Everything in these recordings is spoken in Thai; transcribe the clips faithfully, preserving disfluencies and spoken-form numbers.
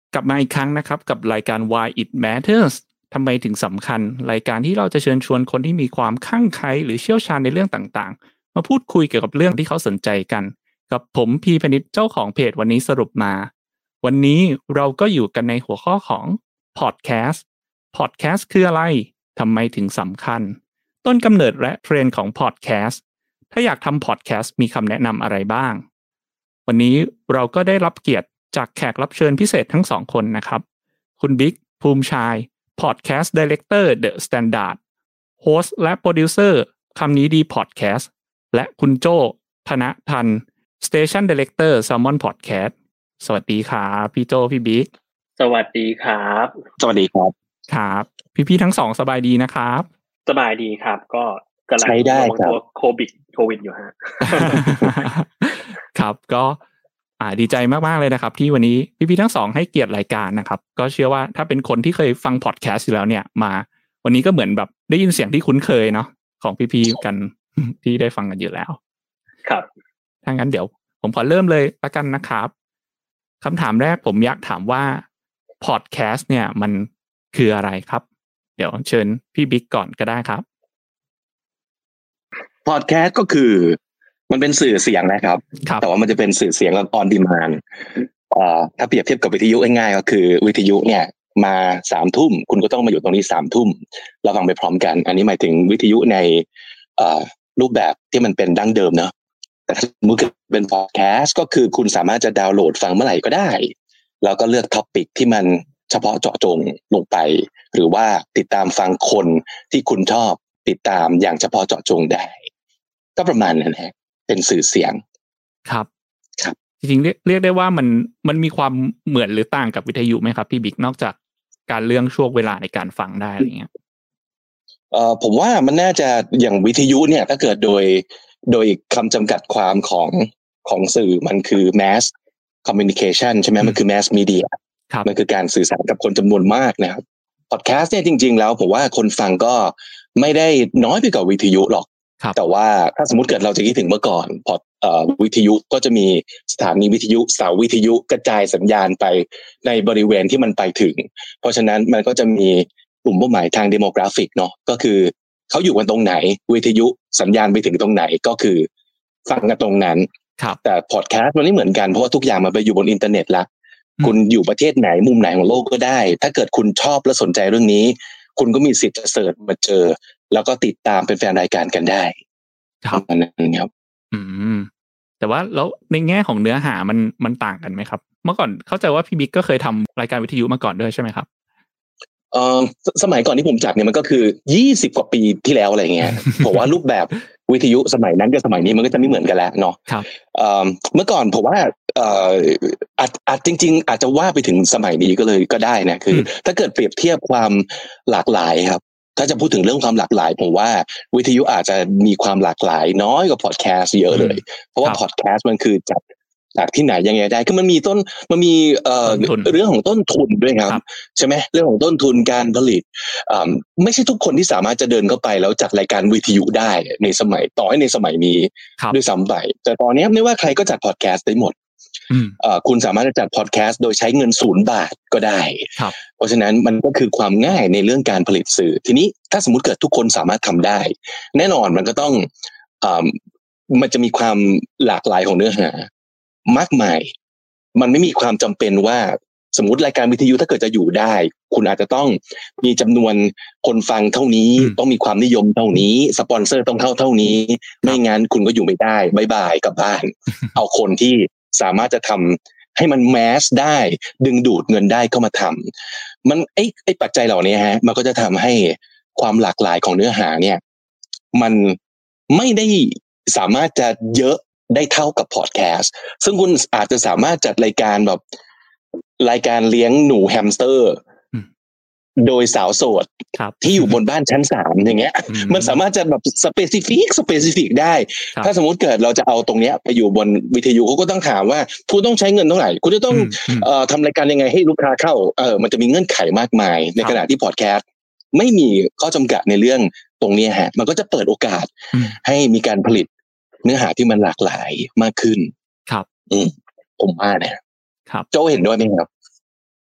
กลับมาอีกครั้งนะครับกับรายการ Why It Matters ทำไมถึงสำคัญรายการที่เราจะเชิญชวนคนที่มีความคลั่งไคล้หรือเชี่ยวชาญในเรื่องต่างๆมาพูดคุยเกี่ยวกับเรื่องที่เขาสนใจกันกับผมพีพนิชเจ้าของเพจวันนี้สรุปมาวันนี้เราก็อยู่กันในหัวข้อของ Podcast Podcast คืออะไรทำไมถึงสำคัญต้นกำเนิดและเทรนด์ของ Podcast ถ้าอยากทำ Podcast มีคำแนะนำอะไรบ้างวันนี้เราก็ได้รับเกียรติจากแขกรับเชิญพิเศษทั้งสองคนนะครับคุณบิ๊กภูมิชาย Podcast Director The Standard Host และ Producer คำนี้ดี Podcast และคุณโจ้ธนพันธ์ Station Director Salmon Podcast สวัสดีครับพี่โจ้พี่บิ๊กสวัสดีครับสวัสดีครับครับพี่ๆทั้งสองสบายดีนะครับสบายดีครับก็กำลังระวังตัวโควิดโควิดอยู่ฮะครับก็อ่าดีใจมากๆเลยนะครับที่วันนี้พี่ๆทั้งสองให้เกียรติรายการนะครับก็เชื่อว่าถ้าเป็นคนที่เคยฟังพอดแคสต์อยู่แล้วเนี่ยมาวันนี้ก็เหมือนแบบได้ยินเสียงที่คุ้นเคยเนาะของพี่ๆกัน ที่ได้ฟังกันอยู่แล้วครับถ้างั้นเดี๋ยวผมขอเริ่มเลยละกันนะครับคำถามแรกผมอยากถามว่าพอดแคสต์เนี่ยมันคืออะไรครับเดี๋ยวเชิญพี่บิ๊กก่อนก็ได้ครับพอดแคสต์ก็คือมันเป็นสื่อเสียงนะครับแต่ว่ามันจะเป็นสื่อเสียงแบบ on demand เอ่อถ้าเปรียบเทียบกับวิทยุง่ายๆก็คือวิทยุเนี่ยมาสามทุ่มคุณก็ต้องมาอยู่ตรงนี้สามทุ่มเราฟังไปพร้อมกันอันนี้หมายถึงวิทยุในเอ่อรูปแบบที่มันเป็นดั้งเดิมเนอะแต่ถ้าสมมุติเป็นพอดแคสต์ก็คือคุณสามารถจะดาวน์โหลดฟังเมื่อไหร่ก็ได้แล้วก็เลือกท็อปิกที่มันเฉพาะเจาะจงลงไปหรือว่าติดตามฟังคนที่คุณชอบติดตามอย่างเฉพาะเจาะจงได้ก็ประมาณนั้นฮะเป็นสื่อเสียงครับครับจริงๆเรียกเรียกได้ว่ามันมันมีความเหมือนหรือต่างกับวิทยุไหมครับพี่บิ๊กนอกจากการเลือกช่วงเวลาในการฟังได้อะไรเงี้ยเอ่อผมว่ามันน่าจะอย่างวิทยุเนี่ยถ้าเกิดโดยโดยคำจำกัดความของของสื่อมันคือ mass communication ใช่ไหมมันคือ mass media มันคือการสื่อสารกับคนจำนวนมากนะครับพอดแคสต์เนี่ยจริงๆแล้วผมว่าคนฟังก็ไม่ได้น้อยไปกว่าวิทยุหรอกแต่ว่าถ้าสมมติเกิดเราจะคิดถึงเมื่อก่อนพอดเอ่อวิทยุก็จะมีสถานีวิทยุเสาวิทยุกระจายสัญญาณไปในบริเวณที่มันไปถึงเพราะฉะนั้นมันก็จะมีกลุ่มเป้าหมายทางเดโมกราฟิกเนาะก็คือเขาอยู่กันตรงไหนวิทยุสัญญาณไปถึงตรงไหนก็คือฟังกันตรงนั้นแต่พอดแคสต์มันไม่เหมือนกันเพราะว่าทุกอย่างมันไปอยู่บนอินเทอร์เน็ตละคุณอยู่ประเทศไหนมุมไหนของโลกก็ได้ถ้าเกิดคุณชอบและสนใจเรื่องนี้คุณก็มีสิทธิ์จะเสิร์ชมาเจอแล้วก็ติดตามเป็นแฟนรายการกันได้ครับนั่นครับอืมแต่ว่าแล้วในแง่ของเนื้อหามันมันต่างกันไหมครับเมื่อก่อนเข้าใจว่าพี่บิ๊กก็เคยทำรายการวิทยุมาก่อนด้วยใช่ไหมครับเอ่อสมัยก่อนที่ผมจัดเนี่ยมันก็คือยี่สิบกว่าปีที่แล้วอะไรเงี้ย ผมว่ารูปแบบวิทยุสมัยนั้นกับสมัยนี้มันก็จะไม่เหมือนกันแล้วเนาะครับเอ่อเมื่อก่อนผมว่าเอ่ออาจอาจจริงๆอาจจะว่าไปถึงสมัยนี้ก็เลยก็ได้นะคือถ้าเกิดเปรียบเทียบความหลากหลายครับถ้าจะพูดถึงเรื่องความหลากหลายผมว่าวิทยุอาจจะมีความหลากหลายน้อยกว่าพอดแคสต์เยอะเลยเพราะว่าพอดแคสต์มันคือจัดจากที่ไหนยังไงได้คือมันมีต้นมันมีเอ่อเรื่องของต้นทุนด้วยครับใช่ไหมเรื่องของต้นทุนการผลิตอ่าไม่ใช่ทุกคนที่สามารถจะเดินเข้าไปแล้วจัดรายการวิทยุได้ในสมัยต่อให้ในสมัยนี้ด้วยซ้ำไปแต่ตอนนี้ไม่ว่าใครก็จัดพอดแคสต์ได้หมดอ่าคุณสามารถจะจัดพอดแคสต์โดยใช้เงินศูนย์บาทก็ได้เพราะฉะนั้นมันก็คือความง่ายในเรื่องการผลิตสื่อทีนี้ถ้าสมมุติเกิดทุกคนสามารถทำได้แน่นอนมันก็ต้องอ่ามันจะมีความหลากหลายของเนื้อหามากมายมันไม่มีความจำเป็นว่าสมมุติรายการวิทยุถ้าเกิดจะอยู่ได้คุณอาจจะต้องมีจำนวนคนฟังเท่านี้ต้องมีความนิยมเท่านี้สปอนเซอร์ต้องเข้าเท่านี้ไม่งั้นคุณก็อยู่ไม่ได้บ๊ายบายกลับบ้าน เอาคนที่สามารถจะทำให้มันแมสได้ดึงดูดเงินได้เข้ามาทำมันไอ้ไอ้ปัจจัยเหล่านี้ฮะมันก็จะทำให้ความหลากหลายของเนื้อหาเนี่ยมันไม่ได้สามารถจะเยอะได้เท่ากับพอดแคสต์ซึ่งคุณอาจจะสามารถจัดรายการแบบรายการเลี้ยงหนูแฮมสเตอร์โดยสาวโสดที่อยู่บนบ้านชั้นสามอย่างเงี้ยมันสามารถจะแบบสเปซิฟิกสเปซิฟิกได้ถ้าสมมุติเกิดเราจะเอาตรงเนี้ยไปอยู่บนวิทยุเขาก็ต้องถามว่าคุณต้องใช้เงินเท่าไหร่คุณจะต้องเอ่อทำรายการยังไงให้ลูกค้าเข้าเออมันจะมีเงื่อนไขมากมายในขณะที่พอดแคสต์ไม่มีข้อจำกัดในเรื่องตรงนี้ฮะมันก็จะเปิดโอกาสให้มีการผลิตเนื้อหาที่มันหลากหลายมากขึ้นครับอืมผมว่านะครับโจเห็นด้วยไหมครับ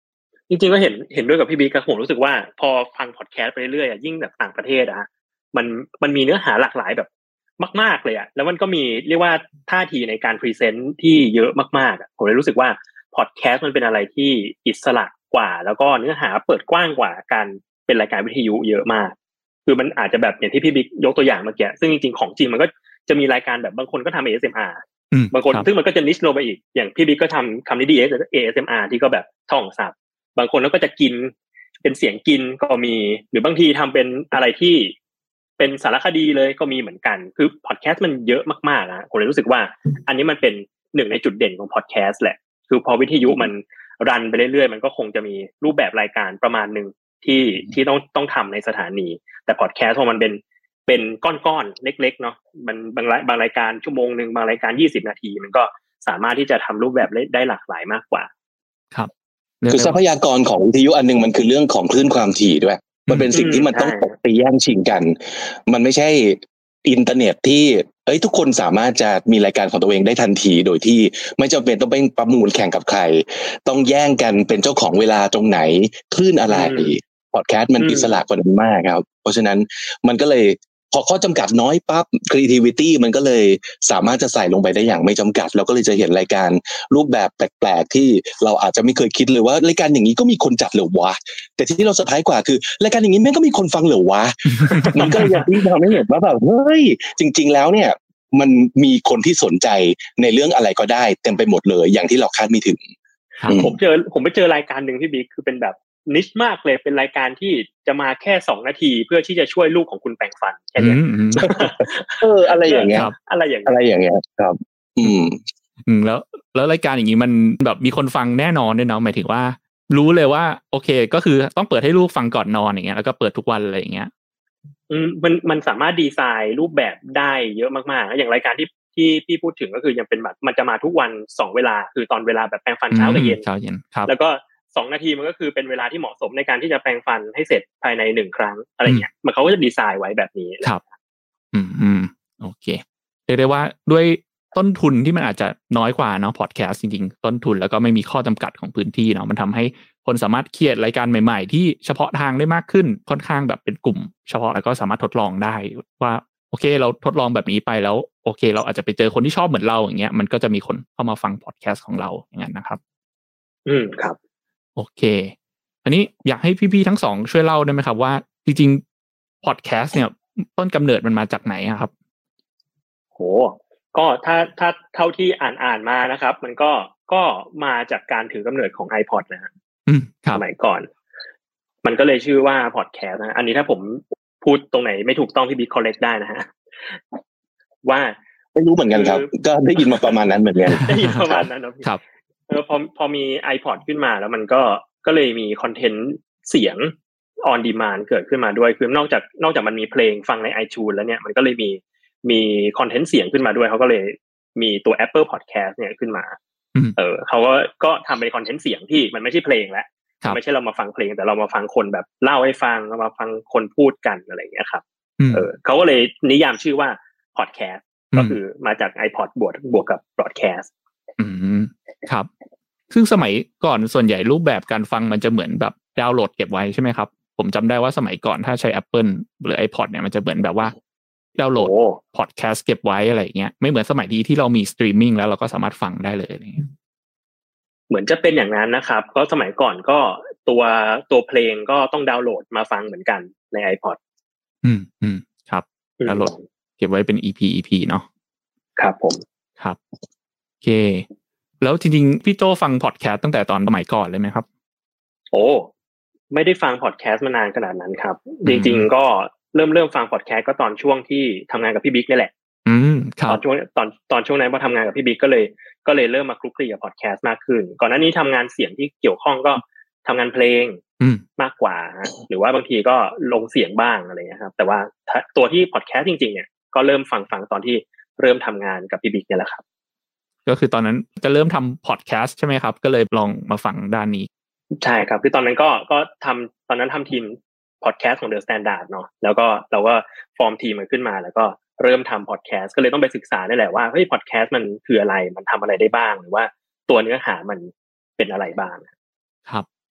จริงๆก็เห็นเห็นด้วยกับพี่บิ๊กครับผมรู้สึกว่าพอฟังพอดแคสต์ไปเรื่อยๆอ่ะยิ่งแบบต่างประเทศอ่ะมันมันมีเนื้อหาหลากหลายแบบมากๆเลยอ่ะแล้วมันก็มีเรียกว่าท่าทีในการพรีเซนต์ที่เยอะมากๆอ่ะผมเลยรู้สึกว่าพอดแคสต์มันเป็นอะไรที่อิสระกว่าแล้วก็เนื้อหาเปิดกว้างกว่าการเป็นรายการวิทยุเยอะมากคือมันอาจจะแบบอย่างที่พี่บิ๊กยกตัวอย่างเมื่อกี้ซึ่งจริงๆของจริงมันก็จะมีรายการแบบบางคนก็ทำ เอ เอส เอ็ม อาร์ บางคนซึ่งมันก็จะนิชลงไปอีกอย่างพี่บิ๊กก็ทำคำนี้ดี เอ เอส เอ็ม อาร์ ที่ก็แบบท่องศัพท์บางคนแล้วก็จะกินเป็นเสียงกินก็มีหรือบางทีทำเป็นอะไรที่เป็นสารคดีเลยก็มีเหมือนกันคือพอดแคสต์มันเยอะมากๆนะผมเลยรู้สึกว่าอันนี้มันเป็นหนึ่งในจุดเด่นของพอดแคสต์แหละคือพอวิทยุมันรันไปเรื่อยๆมันก็คงจะมีรูปแบบรายการประมาณนึงที่ที่ต้องต้องทำในสถานีแต่พอดแคสต์พอมันเป็นเป็นก้อนๆเล็กๆเนาะมันบางบางรายการชั่วโมงนึงบางรายการยี่สิบนาทีมันก็สามารถที่จะทำรูปแบบได้หลากหลายมากกว่าครับคือทรัพยากรของวิทยุอันนึงมันคือเรื่องของคลื่นความถี่ด้วยมันเป็นสิ่งที่มันต้องตกไปแย่งชิงกันมันไม่ใช่อินเทอร์เน็ตที่เอ้ยทุกคนสามารถจะมีรายการของตัวเองได้ทันทีโดยที่ไม่จำเป็นต้องไปประมูลแข่งกับใครต้องแย่งกันเป็นเจ้าของเวลาตรงไหนคลื่นอะไรพอดแคสต์มันอิสระกว่านั้นมากครับเพราะฉะนั้นมันก็เลยพอข้อจำกัดน้อยปั๊บ creativity มันก็เลยสามารถจะใส่ลงไปได้อย่างไม่จำกัดแล้วก็เลยจะเห็นรายการรูปแบบแปลกๆที่เราอาจจะไม่เคยคิดเลยว่ารายการอย่างนี้ก็มีคนจัดเหรอวะแต่ที่เราเซอร์ไพรส์กว่าคือรายการอย่างนี้แม่งก็มีคนฟังเหรอวะ มันก็เลยอยากที่ทำให้เห็นว่าแบบเฮ้ยจริงๆแล้วเนี่ยมันมีคนที่สนใจในเรื่องอะไรก็ได้เต็มไปหมดเลยอย่างที่เราคาดไม่ถึงผมเจอผมไปเจอรายการหนึ่งพี่บิ๊กคือเป็นแบบนิชมากเลยเป็นรายการที่จะมาแค่สองนาทีเพื่อที่จะช่วยลูกของคุณแปรงฟันแค่นี้เอออะไรอย่างเงี้ยอะไรอย่างอะไรอย่างเงี้ยครับอืมอืมแล้วแล้วรายการอย่างนี้มันแบบมีคนฟังแน่นอนด้วยเนาะหมายถึงว่ารู้เลยว่าโอเคก็คือต้องเปิดให้ลูกฟังก่อนนอนอย่างเงี้ยแล้วก็เปิดทุกวันอะไรอย่างเงี้ยอืมมันมันสามารถดีไซน์รูปแบบได้เยอะมากๆอย่างรายการที่ที่พี่พูดถึงก็คือยังเป็นแบบมันจะมาทุกวันสองเวลาคือตอนเวลาแบบแปรงฟันเช้ากับเย็นเช้าเย็นครับแล้วก็สองนาทีมันก็คือเป็นเวลาที่เหมาะสมในการที่จะแปรงฟันให้เสร็จภายในหนึ่งครั้งอะไรเงี้ยมันเขาก็จะดีไซน์ไว้แบบนี้ครับอืมอืมโอเคเรียกได้ว่าด้วยต้นทุนที่มันอาจจะน้อยกว่าเนาะพอดแคสต์จริงๆต้นทุนแล้วก็ไม่มีข้อจำกัดของพื้นที่เนาะมันทำให้คนสามารถเขียนรายการใหม่ๆที่เฉพาะทางได้มากขึ้นค่อนข้างแบบเป็นกลุ่มเฉพาะแล้วก็สามารถทดลองได้ว่าโอเคเราทดลองแบบนี้ไปแล้วโอเคเราอาจจะไปเจอคนที่ชอบเหมือนเราอย่างเงี้ยมันก็จะมีคนเข้ามาฟังพอดแคสต์ของเราอย่างนั้นนะครับอืมครับโอเคอันนี้อยากให้พี่ๆทั้งสองช่วยเล่าได้ไหมครับว่าจริงๆพอดแคสต์เนี่ยต้นกำเนิดมันมาจากไหนครับโหก็ถ้าถ้าเท่าที่อ่านอ่านมานะครับมันก็ก็มาจากการถือกำเนิดของ iPod นะฮะสมัยก่อนมันก็เลยชื่อว่าพอดแคสต์นะอันนี้ถ้าผมพูดตรงไหนไม่ถูกต้องพี่บิ๊กคอร์เรคได้นะฮะว่าไม่รู้เหมือนกันครับก็ได้ยินมาประมาณนั้นเหมือนกันได้ยินประมาณนั้นนะครับเออพอพอมี iPod ขึ้นมาแล้วมันก็ก็เลยมีคอนเทนต์เสียง on demand เกิดขึ้นมาด้วยคือนอกจากนอกจากมันมีเพลงฟังใน iTunes แล้วเนี่ยมันก็เลยมีมีคอนเทนต์เสียงขึ้นมาด้วยเขาก็เลยมีตัว Apple Podcast เนี่ยขึ้นมาเออเขาก็ก็ทำเป็นคอนเทนต์เสียงที่มันไม่ใช่เพลงแล้วไม่ใช่เรามาฟังเพลงแต่เรามาฟังคนแบบเล่าให้ฟังเรามาฟังคนพูดกันอะไรอย่างเงี้ยครับเออเขาก็เลยนิยามชื่อว่า Podcast ก็คือมาจาก iPod บวกบวกกับ Broadcast อืมครับซึ่งสมัยก่อนส่วนใหญ่รูปแบบการฟังมันจะเหมือนแบบดาวน์โหลดเก็บไว้ใช่ไหมครับผมจำได้ว่าสมัยก่อนถ้าใช้ Apple หรือ iPod เนี่ยมันจะเหมือนแบบว่าดาวน์โหลดพอดแคสต์เก็บไว้อะไรอย่างเงี้ยไม่เหมือนสมัยนี้ที่เรามีสตรีมมิ่งแล้วเราก็สามารถฟังได้เลยอะไรเงี้ยเหมือนจะเป็นอย่างนั้นนะครับก็สมัยก่อนก็ตัวตัวเพลงก็ต้องดาวน์โหลดมาฟังเหมือนกันใน iPod อืมอืมครับดาวน์โหลดเก็บไว้เป็น อี พี อี พี เนาะครับผมครับโอเคแล้วจริงๆพี่โจฟังพอดแคสต์ตั้งแต่ตอนสมัยก่อนเลยไหมครับโอ้ไม่ได้ฟังพอดแคสต์มานานขนาดนั้นครับจริงๆก็เริ่มเริ่มฟังพอดแคสต์ก็ตอนช่วงที่ทำงานกับพี่บิ๊กนี่แหละอืมครับตอนช่วงตอนตอนช่วงนั้นพอทำงานกับพี่บิ๊กก็เลยก็เลยเริ่มมาคลุกคลีกับพอดแคสต์มากขึ้นก่อนหน้านี้ทำงานเสียงที่เกี่ยวข้องก็ทำงานเพลงมากกว่าหรือว่าบางทีก็ลงเสียงบ้างอะไรเงี้ยครับแต่ว่าตัวที่พอดแคสต์จริงๆเนี่ยก็เริ่มฟังฟังตอนที่เริ่มทำงานกับพี่บิ๊กเนี่ยแหละครับก็คือตอนนั้นจะเริ่มทำพอดแคสต์ใช่ไหมครับก็เลยลองมาฟังด้านนี้ใช่ครับคือตอนนั้นก็ก็ทำตอนนั้นทำทีมพอดแคสต์ของ The Standard เนาะแล้วก็เราก็ฟอร์มทีมมันขึ้นมาแล้วก็เริ่มทำพอดแคสต์ก็เลยต้องไปศึกษานี่แหละว่าเฮ้ยพอดแคสต์มันคืออะไรมันทำอะไรได้บ้างหรือว่าตัวเนื้อหามันเป็นอะไรบ้างครับ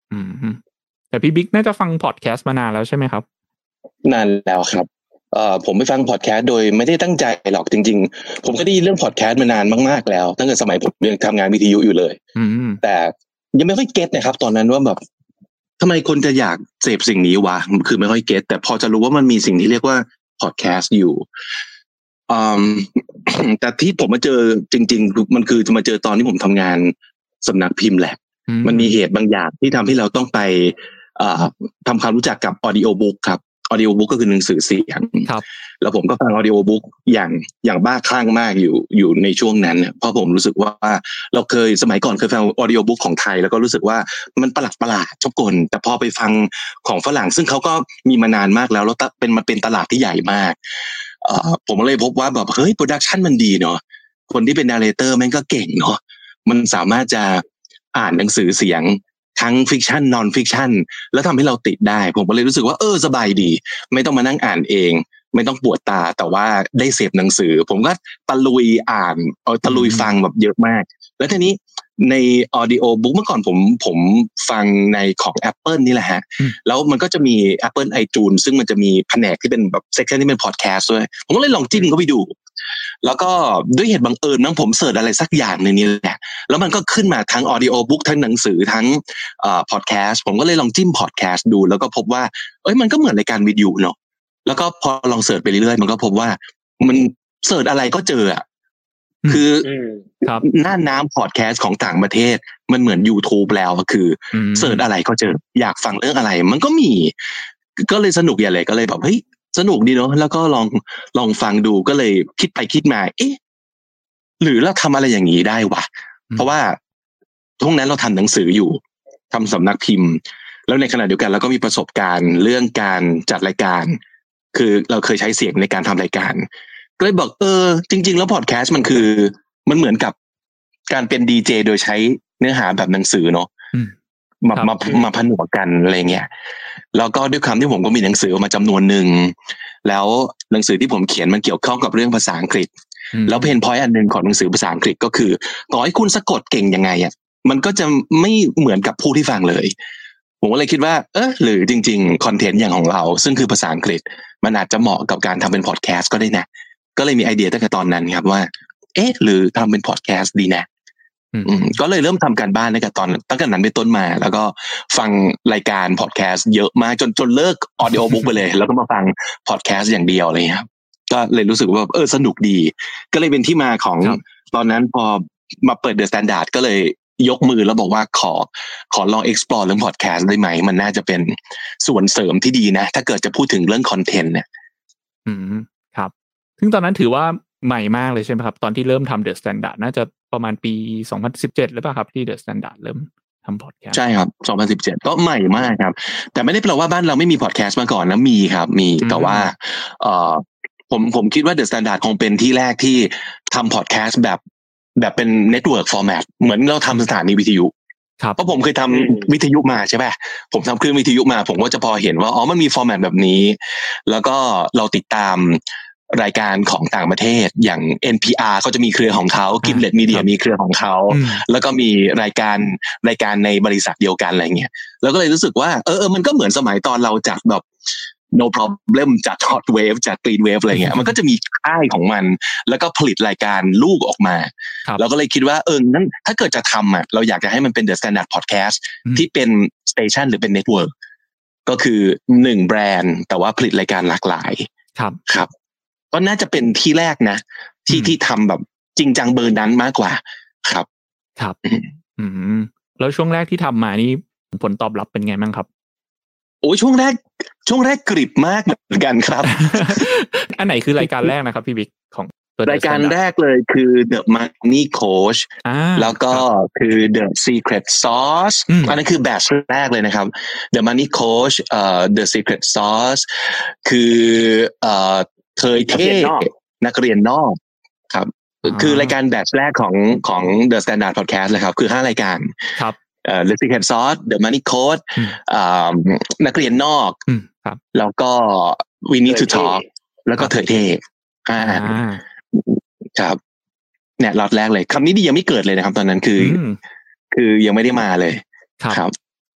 อืมแต่พี่บิ๊กน่าจะฟังพอดแคสต์มานานแล้วใช่ไหมครับนานแล้วครับเอ่อผมไปฟังพอดแคสต์โดยไม่ได้ตั้งใจหรอกจริงๆผมก็ได้ยินเรื่องพอดแคสต์มานานมากๆแล้วตั้งแต่สมัยผมยังทำงานวิทยุอยู่เลยแต่ยังไม่ค่อยเก็ตนะครับตอนนั้นว่าแบบทำไมคนจะอยากเสพสิ่งนี้วะคือไม่ค่อยเก็ตแต่พอจะรู้ว่ามันมีสิ่งที่เรียกว่าพอดแคสต์อยู่อืม แต่ที่ผมมาเจอจริงๆมันคือจะมาเจอตอนที่ผมทำงานสำนักพิมพ์แหละมันมีเหตุบางอย่างที่ทำให้เราต้องไปทำความรู้จักกับ audio book ครับ audio book ก็คือหนังสือเสียงแล้วผมก็ฟัง audio book อย่างอย่างบ้าคลั่งมากอยู่อยู่ในช่วงนั้นเพราะผมรู้สึกว่าเราเคยสมัยก่อนเคยฟัง audio book ของไทยแล้วก็รู้สึกว่ามันประหลาดประหลาดชอบกลแต่พอไปฟังของฝรั่งซึ่งเขาก็มีมานานมากแล้วแล้วเป็นมันเป็นตลาดที่ใหญ่มากผมเลยพบว่าแบบเฮ้ยโปรดักชันมันดีเนาะคนที่เป็นนาร์เรเตอร์แม่งก็เก่งเนาะมันสามารถจะอ่านหนังสือเสียงทั้งฟิกชันนอนฟิกชันแล้วทำให้เราติดได้ผมก็เลยรู้สึกว่าเออสบายดีไม่ต้องมานั่งอ่านเองไม่ต้องปวดตาแต่ว่าได้เสพหนังสือผมก็ตะลุยอ่านเอาตะลุยฟังแบบเยอะมากแล้วทีนี้ใน audio book เมื่อก่อนผมผมฟังในของ Apple นี่แหละฮะแล้วมันก็จะมี Apple iTunes ซึ่งมันจะมีแผนกที่เป็นแบบเซกชันที่เป็นพอดแคสต์ด้วยผมก็เลยลองจิ้มเข้าไปดูแล้วก็ด้วยเหตุบังเอิญมั้งผมเสิร์ชอะไรสักอย่างนึงนี่แหละแล้วมันก็ขึ้นมาทั้ง audio book ทั้งหนังสือทั้งเอ่อ podcast ผมก็เลยลองจิ้ม podcast ดูแล้วก็พบว่าเอ้ยมันก็เหมือนรายการวิทยุเนาะแล้วก็พอลองเสิร์ชไปเรื่อยๆมันก็พบว่ามันเสิร์ชอะไรก็เจออ่ะคือหน้าน้ำพอดแคสต์ของต่างประเทศมันเหมือน YouTube แล้วคือเสิร์ชอะไรก็เจออยากฟังเรื่องอะไรมันก็มีก็เลยสนุกอย่างไรก็เลยแบบเฮ้ยสนุกดีเนาะแล้วก็ลองลองฟังดูก็เลยคิดไปคิดมาเอ๊ะหรือเราทำอะไรอย่างนี้ได้วะเพราะว่าช่วงนั้นเราทำหนังสืออยู่ทำสำนักพิมพ์แล้วในขณะเดียวกันเราก็มีประสบการณ์เรื่องการจัดรายการคือเราเคยใช้เสียงในการทำรายการก็เลยบอกเออจริงๆแล้วพอดแคสต์มันคือมันเหมือนกับการเป็นดีเจโดยใช้เนื้อหาแบบหนังสือเนาะมามามาผนวกกันอะไรเงี้ยแล้วก็ด้วยความที่ผมก็มีหนังสือมาจำนวนหนึ่งแล้วหนังสือที่ผมเขียนมันเกี่ยวข้องกับเรื่องภาษาอังกฤษแล้วเพนพอยต์อันนึงของหนังสือภาษาอังกฤษก็คือต่อให้คุณสะกดเก่งยังไงอ่ะมันก็จะไม่เหมือนกับผู้ที่ฟังเลยผมก็เลยคิดว่าเออหรือจริงๆคอนเทนต์อย่างของเราซึ่งคือภาษาอังกฤษมันอาจจะเหมาะกับการทำเป็นพอดแคสต์ก็ได้นะก็เลยมีไอเดียตั้งแต่ตอนนั้นครับว่าเอ๊ะหรือทำเป็นพอดแคสต์ดีนะก็เลยเริ่มทำการบ้านตั้งแต่ตอนตั้งแต่นั้นเป็นต้นมาแล้วก็ฟังรายการพอดแคสต์เยอะมากจนจนเลิกออดิโอบุ๊กไปเลยแล้วก็มาฟังพอดแคสต์อย่างเดียวเลยครับก็เลยรู้สึกว่าเออสนุกดีก็เลยเป็นที่มาของตอนนั้นพอมาเปิด The Standard ก็เลยยกมือแล้วบอกว่าขอขอลอง explore เรื่องพอดแคสต์ได้ไหมมันน่าจะเป็นส่วนเสริมที่ดีนะถ้าเกิดจะพูดถึงเรื่องคอนเทนต์เนี่ยอืมครับซึ่งตอนนั้นถือว่าใหม่มากเลยใช่ไหมครับตอนที่เริ่มทำ The Standard น่าจะประมาณปีสองพันสิบเจ็ดหรือเปล่าครับที่ The Standard เริ่มทำพอดแคสต์ใช่ครับสองพันสิบเจ็ดก็ใหม่มากครับแต่ไม่ได้แปลว่าบ้านเราไม่มีพอดแคสต์มาก่อนนะมีครับมีแต่ว่าเอ่อผมผมคิดว่า The Standard คงเป็นที่แรกที่ทำพอดแคสต์แบบแบบเป็นเน็ตเวิร์กฟอร์แมตเหมือนเราทำสถานีวิทยุเพราะผมเคยทำวิทยุมาใช่ป่ะผมทำคลื่นวิทยุมาผมก็จะพอเห็นว่าอ๋อมันมีฟอร์แมตแบบนี้แล้วก็เราติดตามรายการของต่างประเทศอย่าง เอ็น พี อาร์ เขาจะมีเครือของเขา Gimlet Media มีเครือของเขาแล้วก็มีรายการรายการในบริษัทเดียวกันอะไรเงี้ยแล้วก็เลยรู้สึกว่าเออเออมันก็เหมือนสมัยตอนเราจัดแบบ no problem จัด hot wave จัด green wave อะไรเงี้ยมันก็จะมีค่ายของมันแล้วก็ผลิตรายการลูกออกมาเราก็เลยคิดว่าเอองั้นถ้าเกิดจะทำอ่ะเราอยากจะให้มันเป็น The Standard Podcast ที่เป็นสเตชันหรือเป็นเน็ตเวิร์กก็คือหนึ่งแบรนด์แต่ว่าผลิตรายการหลากหลายครับครับก็น่าจะเป็นที่แรกนะที่ที่ทำแบบจริงจังเบอร์นั้นมากกว่าครับครับอืมแล้วช่วงแรกที่ทำมานี่ผลตอบรับเป็นไงบ้างครับโอ้ช่วงแรกช่วงแรกกริบมากเหมือนกันครับอันไหนคือรายการแรกนะครับพี่บิ๊กของรายการแรกเลยคือ The Money Coach แล้วก็คือ The Secret Sauce อันนั้นคือแบทช์แรกเลยนะครับ The Money Coach เอ่อ The Secret Sauce คือเอ่อเทยเท่นักเรียนนอกครับคือรายการแบทช์แรกของของ The Standard Podcast เลยครับคือห้ารายการครับเอ่อ The Secret Sauce The Money Coach อ่านักเรียนนอกครับแล้วก็ We Need to Talk แล้วก็เทยเท่อ่าครับเนี่ยล็อตแรกเลยคำนี้ดียังไม่เกิดเลยนะครับตอนนั้นคือคือยังไม่ได้มาเลยครับ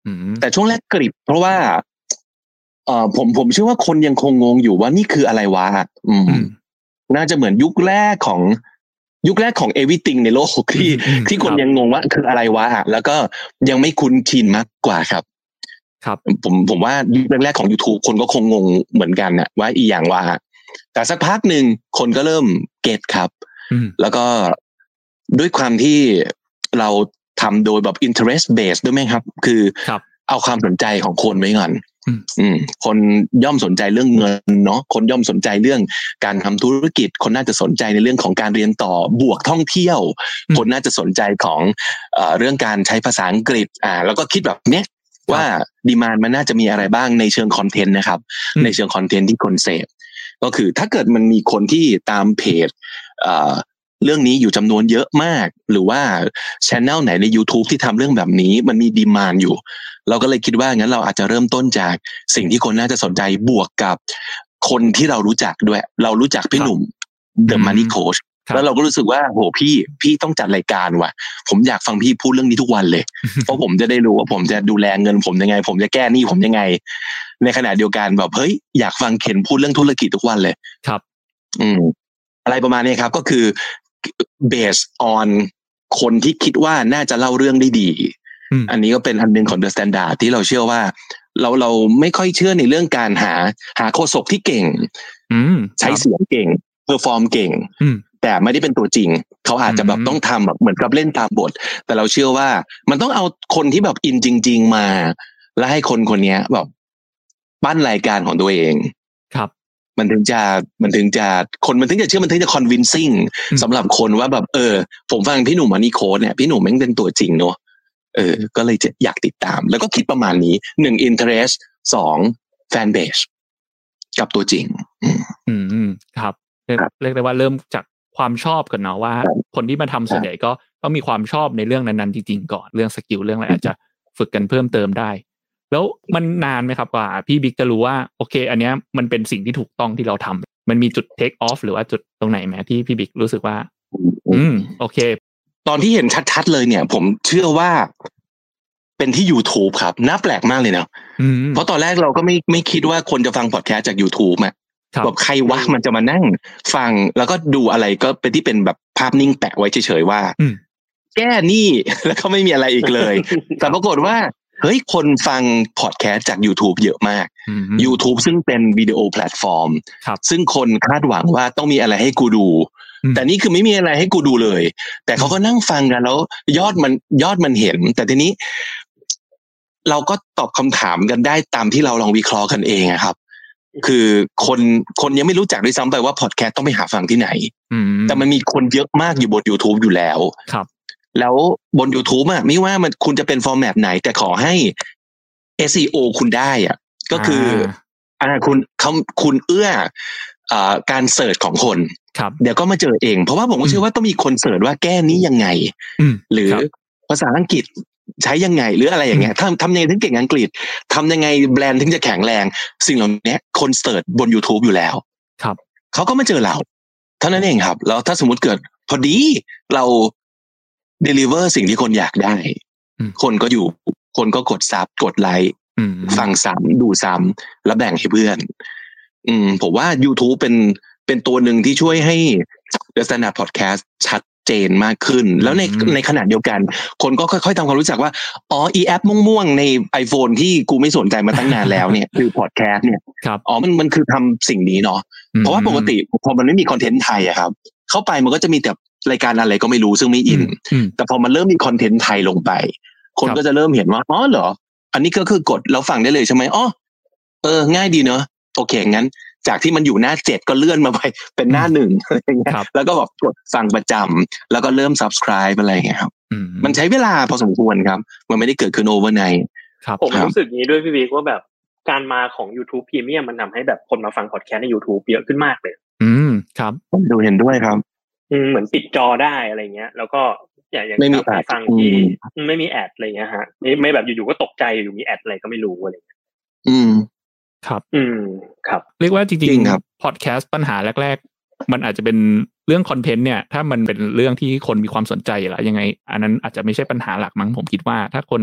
แต่ช่วงแรกกริบเพราะว่าเอ่อผมผมเชื่อว่าคนยังคงงงอยู่ว่านี่คืออะไรวะอืมน่าจะเหมือนยุคแรกของยุคแรกของ everything ในโลกที่ที่คนยังงงว่าคืออะไรวะแล้วก็ยังไม่คุ้นชินมากกว่าครับครับผมผมว่ายุคแรกๆของ YouTube คนก็คงงงเหมือนกันน่ะว่าอีหยังวะแต่สักพักนึงคนก็เริ่มเก็ทครับแล้วก็ด้วยความที่เราทำโดยแบบ interest based ด้วยไหมครับคือเอาความสนใจของคนไว้ก่อนอืมคนย่อมสนใจเรื่องเงินเนาะคนย่อมสนใจเรื่องการทำธุรกิจคนน่าจะสนใจในเรื่องของการเรียนต่อบวกท่องเที่ยวคนน่าจะสนใจของเอ่อเรื่องการใช้ภาษาอังกฤษอ่าแล้วก็คิดแบบเนี้ยว่าดีมานด์มันน่าจะมีอะไรบ้างในเชิงคอนเทนต์นะครับในเชิงคอนเทนต์ที่คนเสพก็คือถ้าเกิดมันมีคนที่ตามเพจเอ่อเรื่องนี้อยู่จำนวนเยอะมากหรือว่า channel ไหนใน YouTube ที่ทำเรื่องแบบนี้มันมีดีมานด์อยู่เราก็เลยคิดว่างั้นเราอาจจะเริ่มต้นจากสิ่งที่คนน่าจะสนใจบวกกับคนที่เรารู้จักด้วยเรารู้จักพี่หนุ่ม The Money Coach แล้วเราก็รู้สึกว่าโหพี่พี่ต้องจัดรายการว่ะผมอยากฟังพี่พูดเรื่องนี้ทุกวันเลย เพราะผมจะได้รู้ว่าผมจะดูแลเงินผมยังไงผมจะแก้หนี้ผมยังไงในขณะเดียวกันแบบเฮ้ยอยากฟังเข็นพูดเรื่องธุรกิจทุกวันเลยครับอืมอะไรประมาณนี้ครับก็คือ based on คนที่คิดว่าน่าจะเล่าเรื่องได้ดีอันนี้ก็เป็นอันนึงของ The Standard ที่เราเชื่อว่าเราเราไม่ค่อยเชื่อในเรื่องการหาหาโฆษกที่เก่งใช้เสียงเก่งเพอร์ฟอร์มเก่งแต่ไม่ได้เป็นตัวจริงเขาอาจจะแบบต้องทำแบบเหมือนกับเล่นตามบทแต่เราเชื่อว่ามันต้องเอาคนที่แบบอินจริงๆมาแล้วให้คนคนนี้แบบปั้นรายการของตัวเองครับมันถึงจะมันถึงจะคนมันถึงจะเชื่อมันถึงจะ convincing สำหรับคนว่าแบบเออผมฟังพี่หนุ่มMoney Coachเนี่ยพี่หนุ่มแม่งเป็นตัวจริงเนอะเออก็เลยจะอยากติดตามแล้วก็คิดประมาณนี้หนึ่ง interest สอง fan base กับตัวจริงอืมครับเรียกได้ว่าเริ่มจากความชอบกันเนาะว่าคนที่มาทำส่วนใหญ่ก็ต้องมีความชอบในเรื่องนั้นๆจริงๆก่อนเรื่องสกิลเรื่องอะไรอาจจะฝึกกันเพิ่มเติมได้แล้วมันนานไหมครับกว่าพี่บิ๊กจะรู้ว่าโอเคอันเนี้ยมันเป็นสิ่งที่ถูกต้องที่เราทำมันมีจุด take off หรือว่าจุดตรงไหนไหมที่พี่บิ๊กรู้สึกว่าอืมโอเคตอนที่เห็นชัดๆเลยเนี่ยผมเชื่อว่าเป็นที่ YouTube ครับน่าแปลกมากเลยนะเพราะตอนแรกเราก็ไม่ไม่คิดว่าคนจะฟังพอดแคสต์จาก YouTube อ่ะแบบใครวะมันจะมานั่งฟังแล้วก็ดูอะไรก็เป็นที่เป็นแบบภาพนิ่งแปะไว้เฉยๆว่าแก้หนี้แล้วก็ไม่มีอะไรอีกเลยแต่ปรากฏว่าเฮ้ยคนฟังพอดแคสต์จาก YouTube เยอะมาก YouTube ซึ่งเป็นวิดีโอแพลตฟอร์มซึ่งคนคาดหวังว่าต้องมีอะไรให้กูดูแต่นี่คือไม่มีอะไรให้กูดูเลยแต่เขาก็นั่งฟังกันแล้วยอดมันยอดมันเห็นแต่ทีนี้เราก็ตอบคำถามกันได้ตามที่เราลองวิเคราะห์กันเองครับคือคนคนยังไม่รู้จักด้วยซ้ำไปว่าพอดแคสต์ต้องไปหาฟังที่ไหนแต่มันมีคนเยอะมากอยู่บน YouTube อยู่แล้วครับแล้วบน YouTube อ่ะไม่ว่ามันคุณจะเป็นฟอร์แมตไหนแต่ขอให้ เอส อี โอ คุณได้อ่ะก็คืออ่าคุณเขาคุณเอื้ออ่าการเสิร์ชของคนเดี๋ยวก็มาเจอเองเพราะว่าผมก็เชื่อว่าต้องมีคนเสิร์ชว่าแก้นี้ยังไงหรือภาษาอังกฤษใช้ยังไงหรืออะไรอย่างเงี้ยทำทำยังไงถึงเก่งอังกฤษทำยังไงแบรนด์ถึงจะแข็งแรงสิ่งเหล่านี้คนเสิร์ชบน YouTube อยู่แล้วครับเขาก็มาเจอเราเท่านั้นเองครับแล้วถ้าสมมุติเกิดพอดีเราdeliver สิ่งที่คนอยากได้คนก็อยู่คนก็กดซับกดไลค์ฟังซ้ำดูซ้ำแล้วแบ่งให้เพื่อนอืมผมว่า YouTube เป็นเป็นตัวหนึ่งที่ช่วยให้ The Standard Podcast ชัดเจนมากขึ้นแล้วในในขณะเดียวกันคนก็ค่อยๆทำความรู้จักว่าอ๋ออีแอปม่วงๆใน iPhone ที่กูไม่สนใจมาตั้งนานแล้วเนี่ยคือ Podcast เนี่ยอ๋อมันมันคือทำสิ่งนี้เนาะเพราะว่าปกติพอมันไม่มีคอนเทนต์ไทยอะครับเข้าไปมันก็จะมีแต่รายการอะไรก็ไม่รู้ซึ่งไม่อินแต่พอมันเริ่มมีคอนเทนต์ไทยลงไปคนก็จะเริ่มเห็นว่าอ๋อเหรออันนี้ก็คือกดแล้วฟังได้เลยใช่ไหมอ๋อเออง่ายดีเนอะโอเคงั้นจากที่มันอยู่หน้าเจ็ดก็เลื่อนมาไปเป็นหน้าหนึ่งอะไรอย่างเงี้ยแล้วก็แบบกดฟังประจำแล้วก็เริ่ม subscribe อะไรอย่างเงี้ยครับมันใช้เวลาพอสมควรครับมันไม่ได้เกิดขึ้น overnight ผมรู้สึกนี้ด้วยพี่บิ๊กว่าแบบการมาของ YouTube Premium มันทำให้แบบคนมาฟังพอดแคสต์ใน YouTube เยอะขึ้นมากเลยอืมครับผมดูเห็นด้วยครับอืมเหมือนปิดจอได้อะไรเงี้ยแล้วก็อย่างอย่างที่ไปฟังที่ไม่มีแอดอะไรเงี้ยฮะไม่ไม่แบบอยู่ๆก็ตกใจอยู่มีแอดอะไรก็ไม่รู้อะไรเงี้ยอืมครับอืมครับเรียกว่าจริงๆพอดแคสต์ปัญหาแรกๆมันอาจจะเป็นเรื่องคอนเทนต์เนี่ยถ้ามันเป็นเรื่องที่คนมีความสนใจอยู่แล้วยังไงอันนั้นอาจจะไม่ใช่ปัญหาหลักมั้งผมคิดว่าถ้าคนแบบ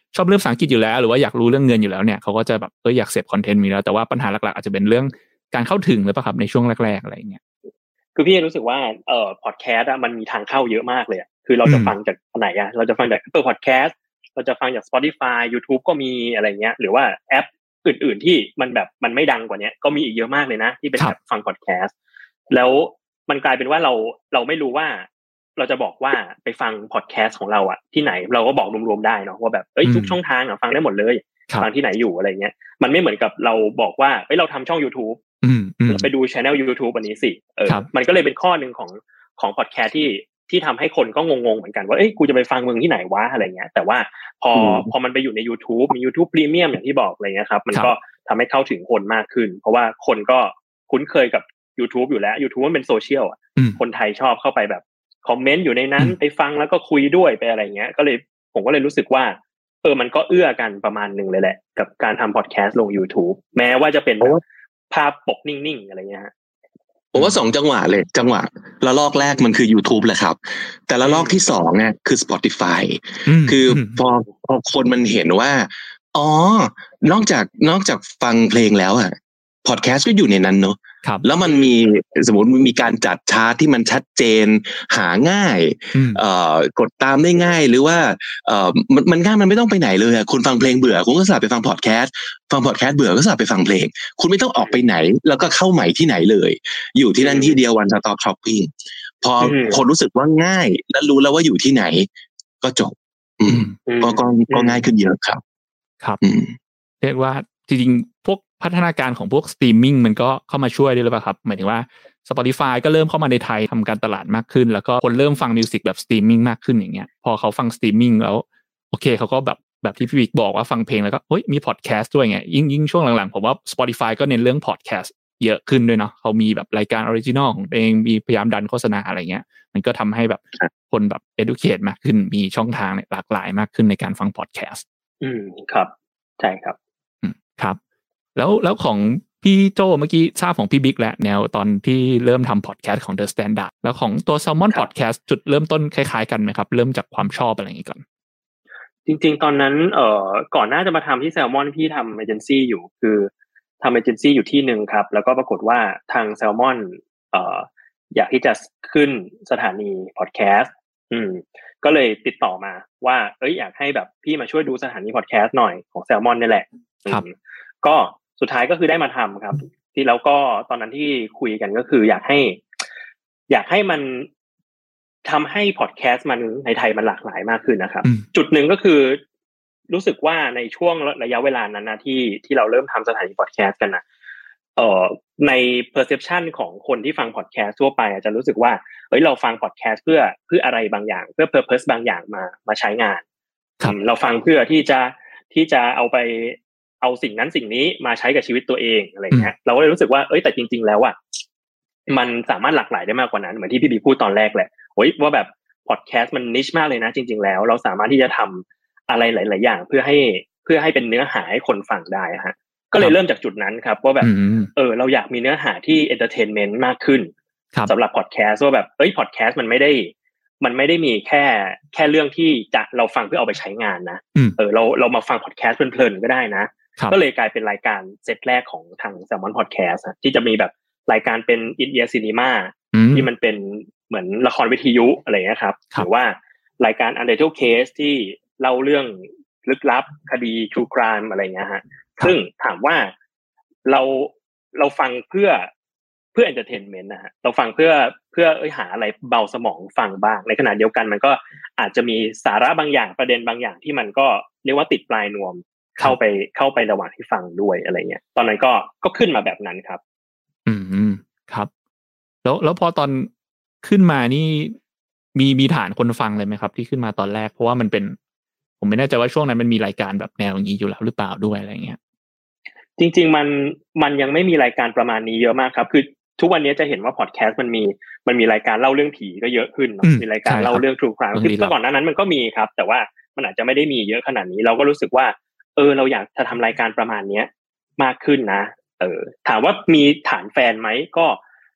ชอบเรื่องภาษาอังกฤษอยู่แล้วหรือว่าอยากรู้เรื่องเงินอยู่แล้วเนี่ยเขาก็จะแบบเอออยากเสพคอนเทนต์มีแล้วแต่ว่าปัญหาหลักๆอาจจะเป็นเรื่องการเข้าถึงหรือเปล่าครับในช่วงแรกๆอะไรอย่างเงี้ยคือพี่รู้สึกว่าเอ่อพอดแคสต์อ่ะมันมีทางเข้าเยอะมากเลยอ่ะคือเราจะฟังจากไหนอ่ะเราจะฟังจาก Apple Podcast เราจะฟังจาก Spotify YouTube ก็มีอะไรเงี้ยหรือว่าแอปอื่นๆที่มันแบบมันไม่ดังกว่านี้ก็มีอีกเยอะมากเลยนะที่เป็นแบบฟังพอดแคสต์แล้วมันกลายเป็นว่าเราเราไม่รู้ว่าเราจะบอกว่าไปฟังพอดแคสต์ของเราอ่ะที่ไหนเราก็บอกรวมๆได้เนาะว่าแบบเอ้ยทุกช่องทางอ่ะฟังได้หมดเลยฟังที่ไหนอยู่อะไรเงี้ยมันไม่เหมือนกับเราบอกว่าเอ้ยเราทำช่อง YouTube เราไปดู channel YouTube อันนี้สิเออมันก็เลยเป็นข้อนึงของของพอดแคสต์ที่ที่ทำให้คนก็งงๆเหมือนกันว่าเอ้ยกูจะไปฟังมึงที่ไหนวะอะไรเงี้ยแต่ว่าพอพอมันไปอยู่ใน YouTube มี YouTube Premium อย่างที่บอกอะไรเงี้ยครับมันก็ทำให้เข้าถึงคนมากขึ้นเพราะว่าคนก็คุ้นเคยกับ YouTube อยู่แล้ว YouTube มันเป็นโซเชียลอ่ะคนไทยชอบเข้าไปแบบคอมเมนต์อยู่ในนั้นไปฟังแล้วก็คุยด้วยไปอะไรเงี้ยก็เลยผมก็เลยรู้สึกว่าเออมันก็เอื้อกันประมาณนึงเลยแหละกับการทำพอดแคสต์ลง YouTube แม้ว่าจะเป็นภาพปกนิ่งๆอะไรเงี้ยฮะผมว่าสองจังหวะเลยจังหวะละลอกแรกมันคือ YouTube แหละครับแต่ละลอกที่สองเนี่ยคือ Spotify คือพอพอคนมันเห็นว่าอ๋อนอกจากนอกจากฟังเพลงแล้วอ่ะพอดแคสต์ก็อยู่ในนั้นเนอะแล้วมันมีสมมติมีการจัดชาร์ตที่มันชัดเจนหาง่ายเอ่อกดตามได้ง่ายหรือว่าเอ่อมันมันง่ายมันไม่ต้องไปไหนเลยอ่ะคุณฟังเพลงเบื่อคุณก็สลับไปฟังพอดแคสต์ฟังพอดแคสต์เบื่อก็สลับไปฟังเพลงคุณไม่ต้องออกไปไหนแล้วก็เข้าใหม่ที่ไหนเลยอยู่ที่นั่นที่เดียว one stop shopping พอคนรู้สึกว่าง่ายและรู้แล้วว่าอยู่ที่ไหนก็จบอืมก็ก็ก็ง่ายขึ้นเยอะครับครับเรียกว่าจริงๆพวกพัฒนาการของพวกสตรีมมิ่งมันก็เข้ามาช่วยด้วยหรือเปล่าครับหมายถึงว่า Spotify ก็เริ่มเข้ามาในไทยทำการตลาดมากขึ้นแล้วก็คนเริ่มฟังมิวสิกแบบสตรีมมิ่งมากขึ้นอย่างเงี้ยพอเขาฟังสตรีมมิ่งแล้วโอเคเขาก็แบบแบบที่พี่วิกบอกว่าฟังเพลงแล้วก็เฮ้ยมีพอดแคสต์ด้วยไงยิ่งยิ่งช่วงหลังๆผมว่า Spotify ก็เน้นเรื่องพอดแคสต์เยอะขึ้นด้วยเนาะเขามีแบบรายการออริจินอลของตัวเองมีพยายามดันโฆษณาอะไรเงี้ยมันก็ทำให้แบบคนแบบ educate มากขึ้นมีช่องทางหลากหลายมากขึ้นในการฟังพอดแคสต์อืมครับใช่ครับครับแล้วแล้วของพี่โจเมื่อกี้ทราบของพี่บิ๊กแล้วแนวตอนที่เริ่มทำพอดแคสต์ของ The Standard แล้วของตัว Salmon Podcast จุดเริ่มต้นคล้ายๆกันไหมครับเริ่มจากความชอบอะไรอย่างงี้ก่อนจริงๆตอนนั้นเอ่อก่อนหน้าจะมาทำที่ Salmon พี่ทำเอเจนซี่อยู่คือทำเอเจนซี่อยู่ที่นึงครับแล้วก็ปรากฏว่าทาง Salmon เอ่ออยากที่จะขึ้นสถานีพอดแคสต์อืมก็เลยติดต่อมาว่าเอ้ยอยากให้แบบพี่มาช่วยดูสถานีพอดแคสต์หน่อยของ Salmon นี่แหละครับก็สุดท้ายก็คือได้มาทำครับที่แล้วก็ตอนนั้นที่คุยกันก็คืออยากให้อยากให้มันทำให้พอดแคสต์มันในไทยมันหลากหลายมากขึ้นนะครับจุดหนึ่งก็คือรู้สึกว่าในช่วงระยะเวลานั้นนะที่ที่เราเริ่มทำสถานีพอดแคสต์กันนะเอ่อใน perception ของคนที่ฟังพอดแคสต์ทั่วไปอาจจะรู้สึกว่าเฮ้ยเราฟังพอดแคสต์เพื่อเพื่ออะไรบางอย่างเพื่อ purpose บางอย่างมามาใช้งานเราฟังเพื่อที่จะที่จะเอาไปเอาสิ่งนั้นสิ่งนี้มาใช้กับชีวิตตัวเองอะไรเงี้ยเราก็เลยรู้สึกว่าเอ้ยแต่จริงๆแล้วอ่ะมันสามารถหลากหลายได้มากกว่านั้นเหมือนที่พี่บีพูดตอนแรกแหละโอ้ยว่าแบบพอดแคสต์มันนิชมากเลยนะจริงๆแล้วเราสามารถที่จะทำอะไรหลายๆอย่างเพื่อให้เพื่อให้เป็นเนื้อหาให้คนฟังได้ฮะก็เลยเริ่มจากจุดนั้นครับว่าแบบเออเราอยากมีเนื้อหาที่เอนเตอร์เทนเมนต์มากขึ้นสำหรับพอดแคสต์ว่าแบบเอ้ยพอดแคสต์มันไม่ได้มันไม่ได้มีแค่แค่เรื่องที่จะเราฟังเพื่อเอาไปใช้งานนะเออเราเรามาฟังพอดแคสต์เพลินๆก็ได้นะก็เลยกลายเป็นรายการเซตแรกของทาง Salmon Podcast ที่จะมีแบบรายการเป็น In Ear Cinema ที่มันเป็นเหมือนละครวิทยุอะไรเงี้ยครับหรือว่ารายการ Untitled Case ที่เล่าเรื่องลึกลับคดี True Crime อะไรเงี้ยฮะซึ่งถามว่าเราเราฟังเพื่อเพื่อ entertainment นะฮะเราฟังเพื่อเพื่อเอ้ยหาอะไรเบาสมองฟังบ้างในขณะเดียวกันมันก็อาจจะมีสาระบางอย่างประเด็นบางอย่างที่มันก็เรียกว่าติดปลายนวมเข้าไปเข้าไประหว่างที่ฟังด้วยอะไรเงี้ยตอนนั้นก็ก็ขึ้นมาแบบนั้นครับอืมครับแล้วแล้วพอตอนขึ้นมานี่มีมีฐานคนฟังเลยไหมครับที่ขึ้นมาตอนแรกเพราะว่ามันเป็นผมไม่แน่ใจว่าช่วงนั้นมันมีรายการแบบแนวอย่างนี้อยู่แล้วหรือเปล่าด้วยอะไรเงี้ยจริงๆมันมันยังไม่มีรายการประมาณนี้เยอะมากครับคือทุกวันนี้จะเห็นว่าพอดแคสต์มันมีมันมีรายการเล่าเรื่องผีก็เยอะขึ้นมีรายการเล่าเรื่อง True Crime คือเมื่อก่อนนั้นมันก็มีครับแต่ว่ามันอาจจะไม่ได้มีเยอะขนาดนี้เราก็รู้สึกว่าเออเราอยากจะทำรายการประมาณเนี้ยมากขึ้นนะเออถามว่ามีฐานแฟนไหมก็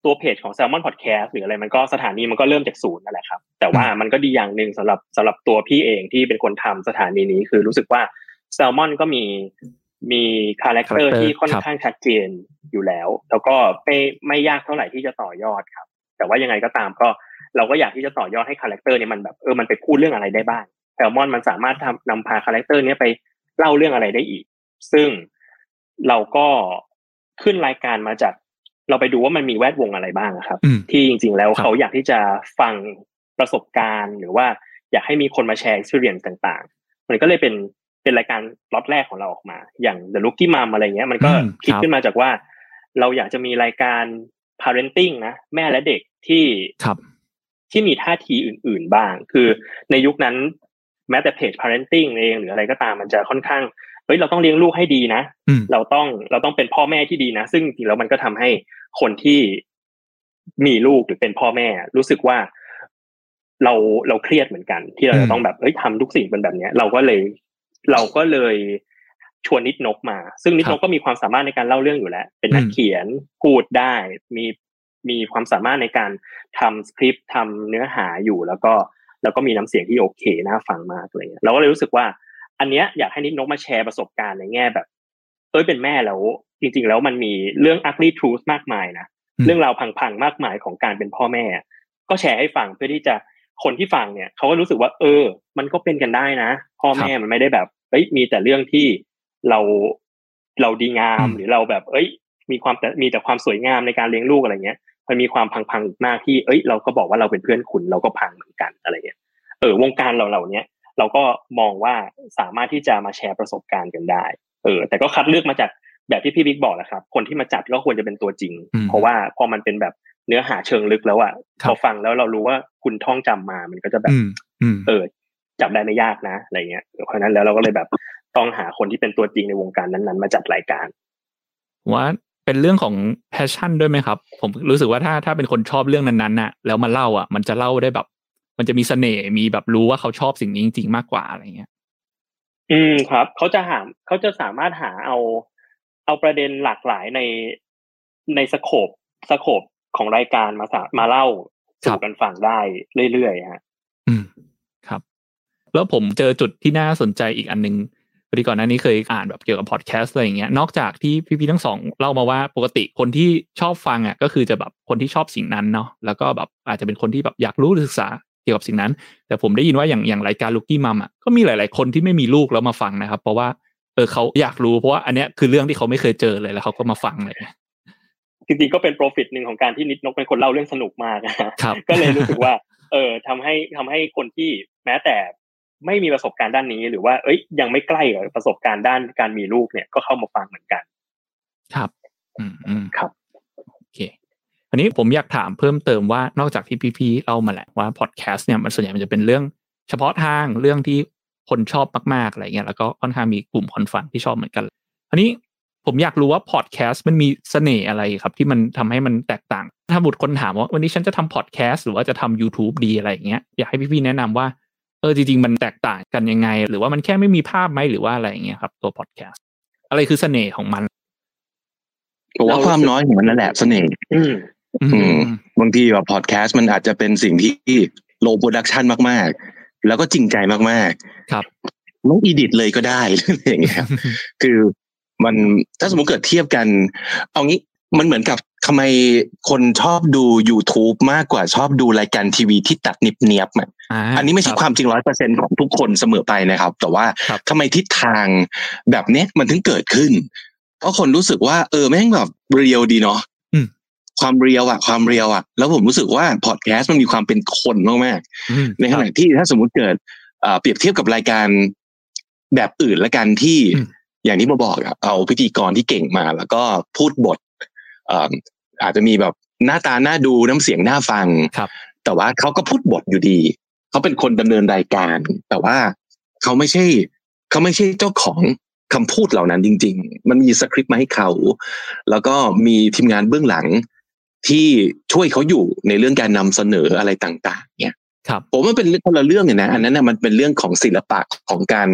ตัวเพจของ Salmon Podcast หรืออะไรมันก็สถานีมันก็เริ่มจากศูนย์นั่นแหละครับแต่ว่ามันก็ดีอย่างนึงสำหรับสำหรับตัวพี่เองที่เป็นคนทำสถานีนี้คือรู้สึกว่า Salmon ก็มีมีคาแรคเตอร์ที่ค่อนข้างชัดเจนอยู่แล้วแล้วก็ไม่ไม่ยากเท่าไหร่ที่จะต่อยอดครับแต่ว่ายังไงก็ตามก็เราก็อยากที่จะต่อยอดให้คาแรคเตอร์เนี่ยมันแบบเออมันไปพูดเรื่องอะไรได้บ้างแซลมอนมันสามารถทำนำพาคาแรคเตอร์นี้ไปเล่าเรื่องอะไรได้อีกซึ่งเราก็ขึ้นรายการมาจากเราไปดูว่ามันมีแวดวงอะไรบ้างครับที่จริงๆแล้วเขาอยากที่จะฟังประสบการณ์หรือว่าอยากให้มีคนมาแชร์ experience ต่างๆมันก็เลยเป็นเป็นรายการล็อตแรกของเราออกมาอย่าง The Lucky Mom อะไรเงี้ยมันก็คิดขึ้นมาจากว่าเราอยากจะมีรายการ parenting นะแม่และเด็กที่ที่มีท่าทีอื่นๆบ้างคือในยุคนั้นแม้แต่เพจ parenting เองหรืออะไรก็ตามมันจะค่อนข้างเฮ้ยเราต้องเลี้ยงลูกให้ดีนะเราต้องเราต้องเป็นพ่อแม่ที่ดีนะซึ่งจริงๆแล้วมันก็ทำให้คนที่มีลูกหรือเป็นพ่อแม่รู้สึกว่าเราเราเครียดเหมือนกันที่เราจะต้องแบบเฮ้ยทำทุกสิ่งเป็นแบบนี้เราก็เลยเราก็เลยชวนนิดนกมาซึ่งนิดนกก็มีความสามารถในการเล่าเรื่องอยู่แล้วเป็นนักเขียนพูดได้มีมีความสามารถในการทำสคริปต์ทำเนื้อหาอยู่แล้วก็แล้วก็มีน้ำเสียงที่โอเคน่าฟังมากอะไรเงี้ยเราก็เลยรู้สึกว่าอันเนี้ยอยากให้นิดนกมาแชร์ประสบการณ์ในแง่แบบเอ้ยเป็นแม่แล้วจริงๆแล้วมันมีเรื่อง ugly truth มากมายนะเรื่องราวพังๆมากมายของการเป็นพ่อแม่ก็แชร์ให้ฟังเพื่อที่จะคนที่ฟังเนี่ยเขาก็รู้สึกว่าเออมันก็เป็นกันได้นะพ่อแม่มันไม่ได้แบบเอ้ยมีแต่เรื่องที่เราเราดีงามหรือเราแบบเอ้ยมีความแต่มีแต่ความสวยงามในการเลี้ยงลูกอะไรเงี้ยมันมีความพังๆอีกมากที่เอ้ยเราก็บอกว่าเราเป็นเพื่อนคุณเราก็พังเหมือนกันอะไรเงี้ยเออวงการเราเหล่านี้เราก็มองว่าสามารถที่จะมาแชร์ประสบการณ์กันได้เออแต่ก็คัดเลือกมาจากแบบที่พี่บิ๊กบอกแหละครับคนที่มาจัดก็ควรจะเป็นตัวจริงเพราะว่าพอมันเป็นแบบเนื้อหาเชิงลึกแล้วอ่ะพอฟังแล้วเรารู้ว่าคุณท่องจำมามันก็จะแบบเออจับได้ไม่ยากนะอะไรเงี้ยเพราะนั้นแล้วเราก็เลยแบบต้องหาคนที่เป็นตัวจริงในวงการนั้นๆมาจัดรายการว่าเป็นเรื่องของ passion ด้วยไหมครับผมรู้สึกว่าถ้าถ้าเป็นคนชอบเรื่องนั้นๆน่ะแล้วมาเล่าอ่ะมันจะเล่าได้แบบมันจะมีเสน่ห์มีแบบรู้ว่าเขาชอบสิ่งนี้จริงๆมากกว่าอะไรเงี้ยอืมครับเขาจะหาเขาจะสามารถหาเอาเอาประเด็นหลากหลายในในสโคปสโคปของรายการมามาเล่าสู่กันฟังได้เรื่อยๆฮะอืมครับแล้วผมเจอจุดที่น่าสนใจอีกอันนึงพอดีก่อนหน้านี้เคยอ่านแบบเกี่ยวกับพอดแคสต์อะไรอย่างเงี้ยนอกจากที่พี่ๆทั้งสองเล่ามาว่าปกติคนที่ชอบฟังอ่ะก็คือจะแบบคนที่ชอบสิ่งนั้นเนาะแล้วก็แบบอาจจะเป็นคนที่แบบอยากรู้ศึกษาเกี่ยวกับสิ่งนั้นแต่ผมได้ยินว่าอย่างอย่างรายการ Lucky Mom อ่ะก็มีหลายๆคนที่ไม่มีลูกแล้วมาฟังนะครับเพราะว่าเออเขาอยากรู้เพราะว่าอันเนี้ยคือเรื่องที่เขาไม่เคยเจอเลยแล้วเขาก็มาฟังเลยจริงๆก็เป็น profit นึงของการที่นิดนกเป็นคนเล่าเรื่องสนุกมากก็เลยรู้สึกว่าเออทำให้ทำให้คนที่แม้แต่ไม่มีประสบการณ์ด้านนี้หรือว่าเอ้ยยังไม่ใกล้กับประสบการณ์ด้านการมีลูกเนี่ยก็เข้ามาฟังเหมือนกันครับอืมอืมครับโอเคอันนี้ผมอยากถามเพิ่มเติมว่านอกจากที่พี่ๆเล่ามาแหละว่าพอดแคสต์เนี่ยมันส่วนใหญ่มันจะเป็นเรื่องเฉพาะทางเรื่องที่คนชอบมากๆอะไรเงี้ยแล้วก็ค่อนข้างมีกลุ่มคนฟังที่ชอบเหมือนกันอันนี้ผมอยากรู้ว่าพอดแคสต์มันมีเสน่ห์อะไรครับที่มันทำให้มันแตกต่างถ้าบุตรคนถามว่าวันนี้ฉันจะทำพอดแคสต์หรือว่าจะทำ YouTube ดีอะไรอย่างเงี้ยอยากให้พี่ๆแนะนำว่าเออจริงๆมันแตกต่างกันยังไงหรือว่ามันแค่ไม่มีภาพไหมหรือว่าอะไรอย่างเงี้ยครับตัวพอดแคสต์อะไรคือเสน่ห์ของมันผมว่าความน้อยของมันนั่นแหละเสน่ห์อืมบางทีแบบพอดแคสต์มันอาจจะเป็นสิ่งที่โลโปรดักชันมากๆแล้วก็จริงใจมากๆครับไม่อีดิทเลยก็ได้อะไรอย่างเงี้ยคือมันถ้าสมมติเกิดเทียบกันเอางี้มันเหมือนกับทำไมคนชอบดู YouTube มากกว่าชอบดูรายการทีวีที่ตัดเนียบๆอ่ะอันนี้ไม่ใช่ความจริง ร้อยเปอร์เซ็นต์ ของทุกคนเสมอไปนะครับแต่ว่าทำไมทิศทางแบบเนี้ยมันถึงเกิดขึ้นเพราะคนรู้สึกว่าเออแม่งแบบเรียลดีเนาะความเรียลอ่ะความเรียลอ่ะแล้วผมรู้สึกว่าพอดแคสต์มันมีความเป็นคนมากๆในขณะที่ถ้าสมมุติเกิดเปรียบเทียบกับรายการแบบอื่นละกันที่อย่างที่มาบอกอ่ะเอาพิธีกรที่เก่งมาแล้วก็พูดบทอาจจะมีแบบหน้าตาน่าดูน้ำเสียงน่าฟังแต่ว่าเขาก็พูดบทอยู่ดีเขาเป็นคนดำเนินรายการแต่ว่าเขาไม่ใช่เขาไม่ใช่เจ้าของคำพูดเหล่านั้นจริงๆมันมีสคริปต์มาให้เขาแล้วก็มีทีมงานเบื้องหลังที่ช่วยเขาอยู่ในเรื่องการนำเสนออะไรต่างๆเนี่ยผมว่าเป็นคนละเรื่องเนี่ยนะอันนั้นนะมันเป็นเรื่องของศิลปะของการ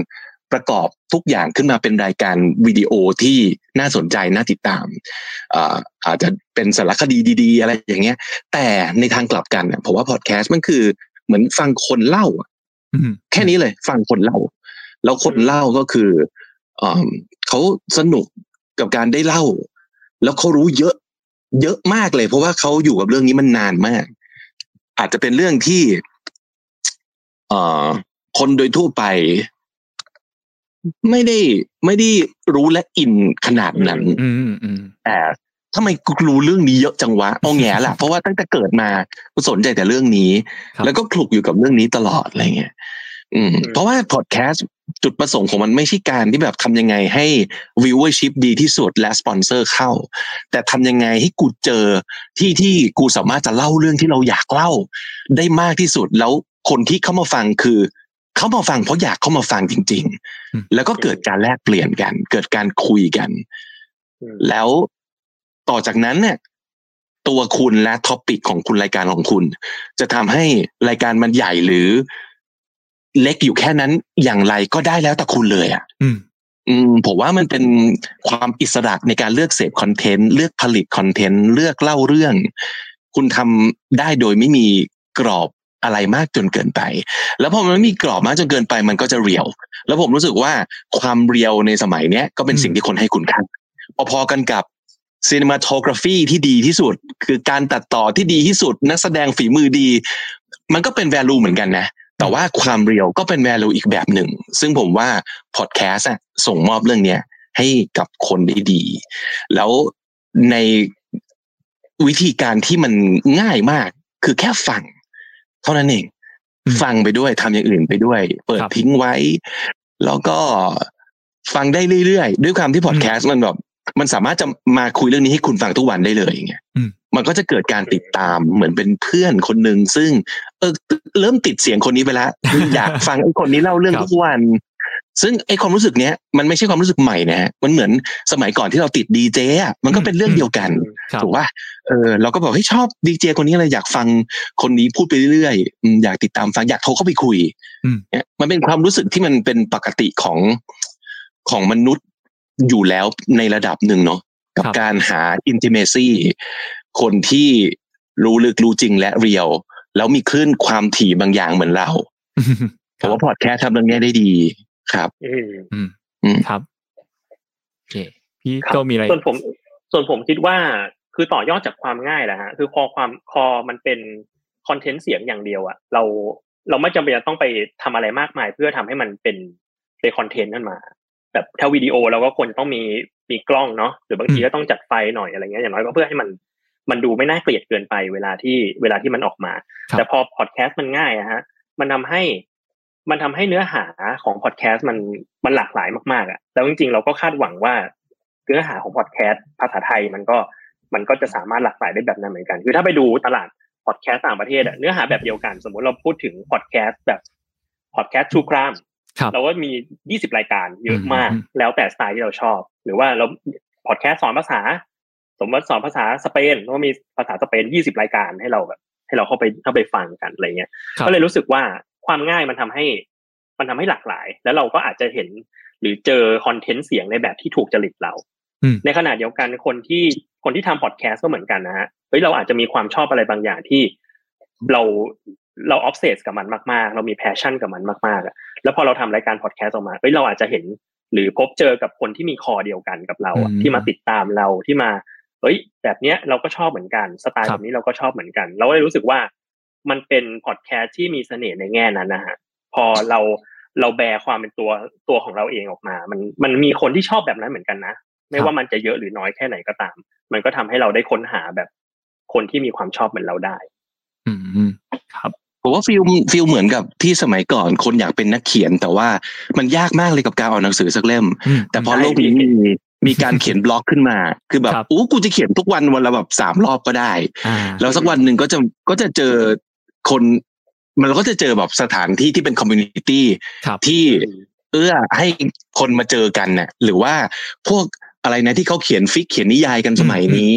ประกอบทุกอย่างขึ้นมาเป็นรายการวิดีโอที่น่าสนใจน่าติดตามอ่าอาจจะเป็นสารคดีดีๆอะไรอย่างเงี้ยแต่ในทางกลับกันเนี่ยผมว่าพอดแคสต์มันคือเหมือนฟังคนเล่าแค่นี้เลยฟังคนเล่าแล้วคนเล่าก็คืออ่าเขาสนุกกับการได้เล่าแล้วเขารู้เยอะเยอะมากเลยเพราะว่าเขาอยู่กับเรื่องนี้มันนานมากอาจจะเป็นเรื่องที่เอ่อคนโดยทั่วไปไม่ได้ไม่ได้รู้และอินขนาดนั้นแต่ทำไมกูรู้เรื่องนี้เยอะจังวะเอาแง่ล่ะเพราะว่าตั้งแต่เกิดมากูสนใจแต่เรื่องนี้แล้วก็คลุกอยู่กับเรื่องนี้ตลอดอะไรเงี้ยอืมเพราะว่าพอดแคสต์จุดประสงค์ของมันไม่ใช่การที่แบบทำยังไงให้ viewership ดีที่สุดและสปอนเซอร์เข้าแต่ทำยังไงให้กูเจอที่ที่กูสามารถจะเล่าเรื่องที่เราอยากเล่าได้มากที่สุดแล้วคนที่เข้ามาฟังคือเข้ามาฟังเพราะอยากเข้ามาฟังจริงๆแล้วก็เกิดการแลกเปลี่ยนกันเกิดการคุยกันแล้วต่อจากนั้นเนี่ยตัวคุณและท็อปิกของคุณรายการของคุณจะทำให้รายการมันใหญ่หรือเล็กอยู่แค่นั้นอย่างไรก็ได้แล้วแต่คุณเลยอ่ะอืมอืมผมว่ามันเป็นความอิสระในการเลือกเสพคอนเทนต์เลือกผลิตคอนเทนต์เลือกเล่าเรื่องคุณทำได้โดยไม่มีกรอบอะไรมากจนเกินไปแล้วพอมันไม่มีกรอบมากจนเกินไปมันก็จะเรียวแล้วผมรู้สึกว่าความเรียวในสมัยเนี้ยก็เป็นสิ่งที่คนให้คุณค่าพอๆกันกับ cinematography ที่ดีที่สุดคือการตัดต่อที่ดีที่สุดนักแสดงฝีมือดีมันก็เป็น value เหมือนกันนะแต่ว่าความเรียวก็เป็น value อีกแบบหนึ่งซึ่งผมว่า podcast อ่ะส่งมอบเรื่องเนี้ยให้กับคนได้ดีแล้วในวิธีการที่มันง่ายมากคือแค่ฟังเท่านั้นเองฟังไปด้วยทำอย่างอื่นไปด้วยเปิดทิ้งไว้แล้วก็ฟังได้เรื่อยๆด้วยความที่พอดแคสต์มันแบบมันสามารถจะมาคุยเรื่องนี้ให้คุณฟังทุกวันได้เลยอย่างเงี้ยมันก็จะเกิดการติดตามเหมือนเป็นเพื่อนคนหนึ่งซึ่งเออเริ่มติดเสียงคนนี้ไปแล้วอยากฟังไอ้คนนี้เล่าเรื่องทุกวันซึ่งไอ้ความรู้สึกเนี้ยมันไม่ใช่ความรู้สึกใหม่นะฮะมันเหมือนสมัยก่อนที่เราติดดีเจอ่ะมันก็เป็นเรื่องเดียวกันถูกป่ะเออเราก็บอกให้ชอบดีเจคนนี้อะไรอยากฟังคนนี้พูดไปเรื่อยๆอยากติดตามฟังอยากโทรเข้าไปคุยเนี่ยมันเป็นความรู้สึกที่มันเป็นปกติของของมนุษย์อยู่แล้วในระดับหนึ่งเนาะกับการหา intimacy คนที่รู้ลึกรู้จริงและเรียวแล้วมีคลื่นความถี่บางอย่างเหมือนเราผมว่าพอดแคสต์ทำเรื่องนี้ได้ดีครับอืมอืมครับโอเคพี่โตมีอะไรส่วนผมส่วนผมคิดว่าคือต่อยอดจากความง่ายแหละฮะคือพอความพอมันเป็นคอนเทนต์เสียงอย่างเดียวอะเราเราไม่จำเป็นจะต้องไปทำอะไรมากมายเพื่อทำให้มันเป็นเป็นคอนเทนต์ขึ้นมาแบบถ้าวิดีโอเราก็ควรต้องมีมีกล้องเนาะหรือบางทีก็ต้องจัดไฟหน่อยอะไรเงี้ยอย่างน้อยก็เพื่อให้มันมันดูไม่น่าเกลียดเกินไปเวลาที่เวลาที่มันออกมาแต่พอพอดแคสต์มันง่ายอะฮะมันทำให้มันทำให้เนื้อหาของพอดแคสต์มันมันหลากหลายมากๆอ่ะแล้วจริงๆเราก็คาดหวังว่าเนื้อหาของพอดแคสต์ภาษาไทยมันก็มันก็จะสามารถหลากหลายได้แบบนั้นเหมือนกันคือถ้าไปดูตลาดพอดแคสต์ต่างประเทศอ่ะเนื้อหาแบบเดียวกันสมมุติเราพูดถึงพอดแคสต์แบบพอดแคสต์ True Crime เราก็มียี่สิบรายการเยอะมากแล้วแต่สไตล์ที่เราชอบหรือว่าเราพอดแคสต์สอนภาษาสมมติสอนภาษาสเปนก็มีภาษาสเปนยี่สิบรายการให้เราแบบให้เราเข้าไปเข้าไปฟังกันอะไรเงี้ยก็เลยรู้สึกว่าความง่ายมันทำให้มันทำให้หลากหลายแล้วเราก็อาจจะเห็นหรือเจอคอนเทนต์เสียงในแบบที่ถูกจริตเราในขณะเดียวกันคนที่คนที่ทำพอดแคสต์ก็เหมือนกันนะฮะเฮ้ยเราอาจจะมีความชอบอะไรบางอย่างที่เราเราออฟเซสกับมันมากๆเรามีแพชชั่นกับมันมากๆอ่ะแล้วพอเราทำรายการพอดแคสต์ออกมาเฮ้ยเราอาจจะเห็นหรือพบเจอกับคนที่มีคอเดียวกันกับเราอ่ะที่มาติดตามเราที่มาเฮ้ยแบบเนี้ยเราก็ชอบเหมือนกันสไตล์แบบนี้เราก็ชอบเหมือนกันเราก็เลยรู้สึกว่ามันเป็นพอดแคสต์ที่มีเสน่ห์ในแง่นั้นนะฮะพอเราเราแบร์ความเป็นตัวตัวของเราเองออกมามันมันมีคนที่ชอบแบบนั้นเหมือนกันนะไม่ว่ามันจะเยอะหรือน้อยแค่ไหนก็ตามมันก็ทำให้เราได้ค้นหาแบบคนที่มีความชอบเหมือนเราได้อืมครับผมว่าฟีลฟีลเหมือนกับที่สมัยก่อนคนอยากเป็นนักเขียนแต่ว่ามันยากมากเลยกับการออกหนังสือสักเล่มแต่พอโลกนี้มีมีการเขียนบล็อกขึ้นมาคือแบบอู้กูจะเขียนทุกวันวันละแบบสามรอบก็ได้แล้วสักวันหนึ่งก็จะก็จะเจอคนมันก็จะเจอแบบสถานที่ที่เป็นคอมมูนิตี้ที่เอื้อให้คนมาเจอกันน่ะหรือว่าพวกอะไรนะที่เขาเขียนฟิกเขียนนิยายกันสมัยนี้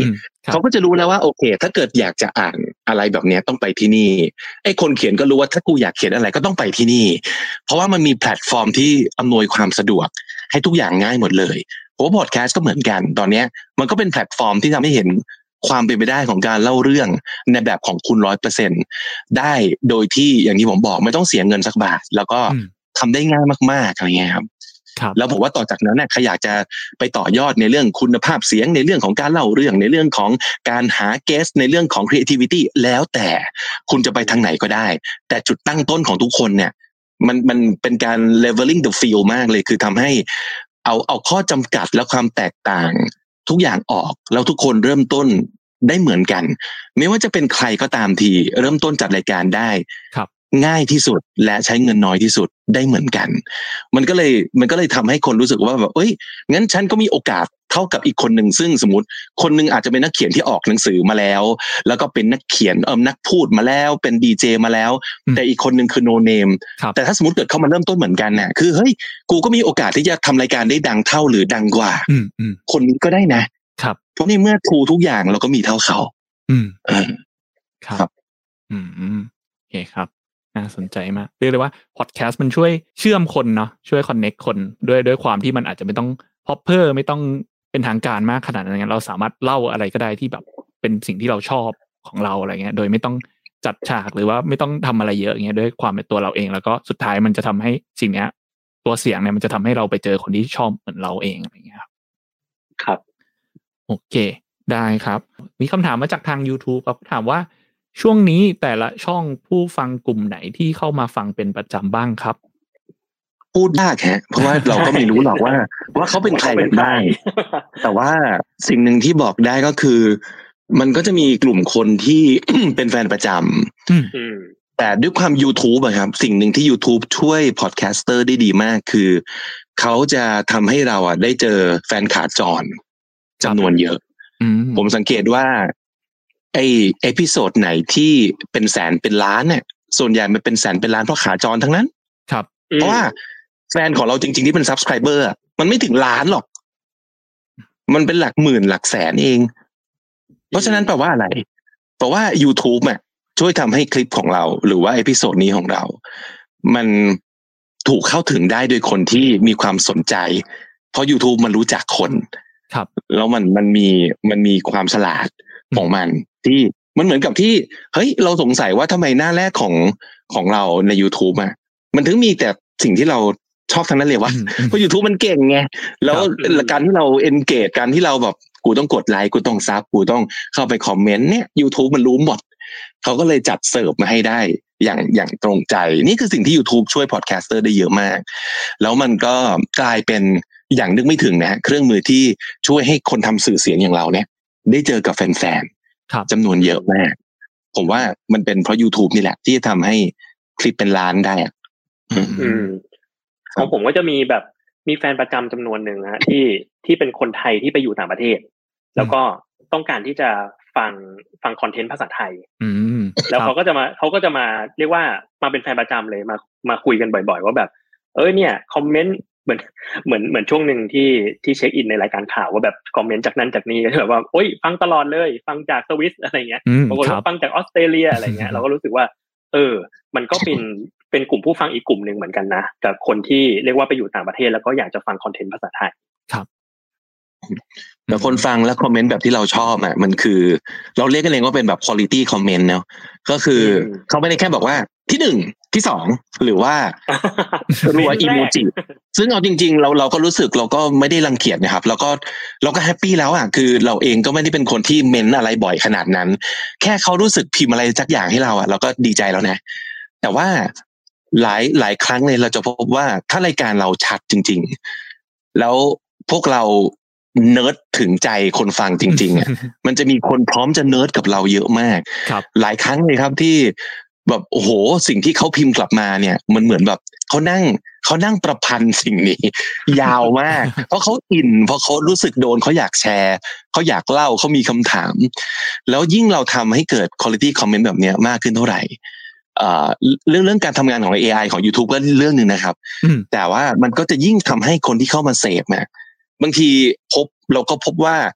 เขาก็จะรู้แล้วว่าโอเคถ้าเกิดอยากจะอ่านอะไรแบบนี้ต้องไปที่นี่ไอ้คนเขียนก็รู้ว่าถ้ากูอยากเขียนอะไรก็ต้องไปที่นี่เพราะว่ามันมีแพลตฟอร์มที่อำนวยความสะดวกให้ทุกอย่างง่ายหมดเลยเพราะว่าพอดแคสต์ก็เหมือนกันตอนนี้มันก็เป็นแพลตฟอร์มที่ทำให้เห็นความเป็นไปได้ของการเล่าเรื่องในแบบของคุณ ร้อยเปอร์เซ็นต์ ได้โดยที่อย่างที่ผมบอกไม่ต้องเสียเงินสักบาทแล้วก็ทำได้ง่ายมากๆอะไรเงี้ยครับแล้วผมว่าต่อจากนั้นเนี่ยใครอยากจะไปต่อยอดในเรื่องคุณภาพเสียงในเรื่องของการเล่าเรื่องในเรื่องของการหาเกสในเรื่องของ creativity แล้วแต่คุณจะไปทางไหนก็ได้แต่จุดตั้งต้นของทุกคนเนี่ยมันมันเป็นการ leveling the field มากเลยคือทำให้เอาเอาข้อจำกัดและความแตกต่างทุกอย่างออกแล้วทุกคนเริ่มต้นได้เหมือนกันไม่ว่าจะเป็นใครก็ตามทีเริ่มต้นจัดรายการได้ง่ายที่สุดและใช้เงินน้อยที่สุดได้เหมือนกันมันก็เลยมันก็เลยทำให้คนรู้สึกว่าแบบเอ้ยงั้นฉันก็มีโอกาสเท่ากับอีกคนหนึ่งซึ่งสมมติคนหนึ่งอาจจะเป็นนักเขียนที่ออกหนังสือมาแล้วแล้วก็เป็นนักเขียนเออนักพูดมาแล้วเป็นดีเจมาแล้วแต่อีกคนหนึ่งคือโนเนมแต่ถ้าสมมติเกิดเข้ามาเริ่มต้นเหมือนกันน่ะคือเฮ้ยกูก็มีโอกาสที่จะทำรายการได้ดังเท่าหรือดังกว่าคนนี้ก็ได้นะครับเพราะในเมื่อทูทุกอย่างเราก็มีเท่าเขาอืมเออครับอืมโอเคครับน่าสนใจมากเรียกได้ว่าพอดแคสต์มันช่วยเชื่อมคนเนาะช่วยคอนเนคคนด้วยด้วยความที่มันอาจจะไม่ต้องพอปเปอร์ไม่ต้องเป็นทางการมากขนาดนั้นเราสามารถเล่าอะไรก็ได้ที่แบบเป็นสิ่งที่เราชอบของเราอะไรเงี้ยโดยไม่ต้องจัดฉากหรือว่าไม่ต้องทำอะไรเยอะอย่างเงี้ยด้วยความเป็นตัวเราเองแล้วก็สุดท้ายมันจะทำให้สิ่งเนี้ยตัวเสียงเนี่ยมันจะทำให้เราไปเจอคนที่ชอบเหมือนเราเองอะไรเงี้ยครับครับโอเคได้ครับมีคำถามมาจากทาง YouTube ครับถามว่าช่วงนี้แต่ละช่องผู้ฟังกลุ่มไหนที่เข้ามาฟังเป็นประจำบ้างครับพูดยากฮะเพราะว่าเราก็ไม่รู้หรอกว่าว่าเขาเป็นใครกันบ้างแต่ว่าสิ่งหนึ่งที่บอกได้ก็คือมันก็จะมีกลุ่มคนที่ เป็นแฟนประจำแต่ด้วยความ YouTube อะครับสิ่งหนึ่งที่ YouTube ช่วยพอดแคสเตอร์ได้ดีมากคือเขาจะทำให้เราอะได้เจอแฟนขาจรจำนวนเยอะผมสังเกตว่าไอ้เอพิโซดไหนที่เป็นแสนเป็นล้านเนี่ยส่วนใหญ่มันเป็นแสนเป็นล้านเพราะขาจรทั้งนั้นครับเพราะว่าแฟนของเราจริงๆที่เป็น Subscriber อ่ะมันไม่ถึงล้านหรอกมันเป็นหลักหมื่นหลักแสนเองเพราะฉะนั้นแปลว่าอะไรแปลว่า YouTube อ่ะช่วยทำให้คลิปของเราหรือว่าเอพิโซดนี้ของเรามันถูกเข้าถึงได้โดยคนที่มีความสนใจเพราะ YouTube มันรู้จักคนครับแล้วมันมันมีมันมีความฉลาดของมันที่มันเหมือนกับที่เฮ้ยเราสงสัยว่าทำไมหน้าแรกของของเราใน YouTube อ่ะมันถึงมีแต่สิ่งที่เราชอบทั้งนั้นเลยวะเพราะ YouTube มันเก่งไงแล้วการที่เรา engage การที่เราแบบกูต้องกดไลค์กูต้องซับกูต้องเข้าไปคอมเมนต์เนี่ย YouTube มันรู้หมดเขาก็เลยจัดเสิร์ฟมาให้ได้อย่างอย่างตรงใจนี่คือสิ่งที่ YouTube ช่วยพอดแคสเตอร์ได้เยอะมากแล้วมันก็กลายเป็นอย่างนึกไม่ถึงนะเครื่องมือที่ช่วยให้คนทำสื่อเสียงอย่างเราเนี่ยได้เจอกับแฟนๆจำนวนเยอะมากผมว่ามันเป็นเพราะ YouTube นี่แหละที่จะทำให้คลิปเป็นล้านได้อ่ะอืมของผมก็จะมีแบบมีแฟนประจำจำนวนหนึ่งนะที่ที่เป็นคนไทยที่ไปอยู่ต่างประเทศแล้วก็ต้องการที่จะฟังฟังคอนเทนต์ภาษาไทยแล้วเขาก็จะมาเขาก็จะมาเรียกว่ามาเป็นแฟนประจำเลยมามาคุยกันบ่อยๆว่าแบบเออเนี่ยคอมเมนต์เหมือนเหมือนเหมือนช่วงหนึ่งที่ที่เช็คอินในรายการข่าวว่าแบบคอมเมนต์จากนั้นจากนี้ก็แบบว่าโอ๊ยฟังตลอดเลยฟังจากสวิสอะไรเงี้ยบางคนฟังจากออสเตรเลียอะไรเงี้ยเราก็รู้สึกว่าเออมันก็เป็นเป็นกลุ่มผู้ฟังอีกกลุ่มหนึ่งเหมือนกันนะกับคนที่เรียกว่าไปอยู่ต่างประเทศแล้วก็อยากจะฟังคอนเทนต์ภาษาไทยครับแต่คนฟังแล้วคอมเมนต์แบบที่เราชอบอ่ะมันคือเราเรียกกันเองว่าเป็นแบบ quality comment เนาะก็คือเขาไม่ได้แค่บอกว่าที่หนึ่งที่สองหรือว่ารัวอีโมจิซึ่งเอาจริงๆเราเราก็รู้สึกเราก็ไม่ได้รังเกียจนะครับเราก็เราก็แฮปปี้แล้วอ่ะคือเราเองก็ไม่ได้เป็นคนที่เมนอะไรบ่อยขนาดนั้นแค่เขารู้สึกพิมพ์อะไรสักอย่างให้เราอ่ะเราก็ดีใจแล้วนะแต่ว่าหลายหลายครั้งเลยเราจะพบว่าถ้ารายการเราชัดจริงๆแล้วพวกเราเนิร์ดถึงใจคนฟังจริงๆอ่ะ มันจะมีคนพร้อมจะเนิร์ดกับเราเยอะมากหลายครั้งเลยครับที่แบบโอ้โหสิ่งที่เขาพิมพ์กลับมาเนี่ยมันเหมือนแบบเขานั่งเขานั่งประพันธ์สิ่งนี้ยาวมาก เพราะเขาอินเพราะเขารู้สึกโดนเขาอยากแชร์เขาอยากเล่าเขามีคำถามแล้วยิ่งเราทำให้เกิด quality comment แบบนี้มากขึ้นเท่าไหร่เรื่องเรื่องการทำงานของ เอ ไอ ของ YouTube ก็เรื่องนึงนะครับแต่ว่ามันก็จะยิ่งทำให้คนที่เข้ามาเสพเนี่ยบางทีพบเราก็พบว่า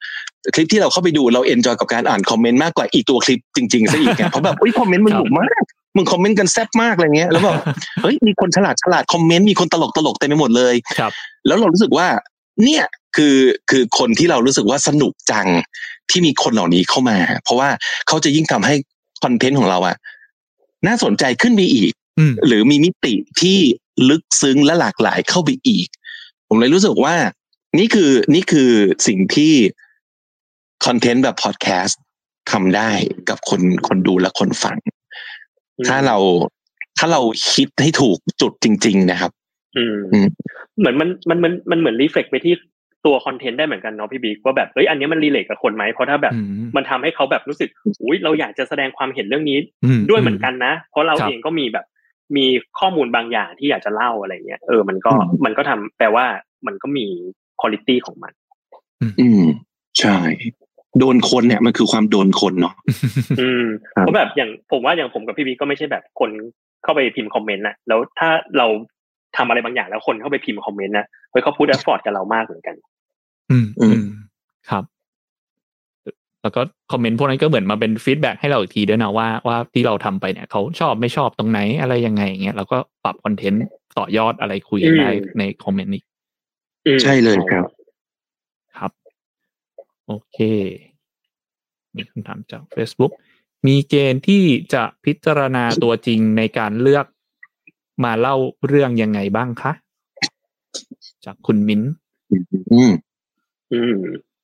คลิปที่เราเข้าไปดูเราเอนจอยกับการอ่านคอมเมนต์มากกว่าอีตัวคลิปจริงๆซะอีกเพราะแบบอุ้ยคอมเมนต์มันหนุกมากมึงคอมเมนต์กันแซ่บมากอะไรเงี้ยแล้วแบบเฮ้ยมีคนฉลาดฉลาดคอมเมนต์มีคนตลกตลกเต็มไปหมดเลยแล้วเรารู้สึกว่าเนี่ยคือคือคนที่เรารู้สึกว่าสนุกจังที่มีคนเหล่านี้เข้ามาเพราะว่าเขาจะยิ่งทำให้คอนเทนต์ของเราอะน่าสนใจขึ้นไปอีกหรือมีมิติที่ลึกซึ้งและหลากหลายเข้าไปอีกผมเลยรู้สึกว่านี่คือนี่คือสิ่งที่คอนเทนต์แบบพอดแคสต์ทำได้กับคนคนดูและคนฟังถ้าเราถ้าเราคิดให้ถูกจุดจริงๆนะครับอืมเหมือนมันมันมันมันเหมือนรีเฟล็กไปที่ตัวคอนเทนต์ได้เหมือนกันเนาะพี่บิ๊กว่าแบบเอ้ยอันนี้มันรีเลทกับคนไหมเพราะถ้าแบบมันทำให้เขาแบบรู้สึกอุ้ยเราอยากจะแสดงความเห็นเรื่องนี้ด้วยเหมือนกันนะเพราะเราเองก็มีแบบมีข้อมูลบางอย่างที่อยากจะเล่าอะไรเงี้ยเออมันก็มันก็ทำแปลว่ามันก็มีควอลิตี้ของมันอืมใช่โดนคนเนี่ยมันคือความโดนคนเนาะอืมเพราะแบบอย่างผมว่าอย่างผมกับพี่บิ๊กก็ไม่ใช่แบบคนเข้าไปพิมพ์คอมเมนต์นะแล้วถ้าเราทำอะไรบางอย่างแล้วคนเข้าไปพิมพ์คอมเมนต์นะเฮ้ยเขาพูดแอฟฟอร์ตกับเรามากเหมือนกันอืมอืมครับแล้วก็คอมเมนต์พวกนั้นก็เหมือนมาเป็นฟีดแบ็กให้เราอีกทีด้วยนะว่าว่าที่เราทำไปเนี่ยเขาชอบไม่ชอบตรงไหนอะไรยังไงอย่างเงี้ยเราก็ปรับคอนเทนต์ต่อยอดอะไรคุยกันได้ในคอมเมนต์นี้ใช่เลยครับครับโอเคมีคำถามจาก Facebook มีเกณฑ์ที่จะพิจารณาตัวจริงในการเลือกมาเล่าเรื่องยังไงบ้างคะจากคุณมิ้นอืมอืม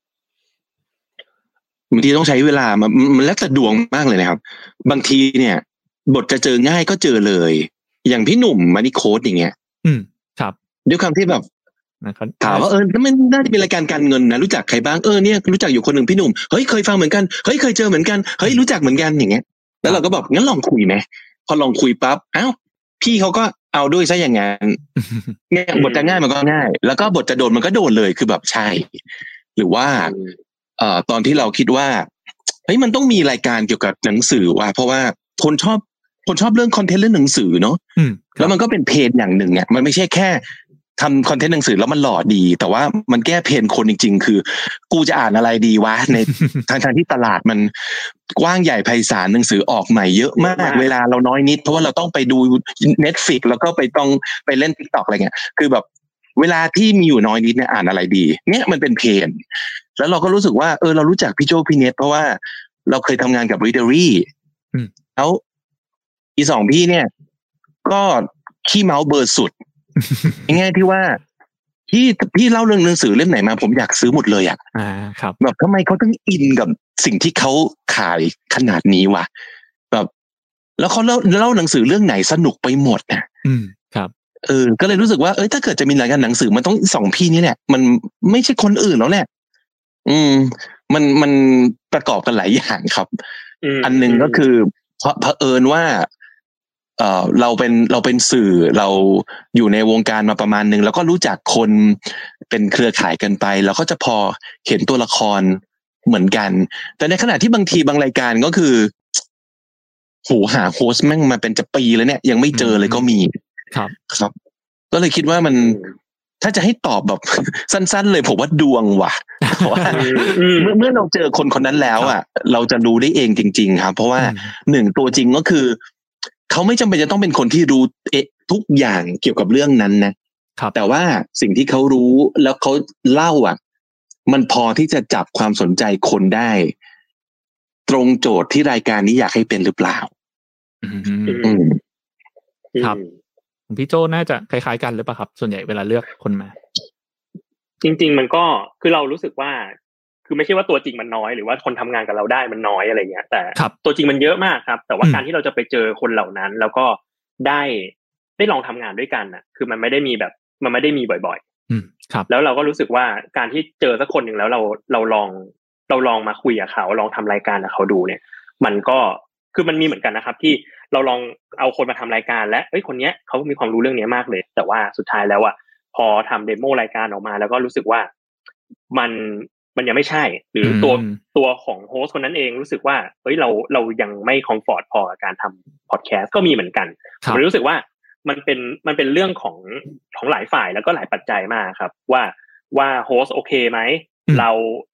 บางทีต้องใช้เวลามันมันแล้วแต่ดวงมากเลยนะครับบางทีเนี่ยบทจะเจอง่ายก็เจอเลยอย่างพี่หนุ่มมานิโค้ดอย่างเงี้ยอืมครับด้วยความที่แบบถามว่าเออมันน่าจะเป็นรายการการเงินนะรู้จักใครบ้างเออเนี่ยรู้จักอยู่คนหนึ่งพี่หนุ่มเฮ้ยเคยฟังเหมือนกันเฮ้ยเคยเจอเหมือนกันเฮ้ยรู้จักเหมือนกันอย่างเงี้ยแล้วเราก็บอกงั้นลองคุยไหมพอลองคุยปั๊บอ้าวพี่เขาก็เอาด้วยซะอย่างงั้นเนี่ยบทจะง่ายมันก็ง่ายแล้วก็บทจะโดนมันก็โดนเลยคือแบบใช่หรือว่าเอ่อตอนที่เราคิดว่าเฮ้ยมันต้องมีรายการเกี่ยวกับหนังสือว่ะเพราะว่าคนชอบคนชอบเรื่องคอนเทนต์เรื่องหนังสือเนาะแล้วมันก็เป็นเพจอย่างหนึ่งอ่ะมันไม่ใช่แค่ทำคอนเทนต์หนังสือแล้วมันหล่อดีแต่ว่ามันแก้เพนคนจริงๆคือกูจะอ่านอะไรดีวะในทางทางที่ตลาดมันกว้างใหญ่ไพศาลหนังสือออกใหม่เยอะมากเวลาเราน้อยนิดเพราะว่าเราต้องไปดู Netflix แล้วก็ไปต้องไปเล่น TikTok อะไรเงี้ยคือแบบเวลาที่มีอยู่น้อยนิดเนี่ยอ่านอะไรดีเนี่ยมันเป็นเพนแล้วเราก็รู้สึกว่าเออเรารู้จักพี่โจพี่เนทเพราะว่าเราเคยทำงานกับ Readery แล้วอีสองพี่เนี่ยก็ขี้เมาเบอร์สุดง่ายที่ว่าพี่พี่เล่าเรื่องหนังสือเล่มไหนมาผมอยากซื้อหมดเลยอ่ะอ่าครับแบบทำไมเขาต้องอินกับสิ่งที่เขาขายขนาดนี้วะแบบแล้วเขาเล่าเล่าหนังสือเรื่องไหนสนุกไปหมดนะอืมครับเออก็เลยรู้สึกว่าเอ้ยถ้าเกิดจะมีรายการหนังสือมันต้องสองพี่นี่แหละมันไม่ใช่คนอื่นแล้วแหละอืมมันมันประกอบกันหลายอย่างครับอันนึงก็คือเพราะเผอิญว่าเอ่อเราเป็นเราเป็นสื่อเราอยู่ในวงการมาประมาณนึงแล้วก็รู้จักคนเป็นเครือข่ายกันไปเราก็จะพอเห็นตัวละครเหมือนกันแต่ในขณะที่บางทีบางรายการก็คือโหหาโฮสต์แม่งมาเป็นจะปีแล้วเนี่ยยังไม่เจอเลยก็มีครับครับก็เลยคิดว่ามันถ้าจะให้ตอบแบบสั้นๆเลยผมว่าดวงว่ะเพราะว่าเมื่อเมื่อเราเจอคนคนนั้นแล้วอ่ะเราจะรู้ได้เองจริงๆครับเพราะว่าหนึ่งตัวจริงก็คือเขาไม่จำเป็นจะต้องเป็นคนที่รู้เอ๊ะทุกอย่างเกี่ยวกับเรื่องนั้นนะแต่ว่าสิ่งที่เขารู้แล้วเขาเล่าอ่ะมันพอที่จะจับความสนใจคนได้ตรงโจทย์ที่รายการนี้อยากให้เป็นหรือเปล่าอืมครับพี่โจน่าจะคล้ายๆกันหรือเปล่าครับส่วนใหญ่เวลาเลือกคนมาจริงๆมันก็คือเรารู้สึกว่าคือไม่ใช่ว่าตัวจริงมันน้อยหรือว่าคนทำงานกับเราได้มันน้อยอะไรเงี้ยแต่ตัวจริงมันเยอะมากครับแต่ว่าการที่เราจะไปเจอคนเหล่านั้นแล้วก็ได้ได้ลองทำงานด้วยกันน่ะคือมันไม่ได้มีแบบมันไม่ได้มีบ่อยๆอืมครับแล้วเราก็รู้สึกว่าการที่เจอสักคนหนึ่งแล้วเราเราลองเราลองมาคุยกับเขาลองทำรายการกับเขาดูเนี่ยมันก็คือมันมีเหมือนกันนะครับที่เราลองเอาคนมาทำรายการและเอ้ยคนเนี้ยเขามีความรู้เรื่องนี้มากเลยแต่ว่าสุดท้ายแล้วอ่ะพอทำเดโมรายการออกมาแล้วก็รู้สึกว่ามันมันยังไม่ใช่หรือตัวตัวของโฮสต์คนนั้นเองรู้สึกว่าเฮ้ยเราเรายังไม่คอมฟอร์ตพอกับการทำพอดแคสต์ก็มีเหมือนกันผมรู้สึกว่ามันเป็นมันเป็นเรื่องของของหลายฝ่ายแล้วก็หลายปัจจัยมากครับว่าว่าโฮสต์โอเคไหมเรา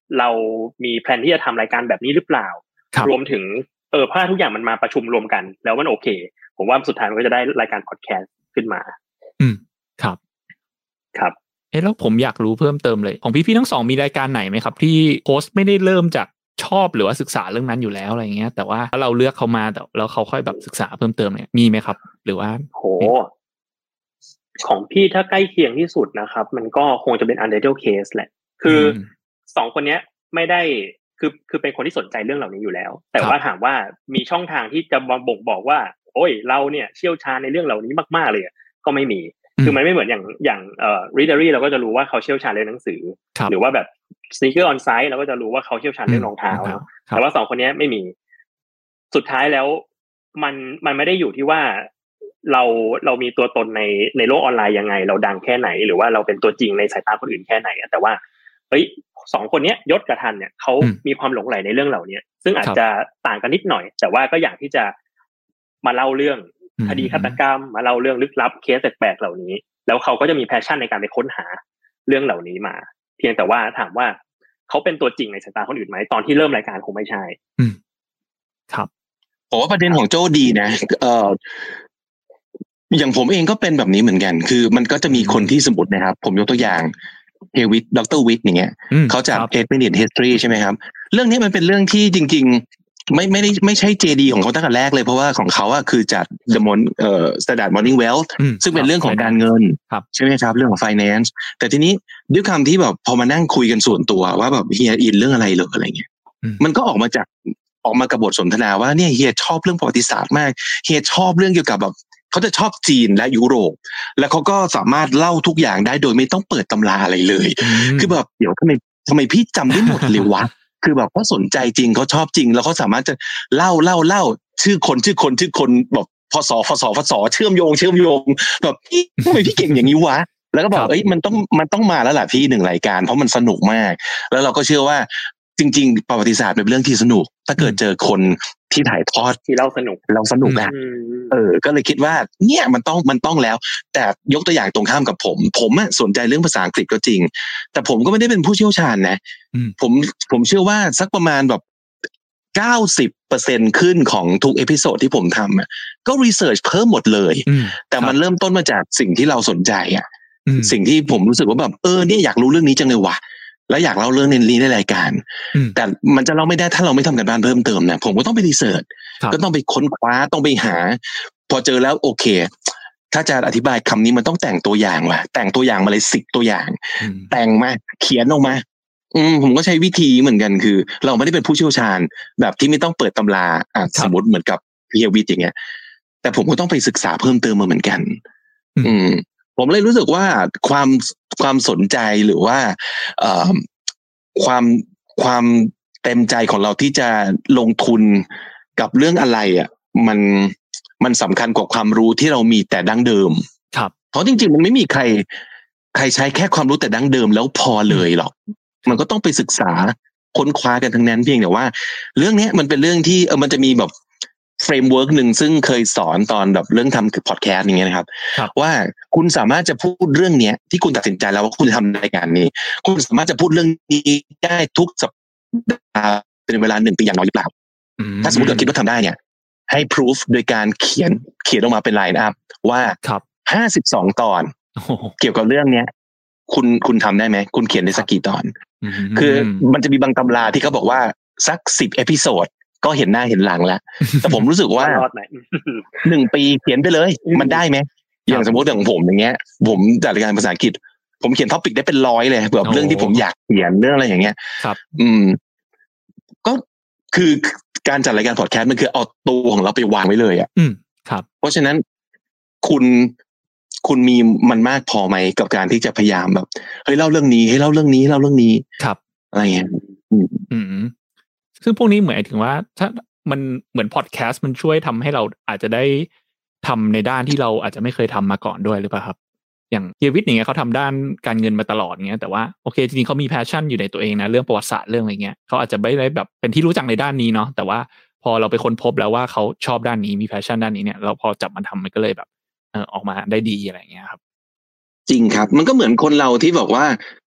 เรามีแพลนที่จะทำรายการแบบนี้หรือเปล่ารวมถึงเออถ้าทุกอย่างมันมาประชุมรวมกันแล้วมันโอเคผมว่าสุดท้ายมันก็จะได้รายการพอดแคสต์ขึ้นมาอืมครับครับเอ๊ะแล้วผมอยากรู้เพิ่มเติมเลยของพี่ๆทั้งสองมีรายการไหนไหมครับที่โฮสต์ไม่ได้เริ่มจากชอบหรือว่าศึกษาเรื่องนั้นอยู่แล้วอะไรเงี้ยแต่ว่าเราเลือกเขามาแต่แล้วเขาค่อยแบบศึกษาเพิ่มเติมเนี่ยมีไหมครับหรือว่าโหของพี่ถ้าใกล้เคียงที่สุดนะครับมันก็คงจะเป็น Untitled Case แหละคือสองคนเนี้ยไม่ได้คือคือเป็นคนที่สนใจเรื่องเหล่านี้อยู่แล้วแต่ว่าถามว่ามีช่องทางที่จะมาบ่งบอกว่าโอ้ยเราเนี่ยเชี่ยวชาญในเรื่องเหล่านี้มากๆเลยก็ไม่มีคือมันไม่เหมือนอย่างอย่างเอ่อ Readery เราก็จะรู้ว่าเขาเชี่ยวชาญเรื่องหนังสือหรือว่าแบบ Sneaker on Site เราก็จะรู้ว่าเขาเชี่ยวชาญเรื่องรองเท้าเนาะแต่ว่าสองคนนี้ไม่มีสุดท้ายแล้วมันมันไม่ได้อยู่ที่ว่าเราเรามีตัวตนในในโลกออนไลน์ยังไงเราดังแค่ไหนหรือว่าเราเป็นตัวจริงในสายตาคนอื่นแค่ไหนแต่ว่าเฮ้ยสองคนนี้ยศกับทันเนี่ยเขามีความหลงใหลในเรื่องเหล่านี้ซึ่งอาจจะต่างกันนิดหน่อยแต่ว่าก็อยากที่จะมาเล่าเรื่องคดีฆาตกรรมมาเล่าเรื่องลึกลับเคสแปลกๆเหล่านี้แล้วเขาก็จะมีแพชชั่นในการไปค้นหาเรื่องเหล่านี้มาเพียงแต่ว่าถามว่าเขาเป็นตัวจริงในสายตาคนอื่นไหมตอนที่เริ่มรายการคงไม่ใช่ครับผมว่าประเด็นของโจ้ดีนะเอ่ออย่างผมเองก็เป็นแบบนี้เหมือนกันคือมันก็จะมีคนที่สมมตินะครับผมยกตัวอย่างเฮวิทดรวิทอย่างเงี้ยเขาจาก eight minute history ใช่ไหมครับเรื่องนี้มันเป็นเรื่องที่จริงๆไม่ไม่ได้ไม่ใช่ เจ ดี ของเขาตั้งแต่แรกเลยเพราะว่าของเขาอะคือจาก The Mon เอ่อ Standard Morning Wealth ซึ่งเป็นเรื่องของการเงินใช่ไหมครับเรื่องของ finance แต่ทีนี้ด้วยคำที่แบบพอมานั่งคุยกันส่วนตัวว่าแบบเฮียอินเรื่องอะไรเหรออะไรเงี้ยมันก็ออกมาจากออกมากับบทสนทนาว่าเนี่ยเฮียชอบเรื่องประวัติศาสตร์มากเฮียชอบเรื่องเกี่ยวกับแบบเขาจะชอบจีนและยุโรปแล้วเขาก็สามารถเล่าทุกอย่างได้โดยไม่ต้องเปิดตำราอะไรเลยคือแบบเดี๋ยวทำไมทำไมพี่จำได้หมดเลยวะคือแบบเขาสนใจจริงเขาชอบจริงแล้วเขาสามารถจะเล่าเล่าเล่าชื่อคนชื่อคนชื่อคนแบบพศพศพศเชื่อมโยงเชื่อมโยงแบบพี่ทำไมพี่เก่งอย่างนี้วะแล้วก็บอกเอ้ยมันต้องมันต้องมาแล้วล่ะพี่หนึ่งรายการเพราะมันสนุกมากแล้วเราก็เชื่อว่าจริงๆประวัติศาสตร์เป็นเรื่องที่สนุกถ้าเกิดเจอคนที่ถ่ายทอดที่เล่าสนุกเราสนุกอ่ะเออก็เลยคิดว่าเนี่ยมันต้องมันต้องแล้วแต่ยกตัวอย่างตรงข้ามกับผมผมอ่ะสนใจเรื่องภาษาอังกฤษก็จริงแต่ผมก็ไม่ได้เป็นผู้เชี่ยวชาญนะผมผมเชื่อว่าสักประมาณแบบ เก้าสิบเปอร์เซ็นต์ ขึ้นของทุกเอพิโซดที่ผมทำอ่ะก็รีเสิร์ชเพิ่มหมดเลยแต่มันเริ่มต้นมาจากสิ่งที่เราสนใจอ่ะสิ่งที่ผมรู้สึกว่าแบบเออเนี่ยอยากรู้เรื่องนี้จังเลยว่ะแล้วอยากเล่าเรื่องนี้ในรายการแต่มันจะเล่าไม่ได้ถ้าเราไม่ทำกันบ้านเพิ่มเติมนะผมก็ต้องไปรีเสิร์ชก็ต้องไปค้นคว้าต้องไปหาพอเจอแล้วโอเคถ้าจะอธิบายคำนี้มันต้องแต่งตัวอย่างว่ะแต่งตัวอย่างมาเลยสิบตัวอย่างแต่งมาเขียนออกมาอืมผมก็ใช้วิธีเหมือนกันคือเราไม่ได้เป็นผู้เชี่ยวชาญแบบที่ไม่ต้องเปิดตำราอ่ะสมมติเหมือนกับเฮียวิทย์อย่างเงี้ยแต่ผมก็ต้องไปศึกษาเพิ่มเติมมาเหมือนกันอืมผมเลยรู้สึกว่าความความสนใจหรือว่าเอ่อความความเต็มใจของเราที่จะลงทุนกับเรื่องอะไรอ่ะมันมันสำคัญกว่าความรู้ที่เรามีแต่ดั้งเดิมครับเพราะจริงๆมันไม่มีใครใครใช้แค่ความรู้แต่ดั้งเดิมแล้วพอเลยหรอกมันก็ต้องไปศึกษาค้นคว้ากันทั้งนั้นเพียงแต่ว่าเรื่องนี้มันเป็นเรื่องที่เออมันจะมีแบบเฟรมเวิร์กหนึ่งซึ่งเคยสอนตอนแบบเรื่องทำพอดแคสต์อย่างเงี้ยนะครับว่าคุณสามารถจะพูดเรื่องเนี้ยที่คุณตัดสินใจแล้วว่าคุณจะทำรายการนี้คุณสามารถจะพูดเรื่องนี้ได้ทุกสัปดาห์เป็นเวลาหนึ่งปีอย่างน้อยหรือเปล่าถ้าสมมติเกิดคิดว่าทำได้เนี่ยให้พิสูจโดยการเขียนเขียนออกมาเป็นไลน์อัพว่าห้าสิบสองตอนเกี่ยวกับเรื่องเนี้ยคุณคุณทำได้ไหมคุณเขียนได้สักกี่ตอนคือมันจะมีบางตำราที่เขาบอกว่าสักสิบเอพิโซดก็เห็นหน้าเห็นหลังแล้วแต่ผมรู้สึกว่าหนึ่งปีเขียนไปเลยมันได้ไหมอย่างสมมติอย่างผมอย่างเงี้ยผมจัดรายการภาษาอังกฤษผมเขียนท็อปิกได้เป็นร้อยเลยแบบเรื่องที่ผมอยากเขียนเรื่องอะไรอย่างเงี้ยครับอืมก็คือการจัดรายการพอดแคสต์มันคือเอาตัวของเราไปวางไว้เลยอ่ะอืมครับเพราะฉะนั้นคุณคุณมีมันมากพอไหมกับการที่จะพยายามแบบเฮ้ยเล่าเรื่องนี้ให้เล่าเรื่องนี้เล่าเรื่องนี้ครับอะไรเงี้ยอืมซึ่งพวกนี้เหมือนถึงว่าถ้ามันเหมือนพอดแคสต์มันช่วยทำให้เราอาจจะได้ทำในด้านที่เราอาจจะไม่เคยทำมาก่อนด้วยหรือเปล่าครับอย่างเฮียวิทย์อย่างเงี้ยเขาทำด้านการเงินมาตลอดเงี้ยแต่ว่าโอเคจริงๆเขามีแพชชั่นอยู่ในตัวเองนะเรื่องประวัติศาสตร์เรื่องอะไรเงี้ยเขาอาจจะไม่ได้แบบเป็นที่รู้จักในด้านนี้เนาะแต่ว่าพอเราไปค้นพบแล้วว่าเขาชอบด้านนี้มีแพชชั่นด้านนี้เนี่ยเราพอจับมันทำมันก็เลยแบบเออออกมาได้ดีอะไรเงี้ยครับจริงครับมันก็เหมือนคนเราที่บอกว่า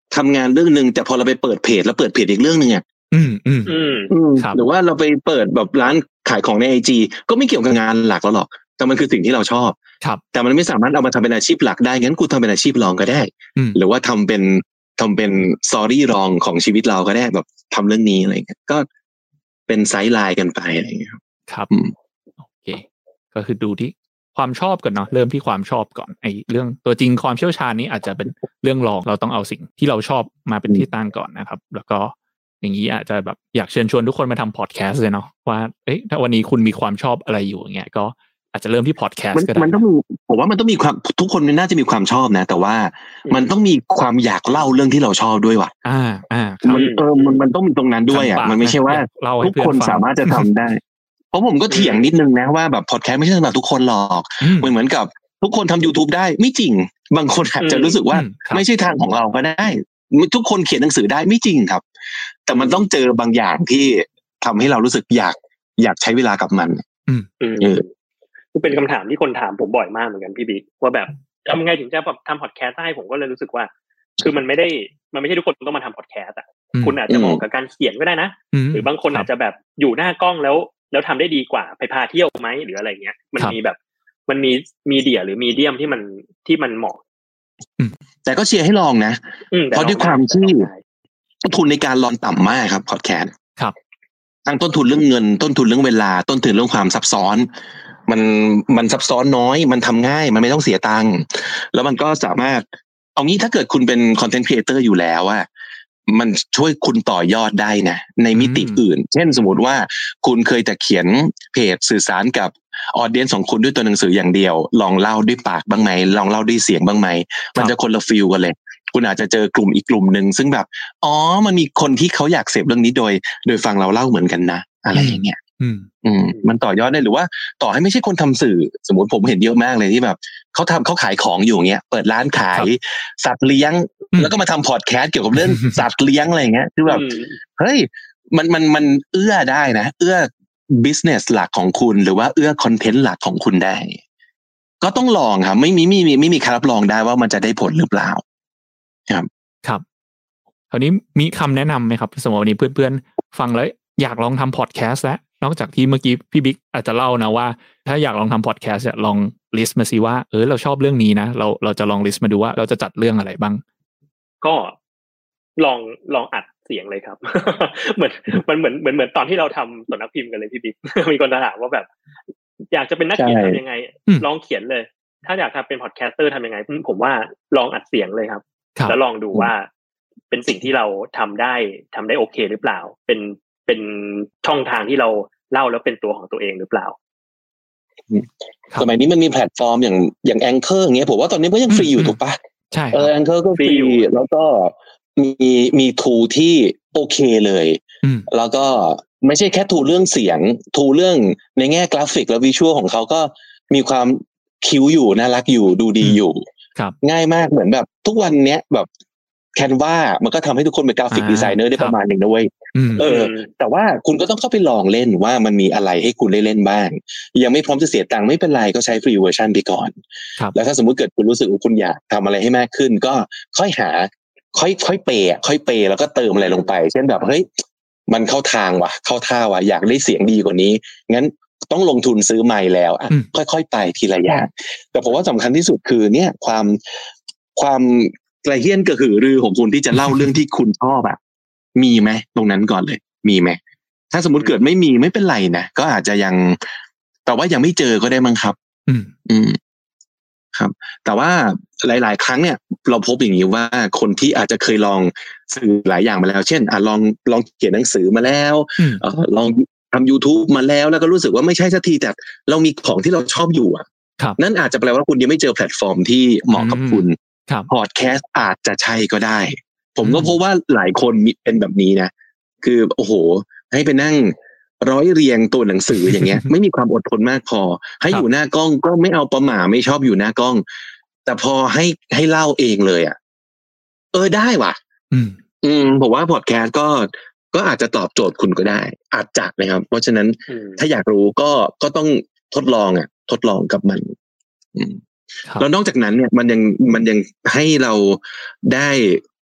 ทำงานเรื่องนึงแต่พอเราไปเปิดเพจแล้วเปิดเพจอีกเรื่องนึงอ่ะอืมอืมอืมหรือว่าเราไปเปิดแบบร้านขายของใน ไอ จี ก็ไม่เกี่ยวกับงานหลักแล้วหรอกแต่มันคือสิ่งที่เราชอบแต่มันไม่สามารถเอามาทำเป็นอาชีพหลักได้งั้นกูทำเป็นอาชีพรองก็ได้หรือว่าทำเป็นทำเป็นสตอรี่รองของชีวิตเราก็ได้แบบทำเรื่องนี้อะไรเงี้ยก็เป็นไซด์ไลน์กันไปอะไรเงี้ยครับโอเคก็คือดูที่ความชอบก่อนเนาะเริ่มที่ความชอบก่อนไอ้เรื่องตัวจริงความเชี่ยวชาญนี้อาจจะเป็นเรื่องรองเราต้องเอาสิ่งที่เราชอบมาเป็นที่ตั้งก่อนนะครับแล้วก็อย่างนี้อาจจะแบบอยากเชิญชวนทุกคนมาทำพอดแคสต์เลยเนาะว่าเอ๊ะถ้าวันนี้คุณมีความชอบอะไรอยู่อย่างเงี้ยก็อาจจะเริ่มที่พอดแคสต์ก็ได้มันต้องมีผมว่ามันต้องมีความทุกคนน่าจะมีความชอบนะแต่ว่ามันต้องมีความอยากเล่าเรื่องที่เราชอบด้วยว่ะอ่าอ่ามันเออมันมันต้องมีตรงนั้นด้วยอ่ะมันไม่ใช่ว่าทุกคนสามารถจะทำได้เพราะผมก็เถียงนิดนึงนะว่าแบบพอดแคสต์ไม่ใช่สำหรับทุกคนหรอกเหมือนกับทุกคนทำ YouTube ได้ไม่จริงบางคนอาจจะรู้สึกว่าไม่ใช่ทางของเราก็ได้ทุกคนเขียนหนังสือได้ไม่จริงครับแต่มันต้องเจอบางอย่างที่ทำให้เรารู้สึกอยากอยากใช้เวลากับมันอืมเออคือเป็นคำถามที่คนถามผมบ่อยมากเหมือนกันพี่บิ๊กว่าแบบทำไงถึงจะแบบทำพอดแคสต์ได้ผมก็เลยรู้สึกว่าคือมันไม่ได้มันไม่ใช่ทุกคนต้องมาทำพอดแคสต์อ่ะคุณอาจจะเหมาะกับการเขียนก็ได้นะหรือบางคนอาจจะแบบอยู่หน้ากล้องแล้วแล้วทำได้ดีกว่าไปพาเที่ยวไหมหรืออะไรเงี้ยมันมีแบบมันมีมีเดียหรือมีเดียมที่มันที่มันเหมาะแต่ก็เชียร์ให้ลองนะเพราะด้วยความที่ต้นทุนในการลองต่ำมากครับพอดแคสต์ครับทั้งต้นทุนเรื่องเงินต้นทุนเรื่องเวลาต้นทุนเรื่องความซับซ้อนมันมันซับซ้อนน้อยมันทำง่ายมันไม่ต้องเสียตังค์แล้วมันก็สามารถเอางี้ถ้าเกิดคุณเป็นคอนเทนต์ครีเอเตอร์อยู่แล้วอะมันช่วยคุณต่อยอดได้นะในมิติอื่นเช่นสมมติว่าคุณเคยแต่เขียนเพจสื่อสารกับออเดียนส์ของคุณด้วยตัวหนังสืออย่างเดียวลองเล่าด้วยปากบ้างไหมลองเล่าด้วยเสียงบ้างไหมมันจะคนละฟีลกันเลยคุณอาจจะเจอกลุ่มอีกกลุ่มนึงซึ่งแบบอ๋อมันมีคนที่เขาอยากเสพเรื่องนี้โดยโดยฟังเราเล่าเหมือนกันนะอะไรอย่างเงี้ยอืมอืมมันต่อยอดได้หรือว่าต่อให้ไม่ใช่คนทำสื่อสมมติผมเห็นเยอะมากเลยที่แบบเขาทำเขาขายของอยู่เงี้ยเปิดร้านขายสัตว์เลี้ยงแล้วก็มาทำพอดแคสต์เกี่ยวกับเรื่องสัตว์เลี้ยงอะไรเงี้ยคือแบบเฮ้ยมันมันมันเอื้อได้นะเอื้อ business หลักของคุณหรือว่าเอื้อคอนเทนต์หลักของคุณได้ก็ต้องลองครับไม่มีไม่มีไม่มีใครรับรองได้ว่ามันจะได้ผลหรือเปล่าครับครับคราวนี้มีคำแนะนำไหมครับสมมติวันนี้เพื่อนๆฟังแล้วอยากลองทำพอดแคสต์แล้วนอกจากที่เมื่อกี้พี่บิ๊กอาจจะเล่านะว่าถ้าอยากลองทำพอดแคสต์ลองลิสต์มาสิว่าเออเราชอบเรื่องนี้นะเราเราจะลองลิสต์มาดูว่าเราจะจัดเรื่องอะไรบ้างก็ลองลองอัดเสียงเลยครับ เหมือนมันเหมือนเหมือนเหมือนตอนที่เราทำสำนักพิมพ์กันเลยพี่บิ๊ก มีคนถามว่าแบบอยากจะเป็นนักเขียนทำยังไงลองเขียนเลยถ้าอยากทำเป็นพอดแคสเตอร์ทำยังไงผมว่าลองอัดเสียงเลยครับแล้วลองดูว่าเป็นสิ่งที่เราทำได้ทำได้โอเคหรือเปล่าเป็นเป็นช่องทางที่เราเล่าแล้วเป็นตัวของตัวเองหรือเปล่าสมัยนี้มันมีแพลตฟอร์มอย่างอย่างแองเกอร์อย่างเงี้ยผมว่าตอนนี้ก็ยังฟรีอยู่ถูกปะใช่เออแองเกอร์ก็ฟรีแล้วก็มีมีทูที่โอเคเลยแล้วก็ไม่ใช่แค่ทูเรื่องเสียงทูเรื่องในแง่กราฟิกและวิชวลของเขาก็มีความคิ้วอยู่น่ารักอยู่ดูดีอยู่ง่ายมากเหมือนแบบทุกวันเนี้ยแบบแคนวามันก็ทำให้ทุกคนเป็นกราฟิกดีไซเนอร์ได้ประมาณหนึ่งนะเว้ยเออแต่ว่าคุณก็ต้องเข้าไปลองเล่นว่ามันมีอะไรให้คุณได้เล่นบ้างยังไม่พร้อมจะเสียตังค์ไม่เป็นไรก็ใช้ฟรีเวอร์ชันไปก่อนแล้วถ้าสมมุติเกิดคุณรู้สึกว่าคุณอยากทำอะไรให้มากขึ้นก็ค่อยหาค่อยค่อยเปย์ค่อยเปย์แล้วก็เติมอะไรลงไปเช่นแบบเฮ้ยมันเข้าทางว่ะเข้าท่าว่ะอยากได้เสียงดีกว่านี้งั้นต้องลงทุนซื้อไมค์แล้วอ่ะค่อยๆไปทีละอย่างแต่ผมว่าสำคัญที่สุดคือเนี่ยความความกระเฮี้ยนกระหือรือของคุณที่จะเล่าเรื่องที่คุณชอบอ่ะมีไหมตรงนั้นก่อนเลยมีไหมถ้าสมมุติเกิดไม่มีไม่เป็นไรนะก็อาจจะยังแต่ว่ายังไม่เจอก็ได้มั้งครับอืมอืมครับแต่ว่าหลายๆครั้งเนี่ยเราพบอย่างนี้ว่าคนที่อาจจะเคยลองสื่อหลายอย่างมาแล้วเช่นอ่ะลองลองเขียนหนังสือมาแล้วเอ่อลองทำ YouTube มาแล้วแล้วก็รู้สึกว่าไม่ใช่สักทีแต่เรามีของที่เราชอบอยู่อ่ะนั่นอาจจะแปลว่าคุณยังไม่เจอแพลตฟอร์มที่เหมาะกับคุณพอดแคสต์อาจจะใช่ก็ได้ผมก็พบว่าหลายคนมีเป็นแบบนี้นะคือโอ้โหให้ไปนั่งร้อยเรียงตัวหนังสืออย่างเงี้ย ไม่มีความอดทนมากพอให้อยู่หน้ากล้องก็ไม่เอาประหม่าไม่ชอบอยู่หน้ากล้องแต่พอให้ให้เล่าเองเลยอ่ะเออได้ว่ะอืมอืมผมว่าพอดแคสต์ก็ก็อาจจะตอบโจทย์คุณก็ได้อาจจะนะครับเพราะฉะนั้นถ้าอยากรู้ก็ก็ต้องทดลองอ่ะทดลองกับมันอืมแล้วนอกจากนั้นเนี่ยมันยังมันยังให้เราได้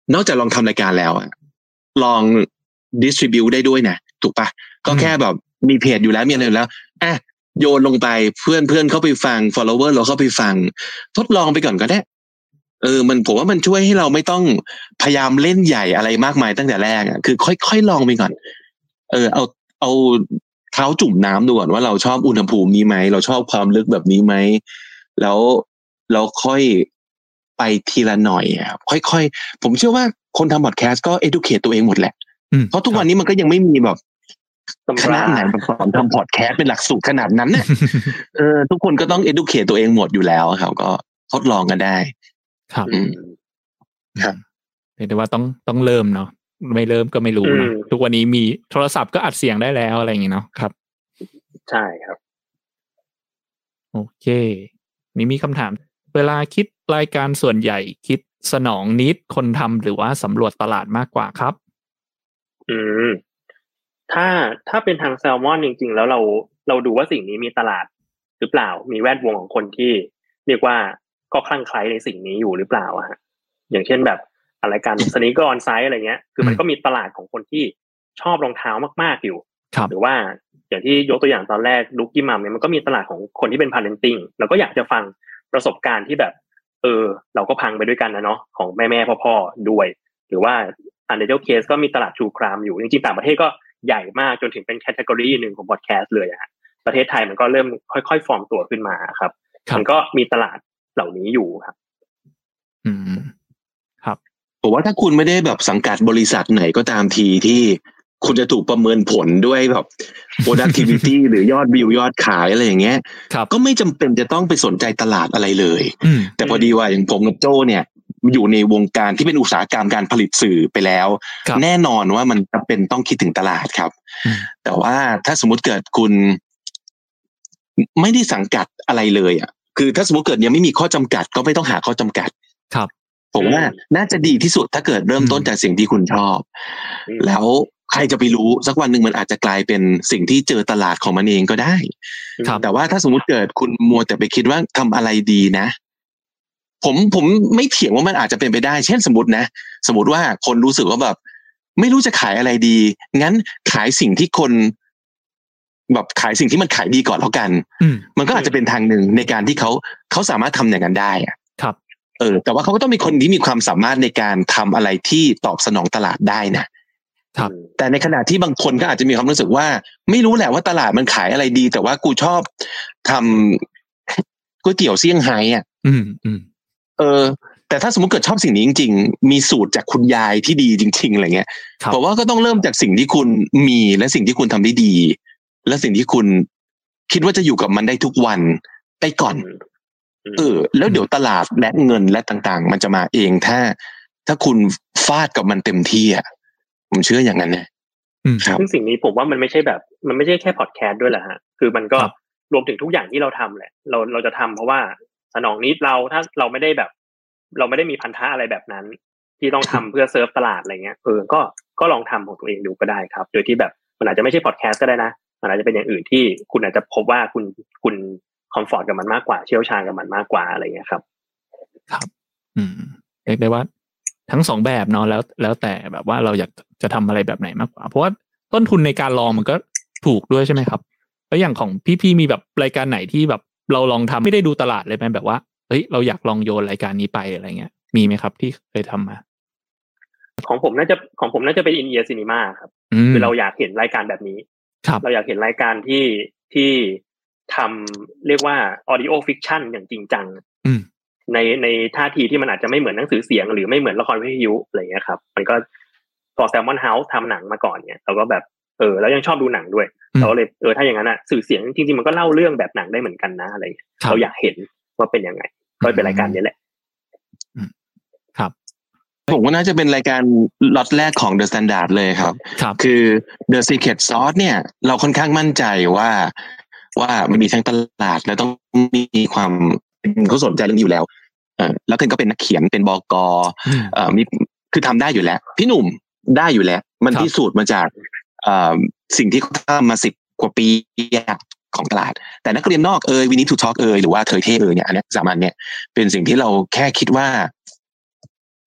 นอกจากลองทำรายการแล้วอะลอง distribute ได้ด้วยนะถูกปะก็แค่แบบมีเพจอยู่แล้วมีอะไรอยู่แล้วอ่ะโยนลงไปเพื่อนเพื่อนเข้าไปฟัง follower เราเข้าไปฟังทดลองไปก่อนก็ได้เออมันผมว่ามันช่วยให้เราไม่ต้องพยายามเล่นใหญ่อะไรมากมายตั้งแต่แรกอ่ะคือค่อยๆลองไปก่อนเออเอาเอาเท้าจุ่มน้ำดูก่อนว่าเราชอบอุณหภูมินี้ไหมเราชอบความลึกแบบนี้ไหมแล้วเราค่อยไปทีละหน่อยอ่ะค่อยๆผมเชื่อว่าคนทำพอดแคสต์ก็ educate ตัวเองหมดแหละเพราะทุกวันนี้มันก็ยังไม่มีแบบคณะไหนมาสอนทำพอดแคสต์เป็นหลักสูตรขนาดนั้นเนี่ยเออทุกคนก็ต้อง educate ตัวเองหมดอยู่แล้วครับก็ทดลองกันได้ครับครับเรียกได้ว่าต้องต้องเริ่มเนาะไม่เริ่มก็ไม่รู้นะทุกวันนี้มีโทรศัพท์ก็อัดเสียงได้แล้วอะไรอย่างเงี้ยเนาะครับใช่ครับโอเคนี่มีคำถามเวลาคิดรายการส่วนใหญ่คิดสนองนิดคนทำหรือว่าสำรวจตลาดมากกว่าครับอืมถ้าถ้าเป็นทางแซลมอนจริงๆแล้วเราเราดูว่าสิ่งนี้มีตลาดหรือเปล่ามีแวดวงของคนที่เรียกว่าก็คลั่งไคล้ในสิ่งนี้อยู่หรือเปล่าอะฮะอย่างเช่นแบบอะไรกันสนีกเกอร์ออนไซต์อะไรเงี้ยคือมันก็มีตลาดของคนที่ชอบรองเท้ามากๆอยู่หรือว่าอย่างที่ยกตัวอย่างตอนแรกลุคกี้มัมเนี่ยมันก็มีตลาดของคนที่เป็นพาเรนติ้งเราก็อยากจะฟังประสบการณ์ที่แบบเออเราก็พังไปด้วยกันนะเนาะของแม่ๆพ่อๆด้วยหรือว่าอันเดอร์เคสก็มีตลาดทรูครามอยู่จริงๆต่างประเทศก็ใหญ่มากจนถึงเป็นแคตตากรีหนึ่งของพอดแคสต์เลยอะฮะประเทศไทยมันก็เริ่มค่อยๆฟอร์มตัวขึ้นมาครับมันก็มีตลาดเหล่านี้อยู่ครับอืมครับผมว่าถ้าคุณไม่ได้แบบสังกัดบริษัทไหนก็ตามทีที่คุณจะถูกประเมินผลด้วยแบบ productivity หรือยอดวิวยอดขายอะไรอย่างเงี้ยก็ไม่จำเป็นจะต้องไปสนใจตลาดอะไรเลยแต่พอดีว่าอย่างผมกับโจ้เนี่ยอยู่ในวงการที่เป็นอุตสาหกรรมการผลิตสื่อไปแล้วแน่นอนว่ามันจำเป็นต้องคิดถึงตลาดครับแต่ว่าถ้าสมมุติเกิดคุณไม่ได้สังกัดอะไรเลยอ่ะคือถ้าสมมติเกิดยังไม่มีข้อจำกัดก็ไม่ต้องหาข้อจำกัดครับผมว่าน่าจะดีที่สุดถ้าเกิดเริ่มต้นจากสิ่งที่คุณชอบแล้วใครจะไปรู้สักวันหนึ่งมันอาจจะกลายเป็นสิ่งที่เจอตลาดของมันเองก็ได้แต่ว่าถ้าสมมติเกิดคุณมัวแต่ไปคิดว่าทำอะไรดีนะผมผมไม่เถียงว่ามันอาจจะเป็นไปได้เช่นสมมตินะสมมติว่าคนรู้สึกว่าแบบไม่รู้จะขายอะไรดีงั้นขายสิ่งที่คนแบบขายสิ่งที่มันขายดีก่อนแล้วกันมันก็อาจจะเป็นทางหนึ่งในการที่เขาเขาสามารถทำอย่างนั้นได้อะครับเออแต่ว่าเขาก็ต้องมีคนที่มีความสามารถในการทำอะไรที่ตอบสนองตลาดได้นะครับแต่ในขณะที่บางคนก็อาจจะมีความรู้สึกว่าไม่รู้แหละว่าตลาดมันขายอะไรดีแต่ว่ากูชอบทำก๋วยเตี๋ยวเซี่ยงไฮ้อ่ะอืมอืมเออแต่ถ้าสมมติเกิดชอบสิ่งนี้จริงๆมีสูตรจากคุณยายที่ดีจริงๆอะไรเงี้ยเพราะว่าก็ต้องเริ่มจากสิ่งที่คุณมีและสิ่งที่คุณทำได้ดีและสิ่งที่คุณคิดว่าจะอยู่กับมันได้ทุกวันไปก่อนเออแล้วเดี๋ยวตลาดและเงินและต่างๆมันจะมาเองถ้าถ้าคุณฟาดกับมันเต็มที่อ่ะผมเชื่ออย่างนั้นนะครับซึ่งสิ่งนี้ผมว่ามันไม่ใช่แบบมันไม่ใช่แค่พอดแคสต์ด้วยแหละฮะคือมันก็รวมถึงทุกอย่างที่เราทำแหละเราเราจะทำเพราะว่าสนองนิดเราถ้าเราไม่ได้แบบเราไม่ได้มีพันธะอะไรแบบนั้นที่ต้องทำเพื่อเซิร์ฟตลาดอะไรเงี้ยเออก็ก็ลองทำของตัวเองดูก็ได้ครับโดยที่แบบมันอาจจะไม่ใช่พอดแคสต์ก็ได้นะมันอาจจะเป็นอย่างอื่นที่คุณอาจจะพบว่าคุณคุณคอมฟอร์ตกับมันมากกว่าเชี่ยวชาญกับมันมากกว่าอะไรเงี้ยครับครับอืมเรียกได้ว่าทั้งสองแบบเนาะแล้วแล้วแต่แบบว่าเราอยากจะทำอะไรแบบไหนมากกว่าเพราะว่าต้นทุนในการลองมันก็ถูกด้วยใช่ไหมครับแล้วอย่างของพี่ๆมีแบบรายการไหนที่แบบเราลองทำไม่ได้ดูตลาดเลยไหมแบบว่าเฮ้ยเราอยากลองโยนรายการนี้ไปอะไรเงี้ยมีไหมครับที่เคยทำมาของผมน่าจะของผมน่าจะเป็นอินเอียร์ซินีมาครับคือเราอยากเห็นรายการแบบนี้เราอยากเห็นรายการที่ที่ทำเรียกว่า audio fiction อย่างจริงจังในในท่าทีที่มันอาจจะไม่เหมือนหนังสือเสียงหรือไม่เหมือนละครวิทยุอะไรเงี้ยครับมันก็พอ Salmon House ทำหนังมาก่อนเนี่ยเราก็แบบเออแล้วยังชอบดูหนังด้วยเราก็เลยเออถ้าอย่างนั้นอ่ะสื่อเสียงจริงๆมันก็เล่าเรื่องแบบหนังได้เหมือนกันนะอะไรเราอยากเห็นว่าเป็นยังไงก็เป็นรายการนี้แหละครับผมว่าน่าจะเป็นรายการล็อตแรกของ The Standard เลยครับคือ The Secret Sauce เนี่ยเราค่อนข้างมั่นใจว่าว่ามันมีทั้งตลาดและต้องมีความเขาสนใจเรื่องนี้อยู่แล้วเออแล้วก็เป็นนักเขียนเป็นบก.เอ่อมีคือทำได้อยู่แล้วพี่หนุ่มได้อยู่แล้วมันพิสูจน์มาจากเอ่อสิ่งที่เขาทำมาสิบกว่าปีของตลาดแต่นักเรียนนอกเอ่ย We Need to Talk เอ่ยหรือว่าเธอเท่เอ่ยเนี่ยอันนี้สามัญเนี่ยเป็นสิ่งที่เราแค่คิดว่า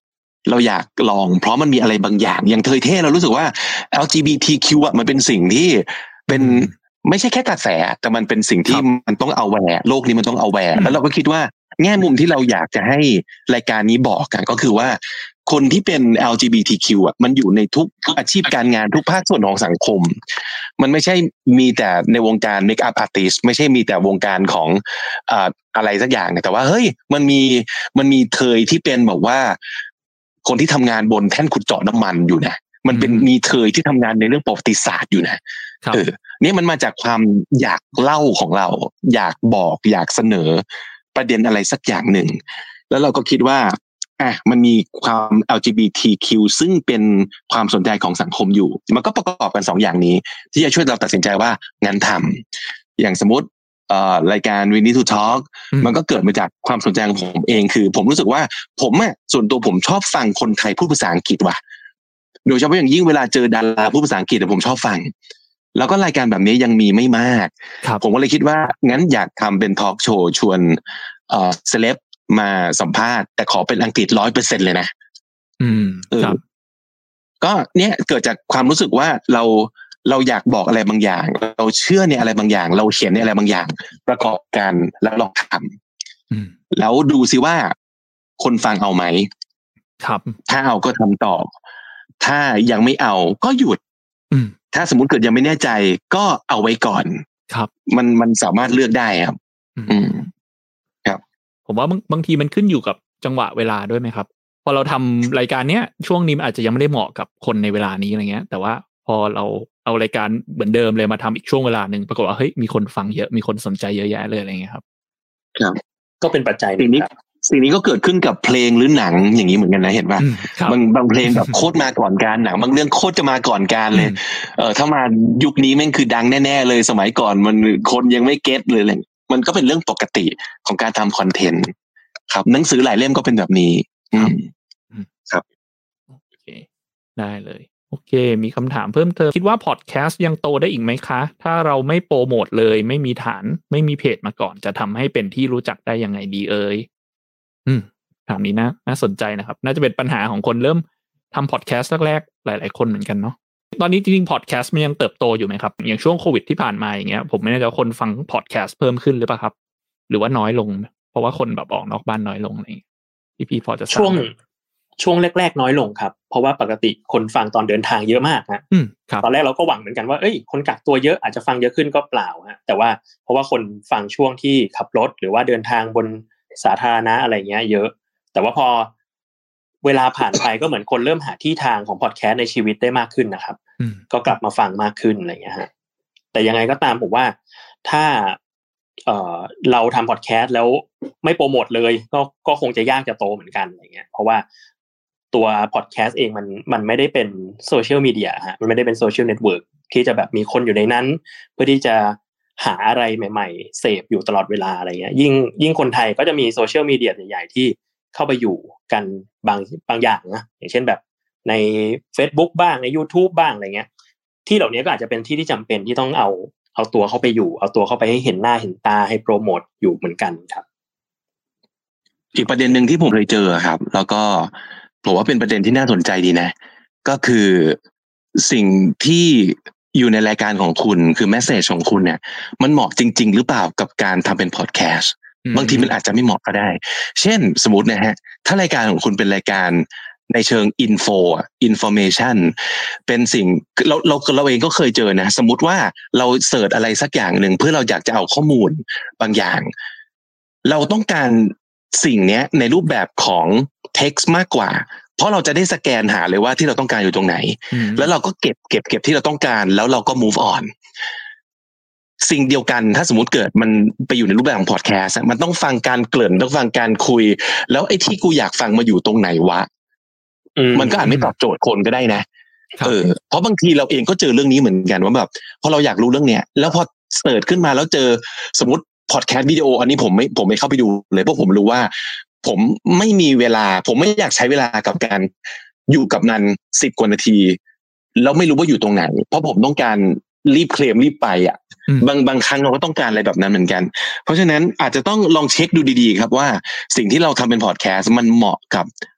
เราอยากลองเพราะมันมีอะไรบางอย่างอย่างเทยเท่เรารู้สึกว่า แอล จี บี ที คิว อ่ะมันเป็นสิ่งที่เป็นไม่ใช่แค่กระแสแต่มันเป็นสิ่งที่มันต้องเอาแวร์โลกนี้มันต้องเอาแวร์แล้วเราก็คิดว่าแง่มุมที่เราอยากจะให้รายการนี้บอกกันก็คือว่าคนที่เป็น แอล จี บี ที คิว อ่ะมันอยู่ในทุกอาชีพการงานทุกภาคส่วนของสังคมมันไม่ใช่มีแต่ในวงการเมคอัพอาร์ติสต์ไม่ใช่มีแต่วงการของอ่าอะไรสักอย่างแต่ว่าเฮ้ยมันมีมันมีเทยที่เป็นแบบว่าคนที่ทำงานบนแท่นขุดเจาะน้ำมันอยู่นะมันเป็นมีเทยที่ทำงานในเรื่องประวัติศาสตร์อยู่นะเออนี่มันมาจากความอยากเล่าของเราอยากบอกอยากเสนอประเด็นอะไรสักอย่างหนึ่งแล้วเราก็คิดว่าอ่ะมันมีความ แอล จี บี ที คิว ซึ่งเป็นความสนใจของสังคมอยู่มันก็ประกอบกันสองอย่างนี้ที่จะช่วยเราตัดสินใจว่างั้นทำอย่างสมมติเอ่อรายการ We Need to Talk มันก็เกิดมาจากความสนใจของผมเองคือผมรู้สึกว่าผมอ่ะส่วนตัวผมชอบฟังคนไทยพูดภาษาอังกฤษว่ะโดยเฉพาะอย่างยิ่งเวลาเจอดาราพูดภาษาอังกฤษผมชอบฟังแล้วก็รายการแบบนี้ยังมีไม่มากผมก็เลยคิดว่างั้นอยากทำเป็นทอล์กโชว์ชวนเอ่อเซเลบมาสัมภาษณ์แต่ขอเป็นอังกฤษ ร้อยเปอร์เซ็นต์ เลยนะอืมครับก็เนี่ยเกิดจากความรู้สึกว่าเราเราอยากบอกอะไรบางอย่างเราเชื่อในอะไรบางอย่างเราเขียนในอะไรบางอย่างประกอบกันแล้วลองทำแล้วดูซิว่าคนฟังเอาไหมครับถ้าเอาก็ทำต่อถ้ายังไม่เอาก็หยุดถ้าสมมุติเกิดยังไม่แน่ใจก็เอาไว้ก่อนครับมันมันสามารถเลือกได้ครับอืมครับผมว่าบางบางทีมันขึ้นอยู่กับจังหวะเวลาด้วยไหมครับพอเราทำรายการเนี้ยช่วงนี้มันอาจจะยังไม่ได้เหมาะกับคนในเวลานี้อะไรเงี้ยแต่ว่าพอเราเอารายการเหมือนเดิมเลยมาทำอีกช่วงเวลาหนึ่งปรากฏว่าเฮ้ยมีคนฟังเยอะมีคนสนใจเยอะแยะเลยอะไรเงี้ยครับครับก็เป็นปัจจัยสิ่งนี้สิ่งนี้ก็เกิดขึ้นกับเพลงหรือหนังอย่างนี้เหมือนกันนะเห็นป่ะบางบางเพลงแบบโคตรมาก่อนการหนังบางเรื่องโคตรจะมาก่อนการเลยเออถ้ามายุคนี้แม่งคือดังแน่ๆเลยสมัยก่อนมันคนยังไม่เก็ตเลยอะไรมันก็เป็นเรื่องปกติของการทำคอนเทนต์ครับหนังสือหลายเล่มก็เป็นแบบนี้ครับโอเคได้เลยโอเคมีคำถามเพิ่มเติมคิดว่าพอดแคสต์ยังโตได้อีกไหมคะถ้าเราไม่โปรโมทเลยไม่มีฐานไม่มีเพจมาก่อนจะทำให้เป็นที่รู้จักได้ยังไงดีเอ่ยอืมถามนี้นะน่าสนใจนะครับน่าจะเป็นปัญหาของคนเริ่มทำพอดแคสต์แรกๆหลายๆคนเหมือนกันเนาะตอนนี้จริงๆพอดแคสต์มันยังเติบโตอยู่ไหมครับอย่างช่วงโควิดที่ผ่านมาอย่างเงี้ยผมไม่แน่ใจว่าคนฟังพอดแคสต์เพิ่มขึ้นหรือเปล่าครับหรือว่าน้อยลงเพราะว่าคนแบบออกนอกบ้านน้อยลงอะไรอย่างเงี้ยพี่พี่พอจะช่วงช่วงแรกๆน้อยลงครับเพราะว่าปกติคนฟังตอนเดินทางเยอะมากฮะตอนแรกเราก็หวังเหมือนกันว่าเอ้ยคนกักตัวเยอะอาจจะฟังเยอะขึ้นก็เปล่าฮะแต่ว่าเพราะว่าคนฟังช่วงที่ขับรถหรือว่าเดินทางบนสาธารณะอะไรเงี้ยเยอะแต่ว่าพอเวลาผ่านไปก็เหมือนคนเริ่มหาที่ทางของพอดแคสต์ในชีวิตได้มากขึ้นนะครับก็กลับมาฟังมากขึ้นอะไรเงี้ยฮะแต่ยังไงก็ตามผมว่าถ้าเอ่อเราทำพอดแคสต์แล้วไม่โปรโมทเลยก็ก็คงจะยากจะโตเหมือนกันอะไรเงี้ยเพราะว่าตัวพอดแคสต์เองมันมันไม่ได้เป็นโซเชียลมีเดียฮะมันไม่ได้เป็นโซเชียลเน็ตเวิร์กที่จะแบบมีคนอยู่ในนั้นเพื่อที่จะหาอะไรใหม่ๆเสพอยู่ตลอดเวลาอะไรเงี้ยยิ่งยิ่งคนไทยก็จะมีโซเชียลมีเดียใหญ่ๆที่เข้าไปอยู่กันบางบางอย่างนะอย่างเช่นแบบใน Facebook บ้างใน YouTube บ้างอะไรเงี้ยที่เหล่านี้ก็อาจจะเป็นที่ที่จำเป็นที่ต้องเอาเอาตัวเข้าไปอยู่เอาตัวเข้าไปให้เห็นหน้าเห็นตาให้โปรโมทอยู่เหมือนกันครับอีกประเด็นหนึ่งที่ผมเคยเจอครับแล้วก็ผมว่าเป็นประเด็นที่น่าสนใจดีนะก็คือสิ่งที่อยู่ในรายการของคุณคือแมสเสจของคุณเนี่ยมันเหมาะจริงๆหรือเปล่ากับการทำเป็นพอดแคสต์บางทีมันอาจจะไม่เหมาะก็ได้เช่นสมมตินะฮะถ้ารายการของคุณเป็นรายการในเชิงอินโฟอินฟอร์เมชันเป็นสิ่งเราเราเราเองก็เคยเจอนะสมมติว่าเราเสิร์ชอะไรสักอย่างหนึ่งเพื่อเราอยากจะเอาข้อมูลบางอย่างเราต้องการสิ่งนี้ในรูปแบบของ text มากกว่าเพราะเราจะได้สแกนหาเลยว่าที่เราต้องการอยู่ตรงไหนแล้วเราก็เก็บเก็บเก็บที่เราต้องการแล้วเราก็ move on สิ่งเดียวกันถ้าสมมุติเกิดมันไปอยู่ในรูปแบบของพอดแคสต์มันต้องฟังการเกริ่นต้องฟังการคุยแล้วไอ้ที่กูอยากฟังมาอยู่ตรงไหนวะมันก็อาจไม่ตอบโจทย์คนก็ได้นะเออเพราะบางทีเราเองก็เจอเรื่องนี้เหมือนกันว่าแบบพอเราอยากรู้เรื่องเนี้ยแล้วพอเสิร์ชขึ้นมาแล้วเจอสมมติพอดแคสต์วิดีโออันนี้ผมไม่ผมไม่เข้าไปดูเลยเพราะผมรู้ว่าผมไม่มีเวลาผมไม่อยากใช้เวลากับการอยู่กับมันสิบกว่านาทีแล้วไม่รู้ว่าอยู่ตรงไหนเพราะผมต้องการรีบเคลมรีบไปอ่ะบางบางครั้งเราก็ต้องการอะไรแบบนั้นเหมือนกันเพราะฉะนั้นอาจจะต้องลองเช็คดูดีๆครับว่าสิ่งที่เราทำเป็นพอดแคสต์มันเหมาะกับ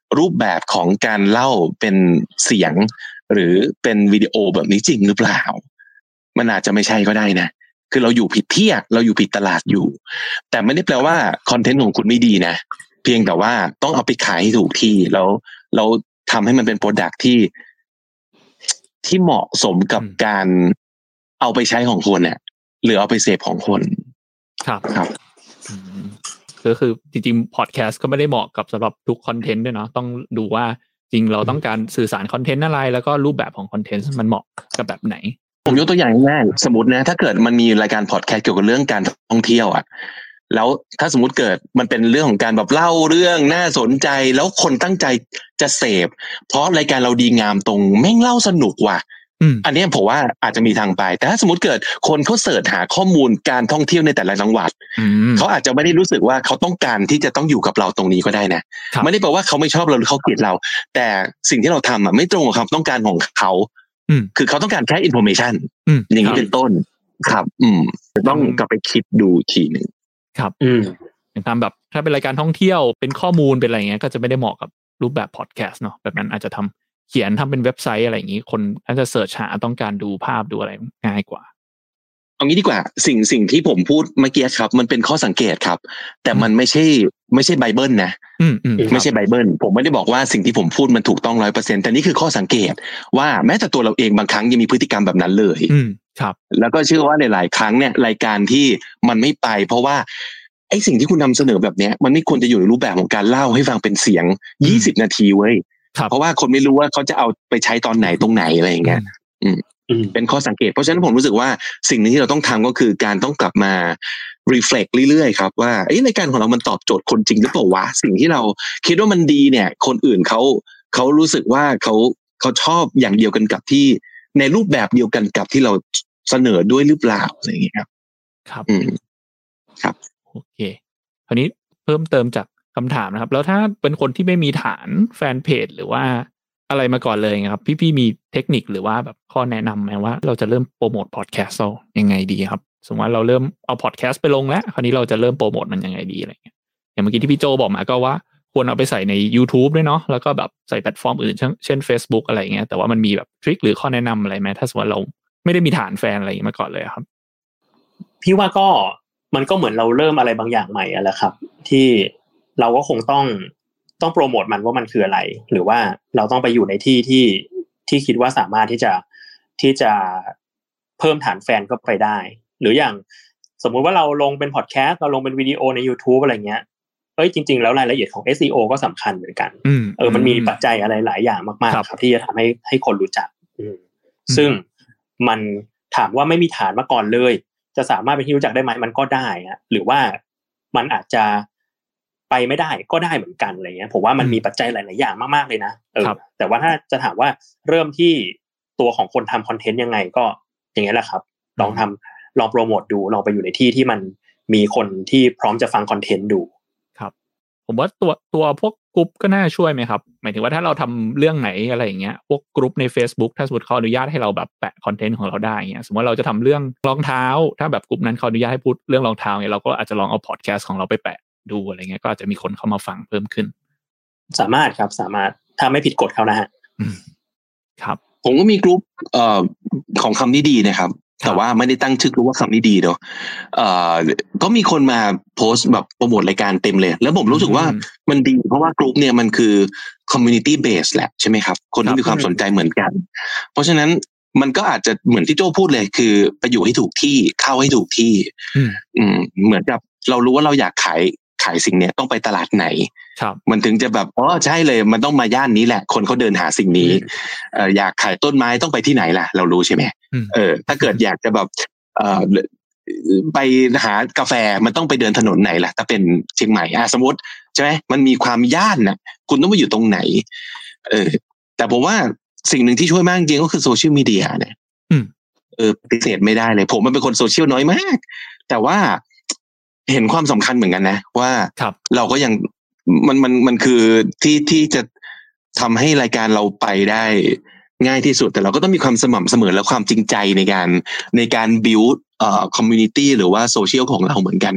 รูปแบบของการเล่าเป็นเสียงหรือเป็นวิดีโอแบบนี้จริงหรือเปล่ามันอาจจะไม่ใช่ก็ได้นะคือเราอยู่ผิดที่เราอยู่ผิดตลาดอยู่แต่ไม่ได้แปลว่าคอนเทนต์ของคุณไม่ดีนะเพียงแต่ว่าต้องเอาไปขายให้ถูกที่แล้วเราทำให้มันเป็นโปรดักต์ที่ที่เหมาะสมกับการเอาไปใช้ของคนเนี่ยหรือเอาไปเสพของคนครับครับก็คือจริงๆพอดแคสต์ก็ไม่ได้เหมาะกับสำหรับทุกคอนเทนต์ด้วยเนาะต้องดูว่าจริงเราต้องการสื่อสารคอนเทนต์อะไรแล้วก็รูปแบบของคอนเทนต์มันเหมาะกับแบบไหนผมยกตัวอย่างง่ายๆสมมตินะถ้าเกิดมันมีรายการพอดแคสต์เกี่ยวกับเรื่องการท่องเที่ยวอ่ะแล้วถ้าสมมติเกิดมันเป็นเรื่องของการแบบเล่าเรื่องน่าสนใจแล้วคนตั้งใจจะเสพเพราะรายการเราดีงามตรงแม่งเล่าสนุกว่ะอันนี้ผมว่าอาจจะมีทางไปแต่ถ้าสมมติเกิดคนเขาเสิร์ชหาข้อมูลการท่องเที่ยวในแต่ละจังหวัดเขาอาจจะไม่ได้รู้สึกว่าเขาต้องการที่จะต้องอยู่กับเราตรงนี้ก็ได้นะไม่ได้แปลว่าเขาไม่ชอบเราหรือเขาเกลียดเราแต่สิ่งที่เราทำอ่ะไม่ตรงกับความต้องการของเขาคือเขาต้องการแค่ information อย่างนี้เป็นต้นครับอืมต้องกลับไปคิดดูทีนึงครับอืมอย่างตามแบบถ้าเป็นรายการท่องเที่ยวเป็นข้อมูลเป็นอะไรเงี้ยก็จะไม่ได้เหมาะกับรูปแบบพอดแคสต์เนาะแบบนั้นอาจจะทำเขียนทำเป็นเว็บไซต์อะไรอย่างนี้คนอาจจะเสิร์ชหาต้องการดูภาพดูอะไรง่ายกว่าเอางี้ดีกว่าสิ่งสิ่งที่ผมพูดเมื่อกี้ครับมันเป็นข้อสังเกตครับแต่มันไม่ใช่ไม่ใช่ไบเบิลนะไม่ใช่ไบเบิลผมไม่ได้บอกว่าสิ่งที่ผมพูดมันถูกต้อง ร้อยเปอร์เซ็นต์ แต่นี่คือข้อสังเกตว่าแม้แต่ตัวเราเองบางครั้งยังมีพฤติกรรมแบบนั้นเลยครับแล้วก็เชื่อว่าหลายๆครั้งเนี่ยรายการที่มันไม่ไปเพราะว่าไอ้สิ่งที่คุณนำเสนอแบบเนี้ยมันไม่ควรจะอยู่ในรูปแบบของการเล่าให้ฟังเป็นเสียงยี่สิบนาทีเว้ยเพราะว่าคนไม่รู้ว่าเขาจะเอาไปใช้ตอนไหนตรงไหนอะไรอย่างเงี้ยอืมเป็นข้อสังเกตเพราะฉะนั้นผมรู้สึกว่าสิ่งนึงที่เราต้องทำก็คือการต้องกลับมา reflect เรื่อยๆครับว่าไอ้รายการของเรามันตอบโจทย์คนจริงหรือเปล่าวะสิ่งที่เราคิดว่ามันดีเนี่ยคนอื่นเขาเขารู้สึกว่าเขาเขาชอบอย่างเดียวกันกับที่ในรูปแบบเดียวกันกับที่เราเสนอด้วยหรือเปล่าอะไรอย่างเงี้ยครับครับอืมครับโอเคคราวนี้เพิ่มเติมจากคำถามนะครับแล้วถ้าเป็นคนที่ไม่มีฐานแฟนเพจหรือว่าอะไรมาก่อนเลยครับพี่ๆมีเทคนิคหรือว่าแบบข้อแนะนำไหมว่าเราจะเริ่มโปรโมทพอดแคสต์เรายังไงดีครับสมมติว่าเราเริ่มเอาพอดแคสต์ไปลงแล้วคราวนี้เราจะเริ่มโปรโมทมันยังไงดีอะไรเงี้ยอย่างเมื่อกี้ที่พี่โจบอกมาก็ว่าควรเอาไปใส่ใน YouTube ด้วยเนาะแล้วก็แบบใส่แพลตฟอร์มอื่นเช่น Facebook อะไรเงี้ยแต่ว่ามันมีแบบทริคหรือข้อแนะนำอะไรไหมถ้าสมมติเราไม่ได้มีฐานแฟนอะไรมาก่อนเลยครับพี่ว่าก็มันก็เหมือนเราเริ่มอะไรบางอย่างใหม่อะแหละครับที่เราก็คงต้องต้องโปรโมทมันว่ามันคืออะไรหรือว่าเราต้องไปอยู่ในที่ที่ที่คิดว่าสามารถที่จะที่จะเพิ่มฐานแฟนเข้าไปได้หรืออย่างสมมุติว่าเราลงเป็นพอดแคสต์เราลงเป็นวิดีโอใน YouTube อะไรเงี้ยเอ้ยจริงๆแล้วรายละเอียดของ เอส อี โอ ก็สำคัญเหมือนกันเออมันมีปัจจัยอะไรหลายอย่างมากๆครับที่จะทำให้ให้คนรู้จักซึ่งมันถามว่าไม่มีฐานมาก่อนเลยจะสามารถเป็นที่รู้จักได้ไหมมันก็ได้ฮะหรือว่ามันอาจจะไปไม่ได้ก็ได้เหมือนกันอะไรเงี้ยผมว่ามันมีปัจจัยหลายๆอย่างมากๆเลยนะเออแต่ว่าถ้าจะถามว่าเริ่มที่ตัวของคนทำคอนเทนต์ยังไงก็อย่างเงี้ยแหละครับลองทำลองโปรโมทดูลองไปอยู่ในที่ที่มันมีคนที่พร้อมจะฟังคอนเทนต์ดูครับผมว่าตัวตัวพวกกลุ่มก็น่าช่วยไหมครับหมายถึงว่าถ้าเราทำเรื่องไหนอะไรอย่างเงี้ยพวกกลุ่มใน Facebook ถ้าสมมติเขาอนุญาตให้เราแบบแปะคอนเทนต์ของเราได้เงี้ยสมมติเราจะทำเรื่องรองเท้าถ้าแบบกลุ่มนั้นเขาอนุญาตให้พูดเรื่องรองเท้าเนี่ยเราก็อาจจะลองเอาพอดแคสต์ของเราไปแปะดูอะไรเงี้ยก็อาจจะมีคนเข้ามาฟังเพิ่มขึ้นสามารถครับสามารถถ้าไม่ผิดกฎเขานะฮะครับผมก็มีกลุ่มเอ่อของคำนี้ดีนะครับแต่ว่าไม่ได้ตั้งชื่อกลุ่มว่าคำนี้ดีเนาะเอ่อก็มีคนมาโพสต์แบบโปรโมทรายการเต็มเลยแล้วผมรู้สึกว่ามันดีเพราะว่ากลุ่มเนี่ยมันคือ community base แหละใช่ไหมครับคนที่มีความสนใจเหมือนกันเพราะฉะนั้นมันก็อาจจะเหมือนที่โจ้พูดเลยคือไปอยู่ให้ถูกที่เข้าให้ถูกที่อืมเหมือนกับเรารู้ว่าเราอยากขายขายสิ่งเนี้ยต้องไปตลาดไหนมันถึงจะแบบอ๋อใช่เลยมันต้องมาย่านนี้แหละคนเขาเดินหาสิ่งนี้เอ่ออยากขายต้นไม้ต้องไปที่ไหนล่ะเรารู้ใช่ไหมเออถ้าเกิดอยากจะแบบเอ่อไปหากาแฟมันต้องไปเดินถนนไหนล่ะถ้าเป็นเชียงใหม่อ่ะสมมติใช่ไหมมันมีความย่านน่ะคุณต้องไปอยู่ตรงไหนเออแต่ผมว่าสิ่งหนึ่งที่ช่วยมากจริงก็คือโซเชียลมีเดียเนี่ยเออปฏิเสธไม่ได้เลยผมมันเป็นคนโซเชียลน้อยมากแต่ว่าเห็นความสำคัญเหมือนกันนะว่าเราก็ยังมันมันมันคือที่ที่จะทำให้รายการเราไปได้ง่ายที่สุดแต่เราก็ต้องมีความสม่ำเสมอและความจริงใจในการในการ build เอ่อ community หรือว่าโซเชียลของเราเหมือนกันนะ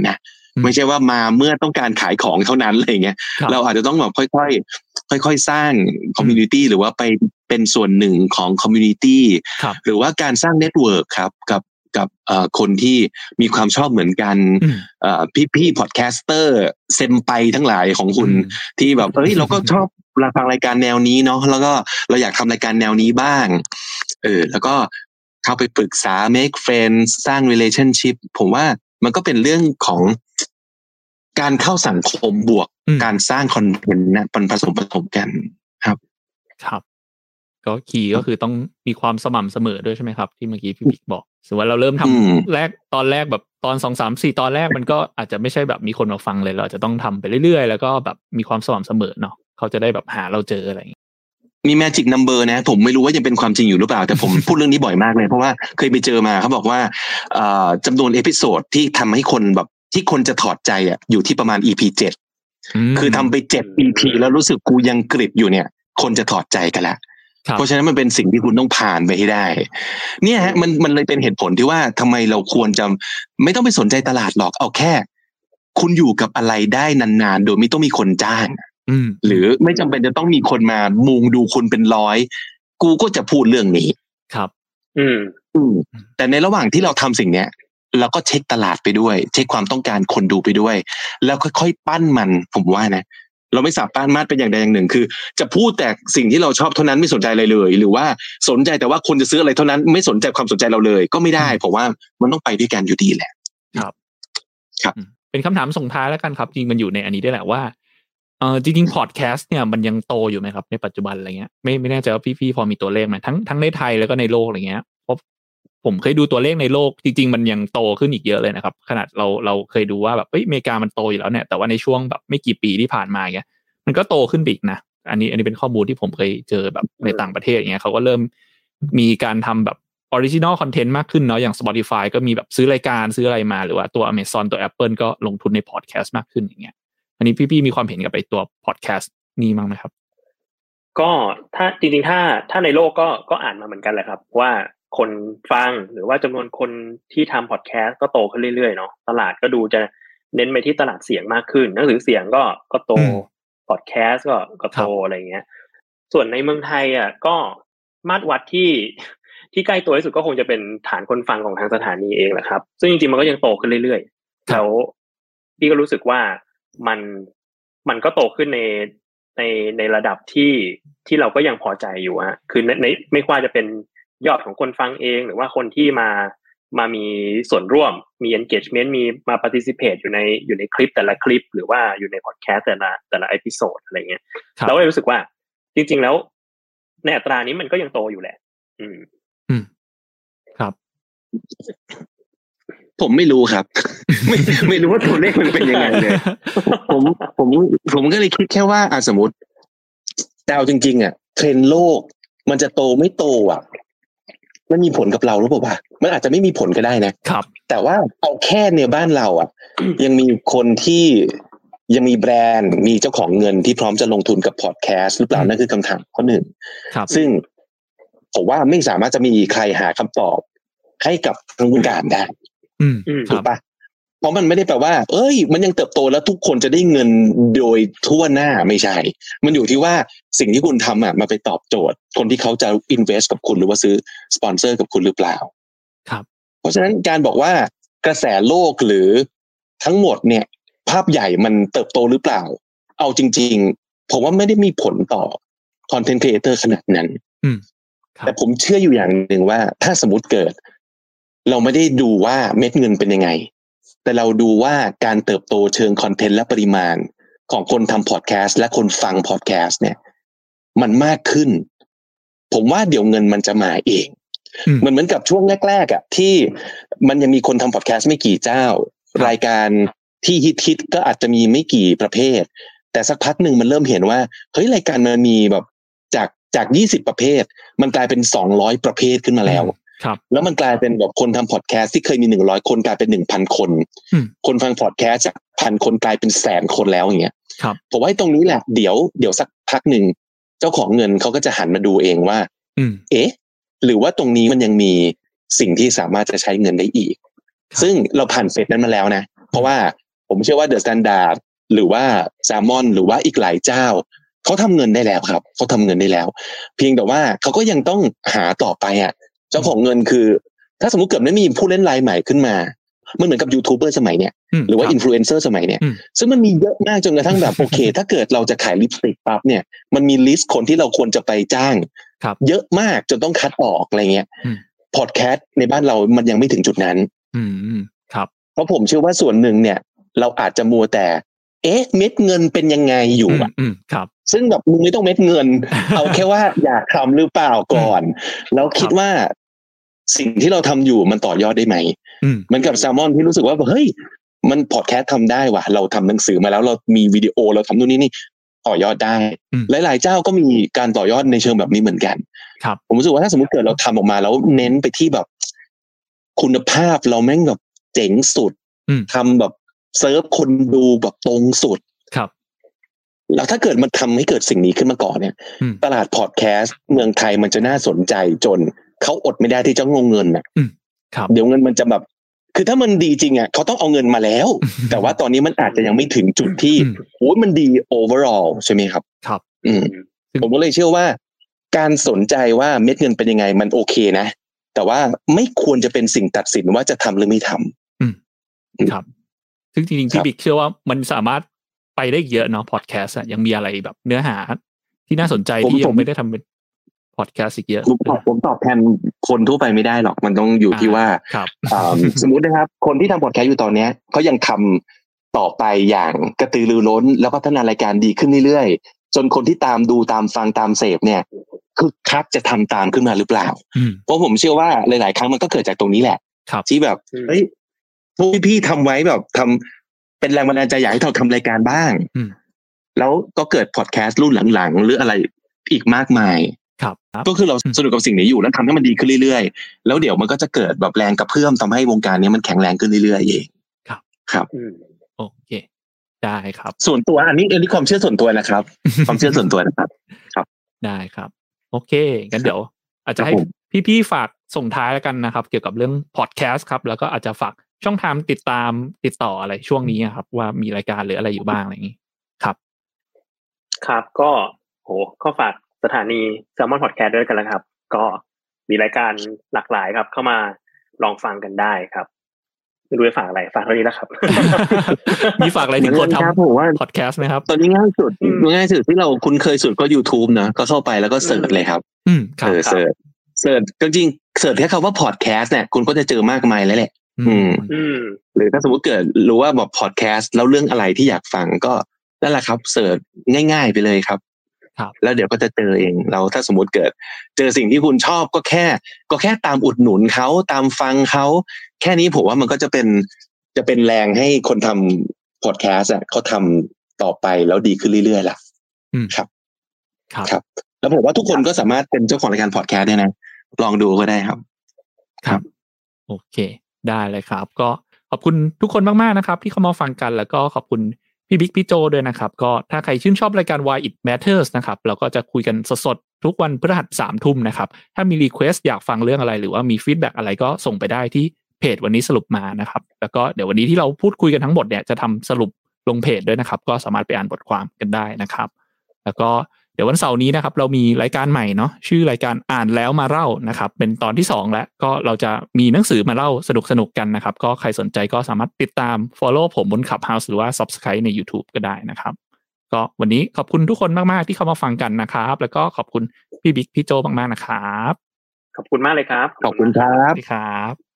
ไม่ใช่ว่ามาเมื่อต้องการขายของเท่านั้นอะไรเงี้ยเราอาจจะต้องแบบค่อยๆค่อยๆสร้างคอมมูนิตี้หรือว่าไปเป็นส่วนหนึ่งของคอมมูนิตี้หรือว่าการสร้างเน็ตเวิร์คครับกับกับคนที่มีความชอบเหมือนกันพี่ๆพอดแคสเตอร์เซมไปทั้งหลายของคุณที่แบบเอ้ยเราก็ชอบฟังรายการแนวนี้เนาะแล้วก็เราอยากทำรายการแนวนี้บ้างเออแล้วก็เข้าไปปรึกษา make friends สร้าง relationship ผมว่ามันก็เป็นเรื่องของการเข้าสังคมบวกการสร้างคอนเทนต์นะผสมผสมกันครับครับก็คีย์ก็คือต้องมีความสม่ำเสมอด้วยใช่ไหมครับที่เมื่อกี้พี่บิ๊กบอกสมมติว่าเราเริ่มทำแรกตอนแรกแบบตอนสองสามสี่ตอนแรกมันก็อาจจะไม่ใช่แบบมีคนมาฟังเลยเราจะต้องทำไปเรื่อยๆแล้วก็แบบมีความสม่ำเสมอเนาะเขาจะได้แบบหาเราเจออะไรอย่างนี้มี magic number นะผมไม่รู้ว่ายังเป็นความจริงอยู่หรือเปล่าแต่ผม พูดเรื่องนี้บ่อยมากเลยเพราะว่าเคยไปเจอมาเขาบอกว่าจำนวนเอพิโซดที่ทำให้คนแบบที่คนจะถอดใจอ่ะอยู่ที่ประมาณ อี พี เจ็ดคือทำไปเจ็ด อี พี แล้วรู้สึกกูยังกริบอยู่เนี่ยคนจะถอดใจกันละเพราะฉะนั้นมันเป็นสิ่งที่คุณต้องผ่านไปให้ได้เนี่ยฮะมันมันเลยเป็นเหตุผลที่ว่าทำไมเราควรจะไม่ต้องไปสนใจตลาดหรอกเอาแค่คุณอยู่กับอะไรได้นานๆโดยไม่ต้องมีคนจ้างหรือไม่จำเป็นจะต้องมีคนมามุงดูคุณเป็นร้อยกูก็จะพูดเรื่องนี้ครับอืมอืมแต่ในระหว่างที่เราทำสิ่งเนี้ยเราก็เช็คตลาดไปด้วยเช็คความต้องการคนดูไปด้วยแล้วค่อยๆปั้นมันผมว่านะเราไม่สามารถเป็นอย่างใดอย่างหนึ่งคือจะพูดแต่สิ่งที่เราชอบเท่านั้นไม่สนใจอะไรเลยหรือว่าสนใจแต่ว่าคนจะซื้ออะไรเท่านั้นไม่สนใจความสนใจเราเลยก็ไม่ได้ผมว่ามันต้องไปด้วยกันอยู่ดีแหละครับครับเป็นคำถามส่งท้ายแล้วกันครับจริงมันอยู่ในอันนี้ด้วยแหละว่าเออจริงๆพอดแคสต์เนี่ยมันยังโตอยู่ไหมครับในปัจจุบันอะไรเงี้ยไม่ไม่แน่ใจว่าพี่ๆพอมีตัวเลขไหมทั้งทั้งในไทยแล้วก็ในโลกอะไรเงี้ยเพราะผมเคยดูตัวเลขในโลกจริงๆมันยังโตขึ้นอีกเยอะเลยนะครับขนาดเราเราเคยดูว่าแบบเอ้ยอเมริกามันโตอยู่แล้วเนี่ยแต่ว่าในช่วงแบบไม่กี่ปีที่ผ่านมาเงี้ยมันก็โตขึ้นอีกนะอันนี้อันนี้เป็นข้อมูลที่ผมเคยเจอแบบในต่างประเทศอย่างเงี้ยเขาก็เริ่มมีการทำแบบออริจินอลคอนเทนต์มากขึ้นเนาะอย่าง Spotify ก็มีแบบซื้อรายการซื้ออะไรมาหรือว่าตัว Amazon ตัว Apple ก็ลงทุนในพอดแคสต์มากขึ้นอย่างเงี้ยอันนี้พี่ๆมีความเห็นกับไอ้ตัวพอดแคสต์นี้มั้งไหมครับก็ถ้าจริงๆถ้าถ้าในโลกก็ก็อ่านมาเหมือนกันแหละครับว่าคนฟังหรือว่าจำนวนคนที่ทำพอดแคสต์ก็โตขึ้นเรื่อยๆเนาะตลาดก็ดูจะเน้นไปที่ตลาดเสียงมากขึ้นหนังสือเสียงก็ก็โตพอดแคสต์ก็ก็โตอะไรเงี้ยส่วนในเมืองไทยอ่ะก็มาตรวัดที่ที่ใกล้ตัวที่สุดก็คงจะเป็นฐานคนฟังของทางสถานีเองแหละครับซึ่งจริงๆมันก็ยังโตขึ้นเรื่อยๆแล้วพี่ก็รู้สึกว่ามันมันก็โตขึ้นในในในระดับที่ที่เราก็ยังพอใจอยู่ฮะคือในไม่ว่าจะเป็นยอดของคนฟังเองหรือว่าคนที่มามามีส่วนร่วมมี engagement มีมา participate อยู่ในอยู่ในคลิปแต่ละคลิปหรือว่าอยู่ในพอดแคสต์แต่ละแต่ละเอพิโซดอะไรเงี้ยเราเลยรู้สึกว่าจริงๆแล้วในอัตรานี้มันก็ยังโตอยู่แหละอืมอืมครับผมไม่รู้ครับ ไม่ไม่รู้ว่าตัวเลขมันเป็นยังไงเลยผมผมผมก็เลยคิดแค่ว่าอ่ะสมมติแต่เอาจริงๆอ่ะเทรนด์โลกมันจะโตไม่โตอ่ะมันมีผลกับเราหรือเปล่าวะมันอาจจะไม่มีผลก็ได้นะครับแต่ว่าเอาแค่ในบ้านเราอ่ะ ยังมีคนที่ยังมีแบรนด์มีเจ้าของเงินที่พร้อมจะลงทุนกับพอดแคสต์หรือเปล่านั่นคือคำถามข้อหนึ่งซึ่งผมว่าไม่สามารถจะมีใครหาคำตอบให้กับทางคุณการได้ถูกปะเพราะมันไม่ได้แปลว่าเอ้ยมันยังเติบโตแล้วทุกคนจะได้เงินโดยทั่วหน้าไม่ใช่มันอยู่ที่ว่าสิ่งที่คุณทำอ่ะมาไปตอบโจทย์คนที่เขาจะ invest กับคุณหรือว่าซื้อสปอนเซอร์กับคุณหรือเปล่าครับเพราะฉะนั้นการบอกว่ากระแสโลกหรือทั้งหมดเนี่ยภาพใหญ่มันเติบโตหรือเปล่าเอาจริงๆผมว่าไม่ได้มีผลต่อคอนเทนต์ครีเอเตอร์ขนาดนั้นแต่ผมเชื่ออยู่อย่างหนึ่งว่าถ้าสมมติเกิดเราไม่ได้ดูว่าเม็ดเงินเป็นยังไงแต่เราดูว่าการเติบโตเชิงคอนเทนต์และปริมาณของคนทำพอดแคสต์และคนฟังพอดแคสต์เนี่ยมันมากขึ้นผมว่าเดี๋ยวเงินมันจะมาเองเหมือนเหมือนกับช่วงแรกๆอ่ะที่มันยังมีคนทำพอดแคสต์ไม่กี่เจ้ารายการที่ฮิตๆก็อาจจะมีไม่กี่ประเภทแต่สักพักหนึ่งมันเริ่มเห็นว่าเฮ้ยรายการมันมีแบบจากจากยี่สิบประเภทมันกลายเป็นสองร้อยประเภทขึ้นมาแล้วแล้วมันกลายเป็นแบบคนทำพอดแคสต์ที่เคยมีหนึ่งร้อยคนกลายเป็น หนึ่งพัน คนคนฟังพอดแคสต์จากพันคนกลายเป็นแสนคนแล้วอย่างเงี้ยผมว่าตรงนี้แหละเดี๋ยวเดี๋ยวสักพักหนึ่งเจ้าของเงินเขาก็จะหันมาดูเองว่าเอ๊ะหรือว่าตรงนี้มันยังมีสิ่งที่สามารถจะใช้เงินได้อีกซึ่งเราผ่านเฟสนั้นมาแล้วนะเพราะว่าผมเชื่อว่า The Standard หรือว่า Salmon หรือว่าอีกหลายเจ้าเขาทำเงินได้แล้วครับเขาทำเงินได้แล้วเพียงแต่ว่าเขาก็ยังต้องหาต่อไปอ่ะเจ้าของเงินคือถ้าสมมุติเกิดไม่มีผู้เล่นรายใหม่ขึ้นมามันเหมือนกับยูทูบเบอร์สมัยเนี้ยหรือว่าอินฟลูเอนเซอร์สมัยเนี้ยซึ่งมันมีเยอะมากจนกระทั่งแบบโอเคถ้าเกิดเราจะขายลิปสติกปั๊บเนี่ยมันมีลิสต์คนที่เราควรจะไปจ้างเยอะมากจนต้องคัดออกอะไรเงี้ยพอดแคสต์ในบ้านเรามันยังไม่ถึงจุดนั้นอืมครับเพราะผมเชื่อว่าส่วนหนึ่งเนี่ยเราอาจจะมัวแต่เอ๊ะเม็ดเงินเป็นยังไงอยู่อ่ะครับซึ่งแบบมึงไม่ต้องเม็ดเงิน เอาแค่ว่าอยากทำหรือเปล่าก่อนแล้วคิดว่าสิ่งที่เราทำอยู่มันต่อยอดได้ไหมเหมือนกับแซลมอนที่รู้สึกว่าเฮ้ยมันพอดแคสต์ทำได้ว่ะเราทำหนังสือมาแล้วเรามีวิดีโอเราทำนู่นนี่นี่ต่อยอดได้หลายๆเจ้าก็มีการต่อยอดในเชิงแบบนี้เหมือนกันครับผมรู้สึกว่าถ้าสมมติเกิดเราทำออกมาแล้วเน้นไปที่แบบคุณภาพเราแม่งแบบเจ๋งสุดทำแบบเซิร์ฟคนดูแบบตรงสุดครับแล้วถ้าเกิดมันทำให้เกิดสิ่งนี้ขึ้นมาก่อนเนี่ยตลาดพอดแคสต์เมืองไทยมันจะน่าสนใจจนเขาอดไม่ได้ที่จะงงเงินน่ะเดี๋ยวเงินมันจะแบบคือถ้ามันดีจริงอ่ะเขาต้องเอาเงินมาแล้ว แต่ว่าตอนนี้มันอาจจะยังไม่ถึงจุดที่โอ้ยมันดี overall ใช่ไหมครับครับอืมผมก็เลยเชื่อว่าการสนใจว่าเม็ดเงินเป็นยังไงมันโอเคนะแต่ว่าไม่ควรจะเป็นสิ่งตัดสินว่าจะทำหรือไม่ทำครับซึ่งจริงๆพี่บิ๊กเชื่อว่ามันสามารถไปได้เยอะเนาะพอดแคสต์ยังมีอะไรแบบเนื้อหาที่น่าสนใจที่ยังไม่ได้ทำเป็นพอดแคสต์อีกเยอะผมตอบผมตอบแทนคนทั่วไปไม่ได้หรอกมันต้องอยู่ที่ว่าสมมุตินะครับคนที่ทำพอดแคสต์อยู่ตอนนี้เขายังทำต่อไปอย่างกระตือรือร้นแล้วพัฒนารายการดีขึ้นเรื่อยๆจนคนที่ตามดูตามฟังตามเสพเนี่ยคือคักจะทำตามขึ้นมาหรือเปล่าเพราะผมเชื่อว่าหลายๆครั้งมันก็เกิดจากตรงนี้แหละที่แบบเฮ้ยพวกพี่ๆทำไว้แบบทำเป็นแรงบันดาลใจอยากให้เราทำรายการบ้างแล้วก็เกิดพอดแคสต์รุ่นหลังๆหรืออะไรอีกมากมายก็คือเราสนุกกับสิ่งนี้อยู่แล้วทำให้มันดีขึ้นเรื่อยๆแล้วเดี๋ยวมันก็จะเกิดแบบแรงกระเพื่อมทำให้วงการนี้มันแข็งแรงขึ้นเรื่อยๆเองครับครับโอเคได้ครับส่วนตัวอันนี้อันนี้ความเชื่อส่วนตัวนะครับความเชื่อส่วนตัวนะครับครับได้ครับโอเคงั้นเดี๋ยวอาจจะให้พี่ๆฝากส่งท้ายแล้วกันนะครับเกี่ยวกับเรื่องพอดแคสต์ครับแล้วก็อาจจะฝากช่องทางติดตามติดต่ออะไรช่วงนี้ครับว่ามีรายการหรืออะไรอยู่บ้างอะไรอย่างนี้ครับครับก็โหก็ฝากสถานี Salmon Podcast ด้วยกันแล้วครับก็มีรายการหลากหลายครับเข้ามาลองฟังกันได้ครับไม่รู้จะฝากอะไรฝากเท่านี้แล้วครับมีฝากอะไรถึงคนทำพอดแคสต์ไหมครับตอนนี้ง่ายสุดง่ายสุดที่เราคุ้นเคยสุดก็ YouTube นะก็เข้าไปแล้วก็เสิร์ชเลยครับเออเสิร์ชเสิร์ชจริงๆเสิร์ชแค่คำว่าพอดแคสต์เนี่ยคุณก็จะเจอมากมายแล้วแหละอืมหรือถ้าสมมติเกิดรู้ว่าแบบพอดแคสต์แล้วเรื่องอะไรที่อยากฟังก็นั่นแหละครับเสิร์ชง่ายๆไปเลยครับแล้วเดี๋ยวก็จะเจอเองแล้วถ้าสมมติเกิดเจอสิ่งที่คุณชอบก็แค่ก็แค่ตามอุดหนุนเขาตามฟังเขาแค่นี้ผมว่ามันก็จะเป็นจะเป็นแรงให้คนทำพอดแคสต์อ่ะเขาทำต่อไปแล้วดีขึ้นเรื่อยๆล่ะครับครับแล้วผมว่าทุกคนก็สามารถเป็นเจ้าของรายการพอดแคสต์ได้นะลองดูก็ได้ครับครับโอเคได้เลยครับก็ขอบคุณทุกคนมากๆนะครับที่เข้ามาฟังกันแล้วก็ขอบคุณพี่บิ๊กพี่โจด้วยนะครับก็ถ้าใครชื่นชอบรายการ Why It Matters นะครับเราก็จะคุยกันสดๆทุกวันพฤหัสสามทุ่มนะครับถ้ามีรีเควสต์อยากฟังเรื่องอะไรหรือว่ามีฟีดแบ็กอะไรก็ส่งไปได้ที่เพจวันนี้สรุปมานะครับแล้วก็เดี๋ยววันนี้ที่เราพูดคุยกันทั้งหมดเนี่ยจะทำสรุปลงเพจด้วยนะครับก็สามารถไปอ่านบทความกันได้นะครับแล้วก็เดี๋ยววันเสาร์นี้นะครับเรามีรายการใหม่เนาะชื่อรายการอ่านแล้วมาเล่านะครับเป็นตอนที่สองแล้วก็เราจะมีหนังสือมาเล่าสนุกๆกันนะครับก็ใครสนใจก็สามารถติดตาม follow ผมบน Clubhouse หรือว่า Subscribe ใน YouTube ก็ได้นะครับก็วันนี้ขอบคุณทุกคนมากๆที่เข้ามาฟังกันนะครับแล้วก็ขอบคุณพี่บิ๊กพี่โจมากๆนะครับขอบคุณมากเลยครับขอบคุณครับครับ